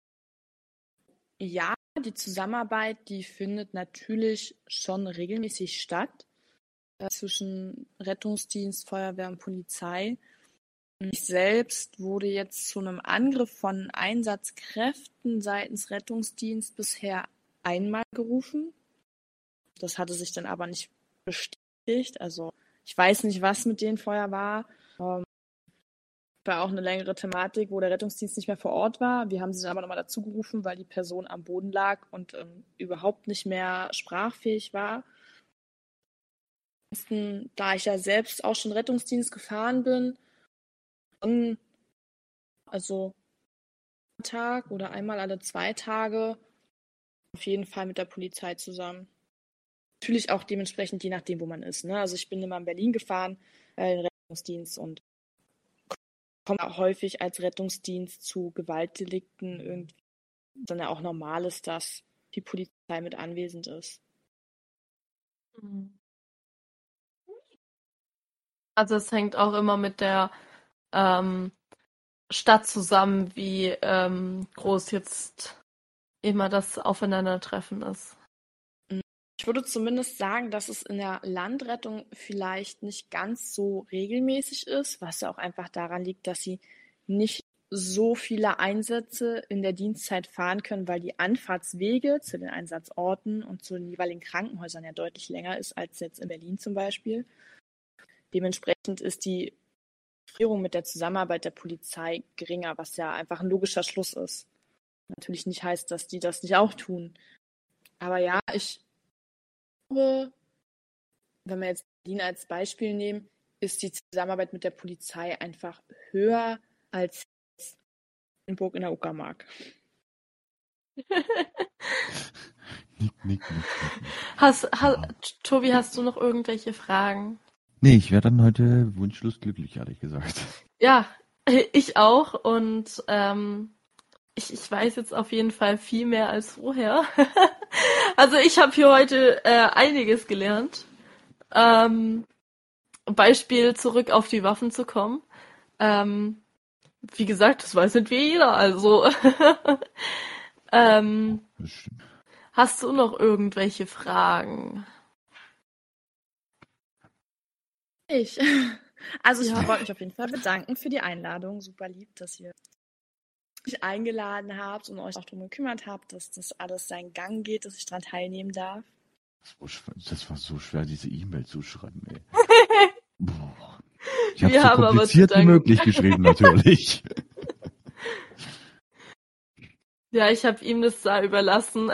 Ja, die Zusammenarbeit, die findet natürlich schon regelmäßig statt äh, zwischen Rettungsdienst, Feuerwehr und Polizei. Ich selbst wurde jetzt zu einem Angriff von Einsatzkräften seitens Rettungsdienst bisher einmal gerufen. Das hatte sich dann aber nicht bestätigt. Also ich weiß nicht, was mit denen vorher war. Ähm, war auch eine längere Thematik, wo der Rettungsdienst nicht mehr vor Ort war. Wir haben sie dann aber nochmal dazu gerufen, weil die Person am Boden lag und ähm, überhaupt nicht mehr sprachfähig war. Ansonsten, da ich ja selbst auch schon Rettungsdienst gefahren bin, dann, also einen Tag oder einmal alle zwei Tage auf jeden Fall mit der Polizei zusammen. Natürlich auch dementsprechend, je nachdem, wo man ist. Ne? Also ich bin immer in Berlin gefahren, äh, in den Rettungsdienst und komme auch häufig als Rettungsdienst zu Gewaltdelikten irgendwie. Dann ja auch normal ist, dass die Polizei mit anwesend ist. Also es hängt auch immer mit der ähm, Stadt zusammen, wie ähm, groß jetzt immer das Aufeinandertreffen ist. Ich würde zumindest sagen, dass es in der Landrettung vielleicht nicht ganz so regelmäßig ist, was ja auch einfach daran liegt, dass sie nicht so viele Einsätze in der Dienstzeit fahren können, weil die Anfahrtswege zu den Einsatzorten und zu den jeweiligen Krankenhäusern ja deutlich länger ist als jetzt in Berlin zum Beispiel. Dementsprechend ist die Führung mit der Zusammenarbeit der Polizei geringer, was ja einfach ein logischer Schluss ist. Natürlich nicht heißt, dass die das nicht auch tun. Aber ja, ich glaube, wenn wir jetzt Berlin als Beispiel nehmen, ist die Zusammenarbeit mit der Polizei einfach höher als in Burg in der Uckermark. Nick, nick, nick, nick. Hast, ha, Tobi, hast du noch irgendwelche Fragen? Nee, ich wäre dann heute wunschlos glücklich, ehrlich gesagt. Ja, ich auch und ähm, ich, ich weiß jetzt auf jeden Fall viel mehr als vorher. Also ich habe hier heute äh, einiges gelernt. Ähm, Beispiel zurück auf die Waffen zu kommen. Ähm, wie gesagt, das weiß nicht wie jeder, also. ähm, Das stimmt. hast du noch irgendwelche Fragen? Ich. Also ich Ja. wollte mich auf jeden Fall bedanken für die Einladung. Super lieb, dass ihr mich eingeladen habt und euch auch darum gekümmert habt, dass das alles seinen Gang geht, dass ich daran teilnehmen darf. So schwer- Das war so schwer, diese E-Mail zu schreiben, ey. Boah. Ich habe Wir so haben aber zu kompliziert wie danken. möglich geschrieben, natürlich. Ja, ich habe ihm das da überlassen.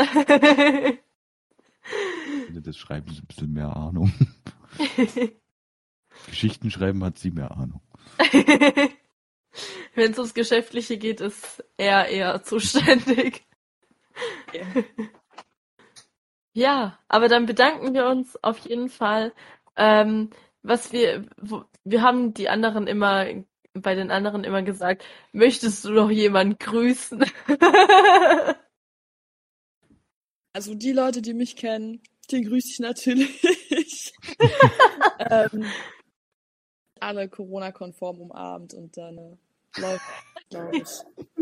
Das Schreiben ist ein bisschen mehr Ahnung. Geschichten schreiben hat sie mehr Ahnung. Wenn es ums Geschäftliche geht, ist er eher zuständig. Okay. Ja, aber dann bedanken wir uns auf jeden Fall. Ähm, was wir, wo, wir haben die anderen immer, bei den anderen immer gesagt, möchtest du noch jemanden grüßen? Also die Leute, die mich kennen, die grüße ich natürlich. ähm, alle Corona-konform umarmt und dann äh, läuft, glaube ich.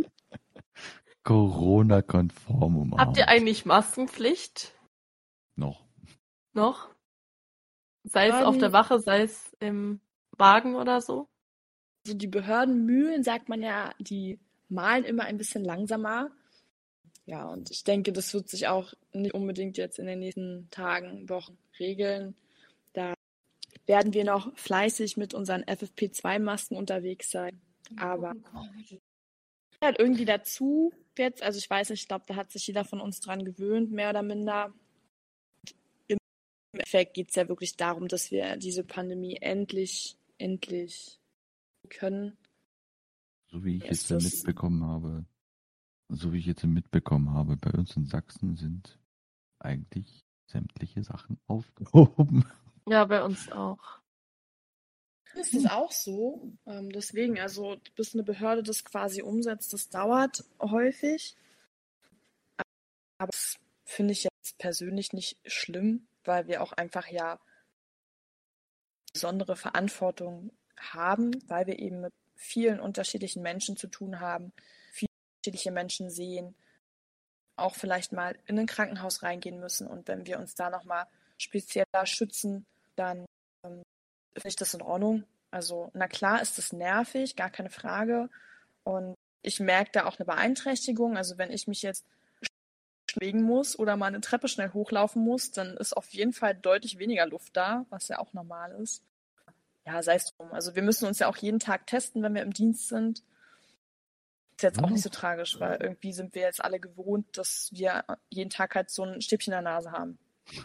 Corona-konform umarmt. Habt ihr eigentlich Maskenpflicht Noch. noch? Sei es auf der Wache, sei es im Wagen oder so? Also die Behördenmühlen, sagt man ja, die malen immer ein bisschen langsamer. Ja, und ich denke, das wird sich auch nicht unbedingt jetzt in den nächsten Tagen, Wochen regeln. Da werden wir noch fleißig mit unseren F F P zwei Masken unterwegs sein. Aber halt irgendwie dazu jetzt, also ich weiß nicht, ich glaube, da hat sich jeder von uns dran gewöhnt, mehr oder minder. Im Endeffekt geht es ja wirklich darum, dass wir diese Pandemie endlich, endlich können. So wie ich Ja, jetzt ist das- mitbekommen habe, so wie ich jetzt mitbekommen habe, bei uns in Sachsen sind eigentlich sämtliche Sachen aufgehoben. Ja, bei uns auch. Ist das auch so? Ähm, deswegen, also bis eine Behörde das quasi umsetzt, das dauert häufig. Aber das finde ich jetzt persönlich nicht schlimm, weil wir auch einfach ja besondere Verantwortung haben, weil wir eben mit vielen unterschiedlichen Menschen zu tun haben, viele unterschiedliche Menschen sehen, auch vielleicht mal in ein Krankenhaus reingehen müssen. Und wenn wir uns da nochmal spezieller schützen, dann ähm, finde ich das in Ordnung. Also, na klar ist das nervig, gar keine Frage. Und ich merke da auch eine Beeinträchtigung. Also, wenn ich mich jetzt schwingen muss oder mal eine Treppe schnell hochlaufen muss, dann ist auf jeden Fall deutlich weniger Luft da, was ja auch normal ist. ja, sei es drum. Also wir müssen uns ja auch jeden Tag testen, wenn wir im Dienst sind. Ist jetzt auch nicht so tragisch, weil irgendwie sind wir jetzt alle gewohnt, dass wir jeden Tag halt so ein Stäbchen in der Nase haben.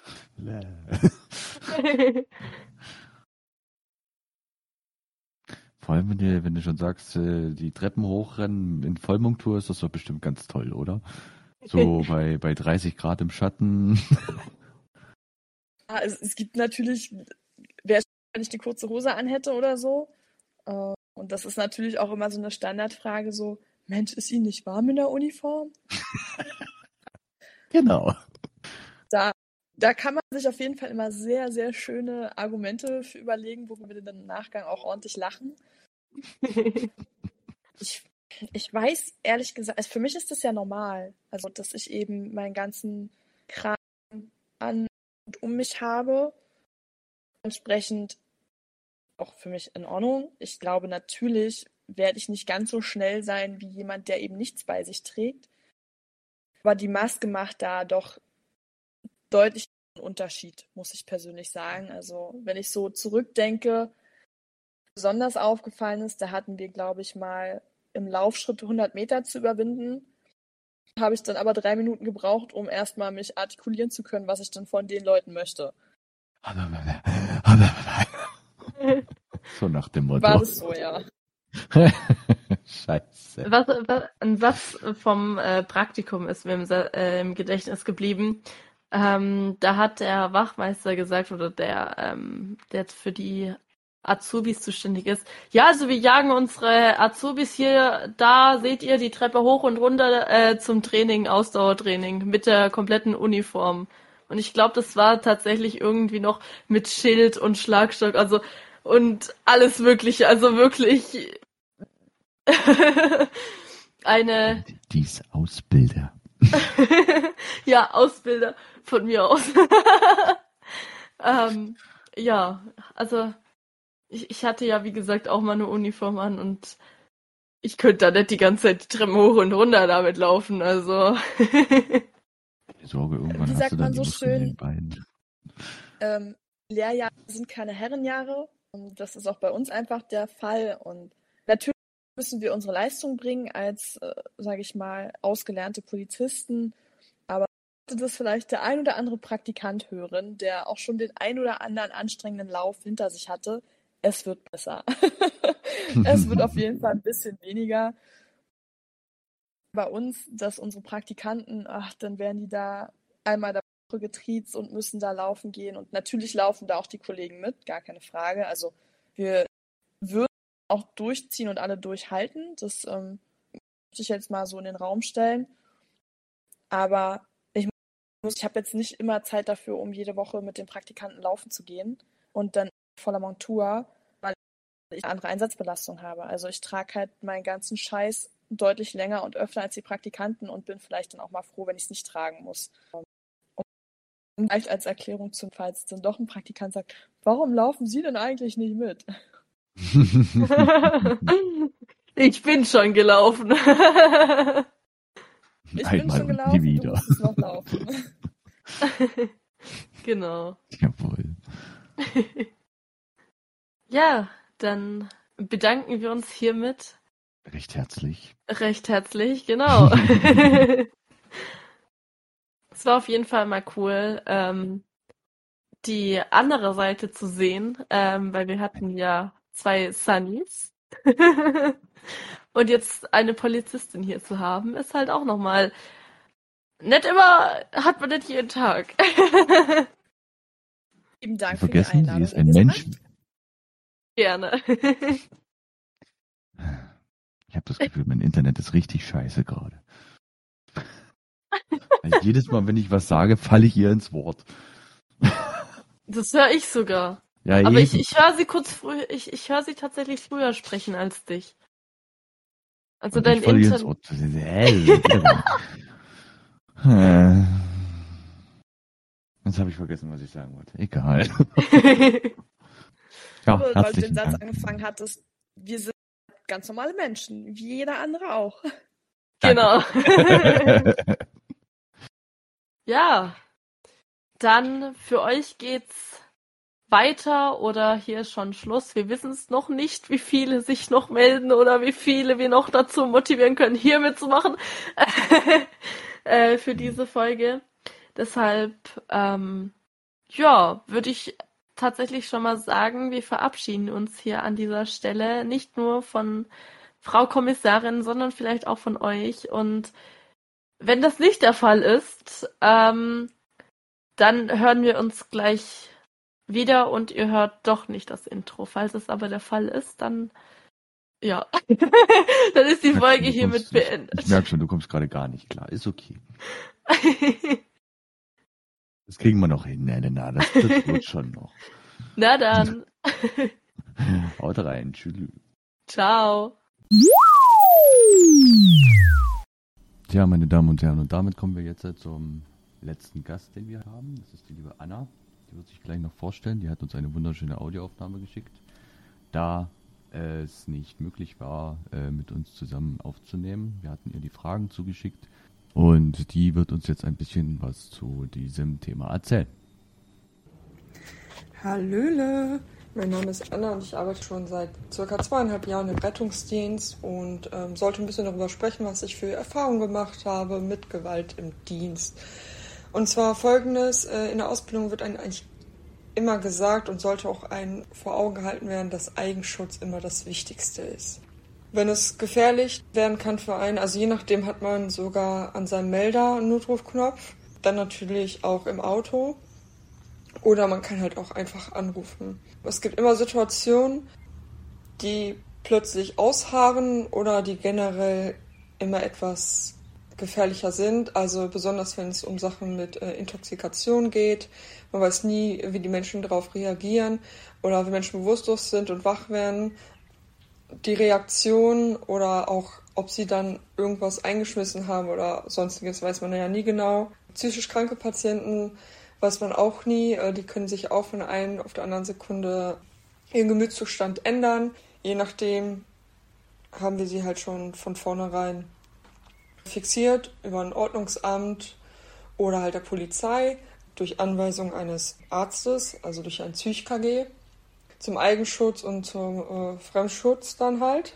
Vor allem, wenn du, wenn du schon sagst, äh, die Treppen hochrennen in Vollmontur, ist das doch bestimmt ganz toll, oder? So bei, bei dreißig Grad im Schatten. Ja, es, es gibt natürlich, wäre es, wenn ich die kurze Hose anhätte oder so. Äh, und das ist natürlich auch immer so eine Standardfrage, so, Mensch, ist Ihnen nicht warm in der Uniform? Genau. Da, da kann man sich auf jeden Fall immer sehr, sehr schöne Argumente für überlegen, worüber wir dann im Nachgang auch ordentlich lachen. Ich, ich weiß ehrlich gesagt, also für mich ist das ja normal, also dass ich eben meinen ganzen Kram an und um mich habe. Entsprechend auch für mich in Ordnung. Ich glaube, natürlich werde ich nicht ganz so schnell sein wie jemand, der eben nichts bei sich trägt. Aber die Maske macht da doch deutlich einen Unterschied, muss ich persönlich sagen. Also wenn ich so zurückdenke, besonders aufgefallen ist, da hatten wir, glaube ich, mal im Laufschritt hundert Meter zu überwinden. Habe ich dann aber drei Minuten gebraucht, um erstmal mich artikulieren zu können, was ich dann von den Leuten möchte. So nach dem Motto. War das so, ja. Scheiße. Was, was, ein Satz vom äh, Praktikum ist mir im, Sa- äh, im Gedächtnis geblieben. Ähm, da hat der Wachmeister gesagt, oder der, ähm, der jetzt für die Azubis zuständig ist, ja, also wir jagen unsere Azubis hier, da seht ihr die Treppe hoch und runter äh, zum Training, Ausdauertraining, mit der kompletten Uniform. Und ich glaube, das war tatsächlich irgendwie noch mit Schild und Schlagstock, also und alles Mögliche, also wirklich eine Dies Ausbilder. ja, Ausbilder von mir aus. ähm, ja, also ich, ich hatte ja, wie gesagt, auch mal eine Uniform an und ich könnte da nicht die ganze Zeit die Treppen hoch und runter damit laufen, also. Keine Sorge, irgendwann Wie hast sagt du dann man die so Muskeln in schön? den Beinen. Ähm, Lehrjahre sind keine Herrenjahre und das ist auch bei uns einfach der Fall. Und natürlich müssen wir unsere Leistung bringen als, äh, sage ich mal, ausgelernte Polizisten. Aber sollte das vielleicht der ein oder andere Praktikant hören, der auch schon den ein oder anderen anstrengenden Lauf hinter sich hatte, es wird besser. Es wird auf jeden Fall ein bisschen weniger. Bei uns, dass unsere Praktikanten, ach, dann werden die da einmal der Woche getriezt und müssen da laufen gehen. Und natürlich laufen da auch die Kollegen mit, gar keine Frage. Also wir würden auch durchziehen und alle durchhalten. Das ähm, möchte ich jetzt mal so in den Raum stellen. Aber ich muss, ich habe jetzt nicht immer Zeit dafür, um jede Woche mit den Praktikanten laufen zu gehen und dann voller Montur, weil ich eine andere Einsatzbelastung habe. Also ich trage halt meinen ganzen Scheiß deutlich länger und öfter als die Praktikanten und bin vielleicht dann auch mal froh, wenn ich es nicht tragen muss. Und vielleicht als Erklärung zum, falls dann doch ein Praktikant sagt, warum laufen Sie denn eigentlich nicht mit? Ich bin schon gelaufen. Ich Einmal bin schon und gelaufen, nie du wieder. musst noch laufen. Genau. Jawohl. Ja, dann bedanken wir uns hiermit Recht herzlich. recht herzlich, genau. Es war auf jeden Fall mal cool, ähm, die andere Seite zu sehen, ähm, weil wir hatten ja zwei Sunnys. Und jetzt eine Polizistin hier zu haben, ist halt auch nochmal nicht immer, hat man nicht jeden Tag. Lieben Dank für die Vergessen, sie Einladung. ist ein Wie gesagt, Mensch. Gerne. Ich habe das Gefühl, mein Internet ist richtig scheiße gerade. Also jedes Mal, wenn ich was sage, falle ich ihr ins Wort. Das höre ich sogar. Ja, Aber eben. ich, ich höre sie kurz früher, ich, ich höre sie tatsächlich früher sprechen als dich. Also Und dein ich falle ihr ins Internet. Wort. Äh, Jetzt habe ich vergessen, was ich sagen wollte. Egal. Ja, weil du den herzlichen Satz Dank. angefangen hattest, wir sind ganz normale Menschen, wie jeder andere auch. Genau. Ja. Dann für euch geht's weiter oder hier ist schon Schluss. Wir wissen es noch nicht, wie viele sich noch melden oder wie viele wir noch dazu motivieren können, hier mitzumachen äh, für diese Folge. Deshalb, ähm, ja, würde ich tatsächlich schon mal sagen, wir verabschieden uns hier an dieser Stelle, nicht nur von Frau Kommissarin, sondern vielleicht auch von euch. Und wenn das nicht der Fall ist, ähm, dann hören wir uns gleich wieder und ihr hört doch nicht das Intro. Falls es aber der Fall ist, dann ja, dann ist die Ich merk Folge schon, du hiermit kommst- ich- beendet. Ich merke schon, du kommst gerade gar nicht klar. Ist okay. Das kriegen wir noch hin. Na, na, na, das, das wird schon noch. Na dann, Haut rein. Tschüss. ciao. Tja, meine Damen und Herren, und damit kommen wir jetzt zum letzten Gast, den wir haben. Das ist die liebe Anna. Die wird sich gleich noch vorstellen. Die hat uns eine wunderschöne Audioaufnahme geschickt. Da es nicht möglich war, äh, mit uns zusammen aufzunehmen. Wir hatten ihr die Fragen zugeschickt und die wird uns jetzt ein bisschen was zu diesem Thema erzählen. Hallöle, mein Name ist Anna und ich arbeite schon seit circa zweieinhalb Jahren im Rettungsdienst und ähm, sollte ein bisschen darüber sprechen, was ich für Erfahrungen gemacht habe mit Gewalt im Dienst. Und zwar folgendes, äh, in der Ausbildung wird einem eigentlich immer gesagt und sollte auch einem vor Augen gehalten werden, dass Eigenschutz immer das Wichtigste ist. Wenn es gefährlich werden kann für einen, also je nachdem hat man sogar an seinem Melder einen Notrufknopf, dann natürlich auch im Auto. Oder man kann halt auch einfach anrufen. Es gibt immer Situationen, die plötzlich ausharren oder die generell immer etwas gefährlicher sind. Also besonders, wenn es um Sachen mit äh, Intoxikation geht. Man weiß nie, wie die Menschen darauf reagieren oder wenn Menschen bewusstlos sind und wach werden. Die Reaktion oder auch, ob sie dann irgendwas eingeschmissen haben oder sonstiges, weiß man ja nie genau. Psychisch kranke Patienten weiß man auch nie. Die können sich auch von der einen auf der anderen Sekunde ihren Gemütszustand ändern. Je nachdem haben wir sie halt schon von vornherein fixiert über ein Ordnungsamt oder halt der Polizei durch Anweisung eines Arztes, also durch ein Psych-K G, zum Eigenschutz und zum äh, Fremdschutz dann halt.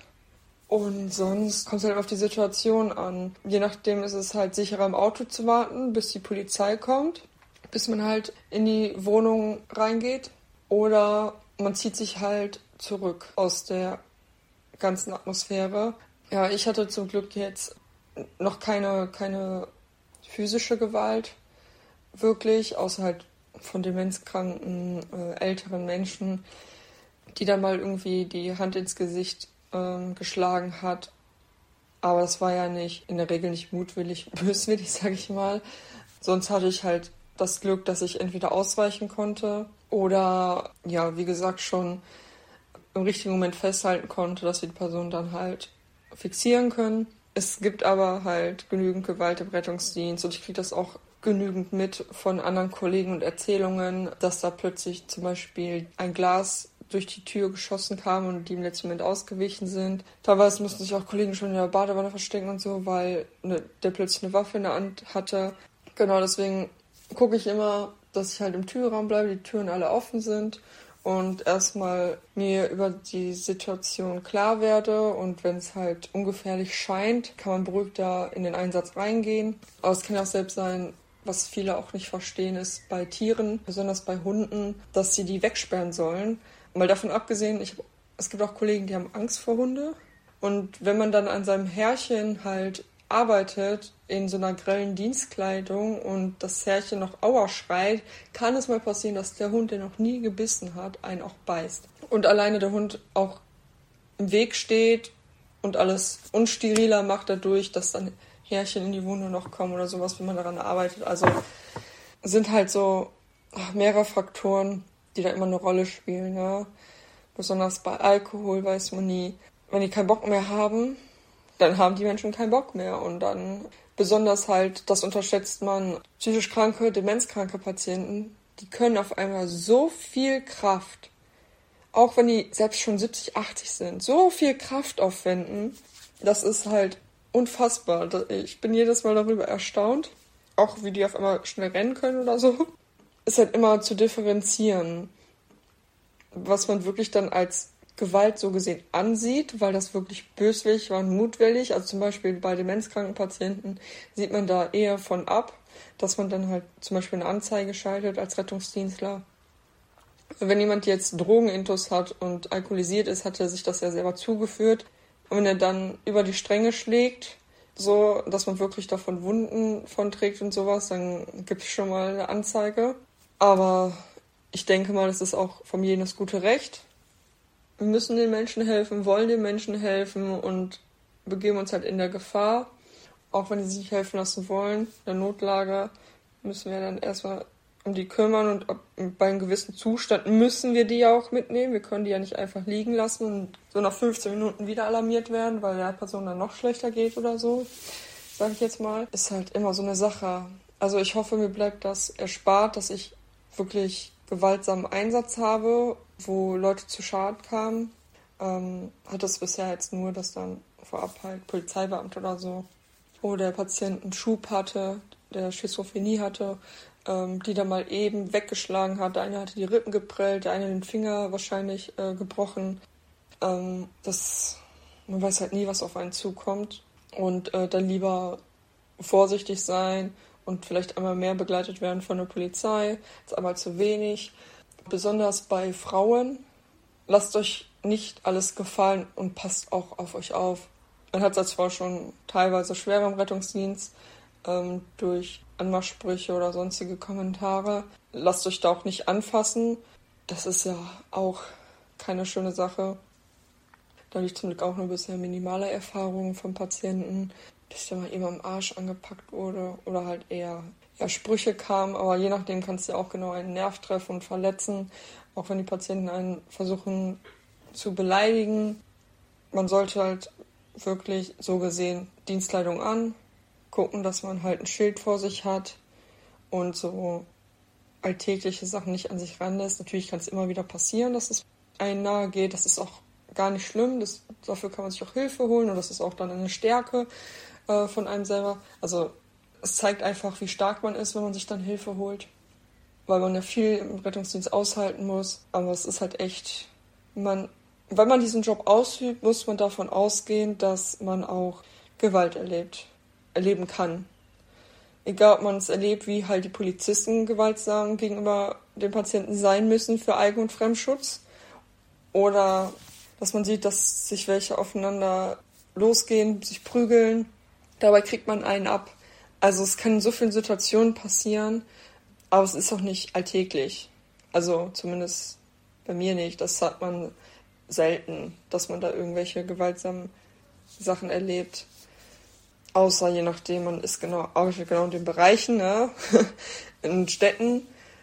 Und sonst kommt es halt auf die Situation an. Je nachdem ist es halt sicherer im Auto zu warten, bis die Polizei kommt, bis man halt in die Wohnung reingeht. Oder man zieht sich halt zurück aus der ganzen Atmosphäre. Ja, ich hatte zum Glück jetzt noch keine, keine physische Gewalt, wirklich, außer halt von demenzkranken, äh, älteren Menschen, die dann mal irgendwie die Hand ins Gesicht ähm, geschlagen hat. Aber das war ja nicht, in der Regel nicht mutwillig, böswillig, sag ich mal. Sonst hatte ich halt das Glück, dass ich entweder ausweichen konnte oder, ja, wie gesagt, schon im richtigen Moment festhalten konnte, dass wir die Person dann halt fixieren können. Es gibt aber halt genügend Gewalt im Rettungsdienst und ich kriege das auch genügend mit von anderen Kollegen und Erzählungen, dass da plötzlich zum Beispiel ein Glas durch die Tür geschossen kam und die im letzten Moment ausgewichen sind. Teilweise mussten sich auch Kollegen schon in der Badewanne verstecken und so, weil ne, der plötzlich eine Waffe in der Hand hatte. Genau, deswegen gucke ich immer, dass ich halt im Türraum bleibe, die Türen alle offen sind und erstmal mir über die Situation klar werde und wenn es halt ungefährlich scheint, kann man beruhigt da in den Einsatz reingehen. Aber es kann auch selbst sein, was viele auch nicht verstehen, ist bei Tieren, besonders bei Hunden, dass sie die wegsperren sollen. Mal davon abgesehen, ich hab, es gibt auch Kollegen, die haben Angst vor Hunde. Und wenn man dann an seinem Herrchen halt arbeitet, in so einer grellen Dienstkleidung und das Herrchen noch Aua schreit, kann es mal passieren, dass der Hund, der noch nie gebissen hat, einen auch beißt. Und alleine der Hund auch im Weg steht und alles unsteriler macht dadurch, dass dann Härchen in die Wunde noch kommen oder sowas, wenn man daran arbeitet. Also sind halt so mehrere Faktoren, die da immer eine Rolle spielen. Ja? Besonders bei Alkohol weiß man nie, wenn die keinen Bock mehr haben, dann haben die Menschen keinen Bock mehr. Und dann besonders halt, das unterschätzt man, psychisch kranke, demenzkranke Patienten, die können auf einmal so viel Kraft, auch wenn die selbst schon siebzig, achtzig sind, so viel Kraft aufwenden, das ist halt unfassbar. Ich bin jedes Mal darüber erstaunt, auch wie die auf einmal schnell rennen können oder so. Ist halt immer zu differenzieren. was man wirklich dann als Gewalt so gesehen ansieht, weil das wirklich böswillig war und mutwillig. Also zum Beispiel bei demenzkranken Patienten sieht man da eher von ab, dass man dann halt zum Beispiel eine Anzeige schaltet als Rettungsdienstler. Wenn jemand jetzt Drogenintus hat und alkoholisiert ist, hat er sich das ja selber zugeführt. Und wenn er dann über die Stränge schlägt, so, dass man wirklich davon Wunden von trägt und sowas, dann gibt es schon mal eine Anzeige. Aber ich denke mal, das ist auch von jedem das gute Recht. Wir müssen den Menschen helfen, wollen den Menschen helfen und begeben uns halt in der Gefahr. Auch wenn sie sich nicht helfen lassen wollen, in der Notlage, müssen wir dann erstmal um die kümmern und ab, bei einem gewissen Zustand müssen wir die ja auch mitnehmen. Wir können die ja nicht einfach liegen lassen und so nach fünfzehn Minuten wieder alarmiert werden, weil der Person dann noch schlechter geht oder so, sage ich jetzt mal. Ist halt immer so eine Sache. Also ich hoffe, mir bleibt das erspart, dass ich wirklich gewaltsamen Einsatz habe, wo Leute zu Schaden kamen. Ähm, hat es bisher jetzt nur, dass dann vorab halt Polizeibeamte oder so, wo der Patient einen Schub hatte, der Schizophrenie hatte, ähm, die da mal eben weggeschlagen hat. Der eine hatte die Rippen geprellt, der eine den Finger wahrscheinlich äh, gebrochen. Ähm, das, man weiß halt nie, was auf einen zukommt. Und äh, dann lieber vorsichtig sein und vielleicht einmal mehr begleitet werden von der Polizei. Das ist aber zu wenig. Besonders bei Frauen, lasst euch nicht alles gefallen und passt auch auf euch auf. Man hat es zwar schon teilweise schwer im Rettungsdienst ähm, durch Anmachsprüche oder sonstige Kommentare. Lasst euch da auch nicht anfassen. Das ist ja auch keine schöne Sache. Da habe ich zum Glück auch nur bisher minimale Erfahrungen von Patienten, dass da mal eben am Arsch angepackt wurde oder halt eher, eher Sprüche kamen. Aber je nachdem kann es ja auch genau einen Nerv treffen und verletzen, auch wenn die Patienten einen versuchen zu beleidigen. Man sollte halt wirklich so gesehen Dienstkleidung an, gucken, dass man halt ein Schild vor sich hat und so alltägliche Sachen nicht an sich ranlässt. Natürlich kann es immer wieder passieren, dass es einen nahe geht. Das ist auch gar nicht schlimm. Das, dafür kann man sich auch Hilfe holen und das ist auch dann eine Stärke äh, von einem selber. Also es zeigt einfach, wie stark man ist, wenn man sich dann Hilfe holt, weil man ja viel im Rettungsdienst aushalten muss. Aber es ist halt echt, man, wenn man diesen Job ausübt, muss man davon ausgehen, dass man auch Gewalt erlebt, erleben kann. Egal, ob man es erlebt, wie halt die Polizisten gewaltsam gegenüber den Patienten sein müssen für Eigen- und Fremdschutz, oder dass man sieht, dass sich welche aufeinander losgehen, sich prügeln. Dabei kriegt man einen ab. Also es kann in so vielen Situationen passieren, aber es ist auch nicht alltäglich. Also zumindest bei mir nicht. Das hat man selten, dass man da irgendwelche gewaltsamen Sachen erlebt. Außer je nachdem, man ist genau, auch genau in den Bereichen, ne? In Städten.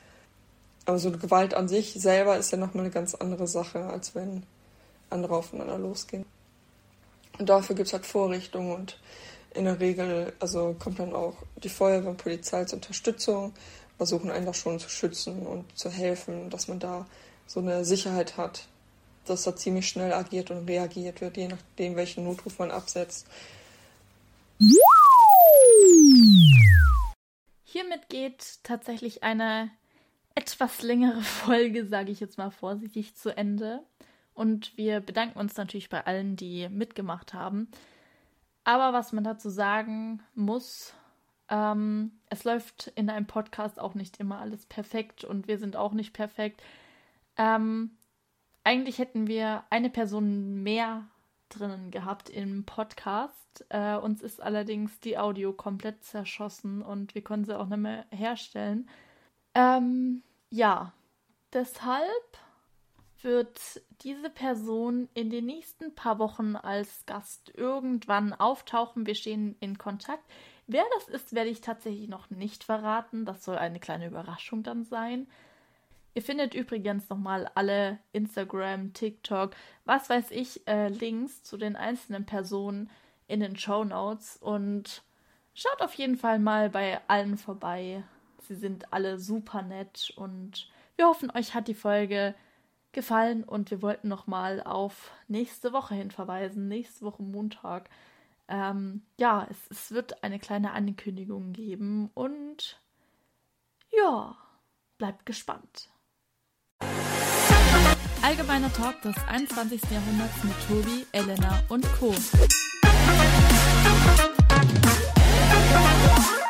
Aber so Gewalt an sich selber ist ja nochmal eine ganz andere Sache, als wenn andere aufeinander losgehen. Und dafür gibt es halt Vorrichtungen und in der Regel, also kommt dann auch die Feuerwehr und Polizei als Unterstützung, versuchen einen da schon zu schützen und zu helfen, dass man da so eine Sicherheit hat, dass da ziemlich schnell agiert und reagiert wird, je nachdem, welchen Notruf man absetzt. Hiermit geht tatsächlich eine etwas längere Folge, sage ich jetzt mal vorsichtig, zu Ende. Und wir bedanken uns natürlich bei allen, die mitgemacht haben. Aber was man dazu sagen muss, ähm, es läuft in einem Podcast auch nicht immer alles perfekt und wir sind auch nicht perfekt. Ähm, eigentlich hätten wir eine Person mehr drinnen gehabt im Podcast. Äh, uns ist allerdings die Audio komplett zerschossen und wir konnten sie auch nicht mehr herstellen. Ähm, ja, deshalb wird diese Person in den nächsten paar Wochen als Gast irgendwann auftauchen. Wir stehen in Kontakt. Wer das ist, werde ich tatsächlich noch nicht verraten. Das soll eine kleine Überraschung dann sein. Ihr findet übrigens nochmal alle Instagram, TikTok, was weiß ich, äh, Links zu den einzelnen Personen in den Shownotes. Und schaut auf jeden Fall mal bei allen vorbei. Sie sind alle super nett und wir hoffen, euch hat die Folge gefallen und wir wollten nochmal auf nächste Woche hin verweisen, nächste Woche Montag. Ähm, ja, es, es wird eine kleine Ankündigung geben und ja, bleibt gespannt. Allgemeiner Talk des einundzwanzigsten Jahrhunderts mit Tobi, Elena und Co.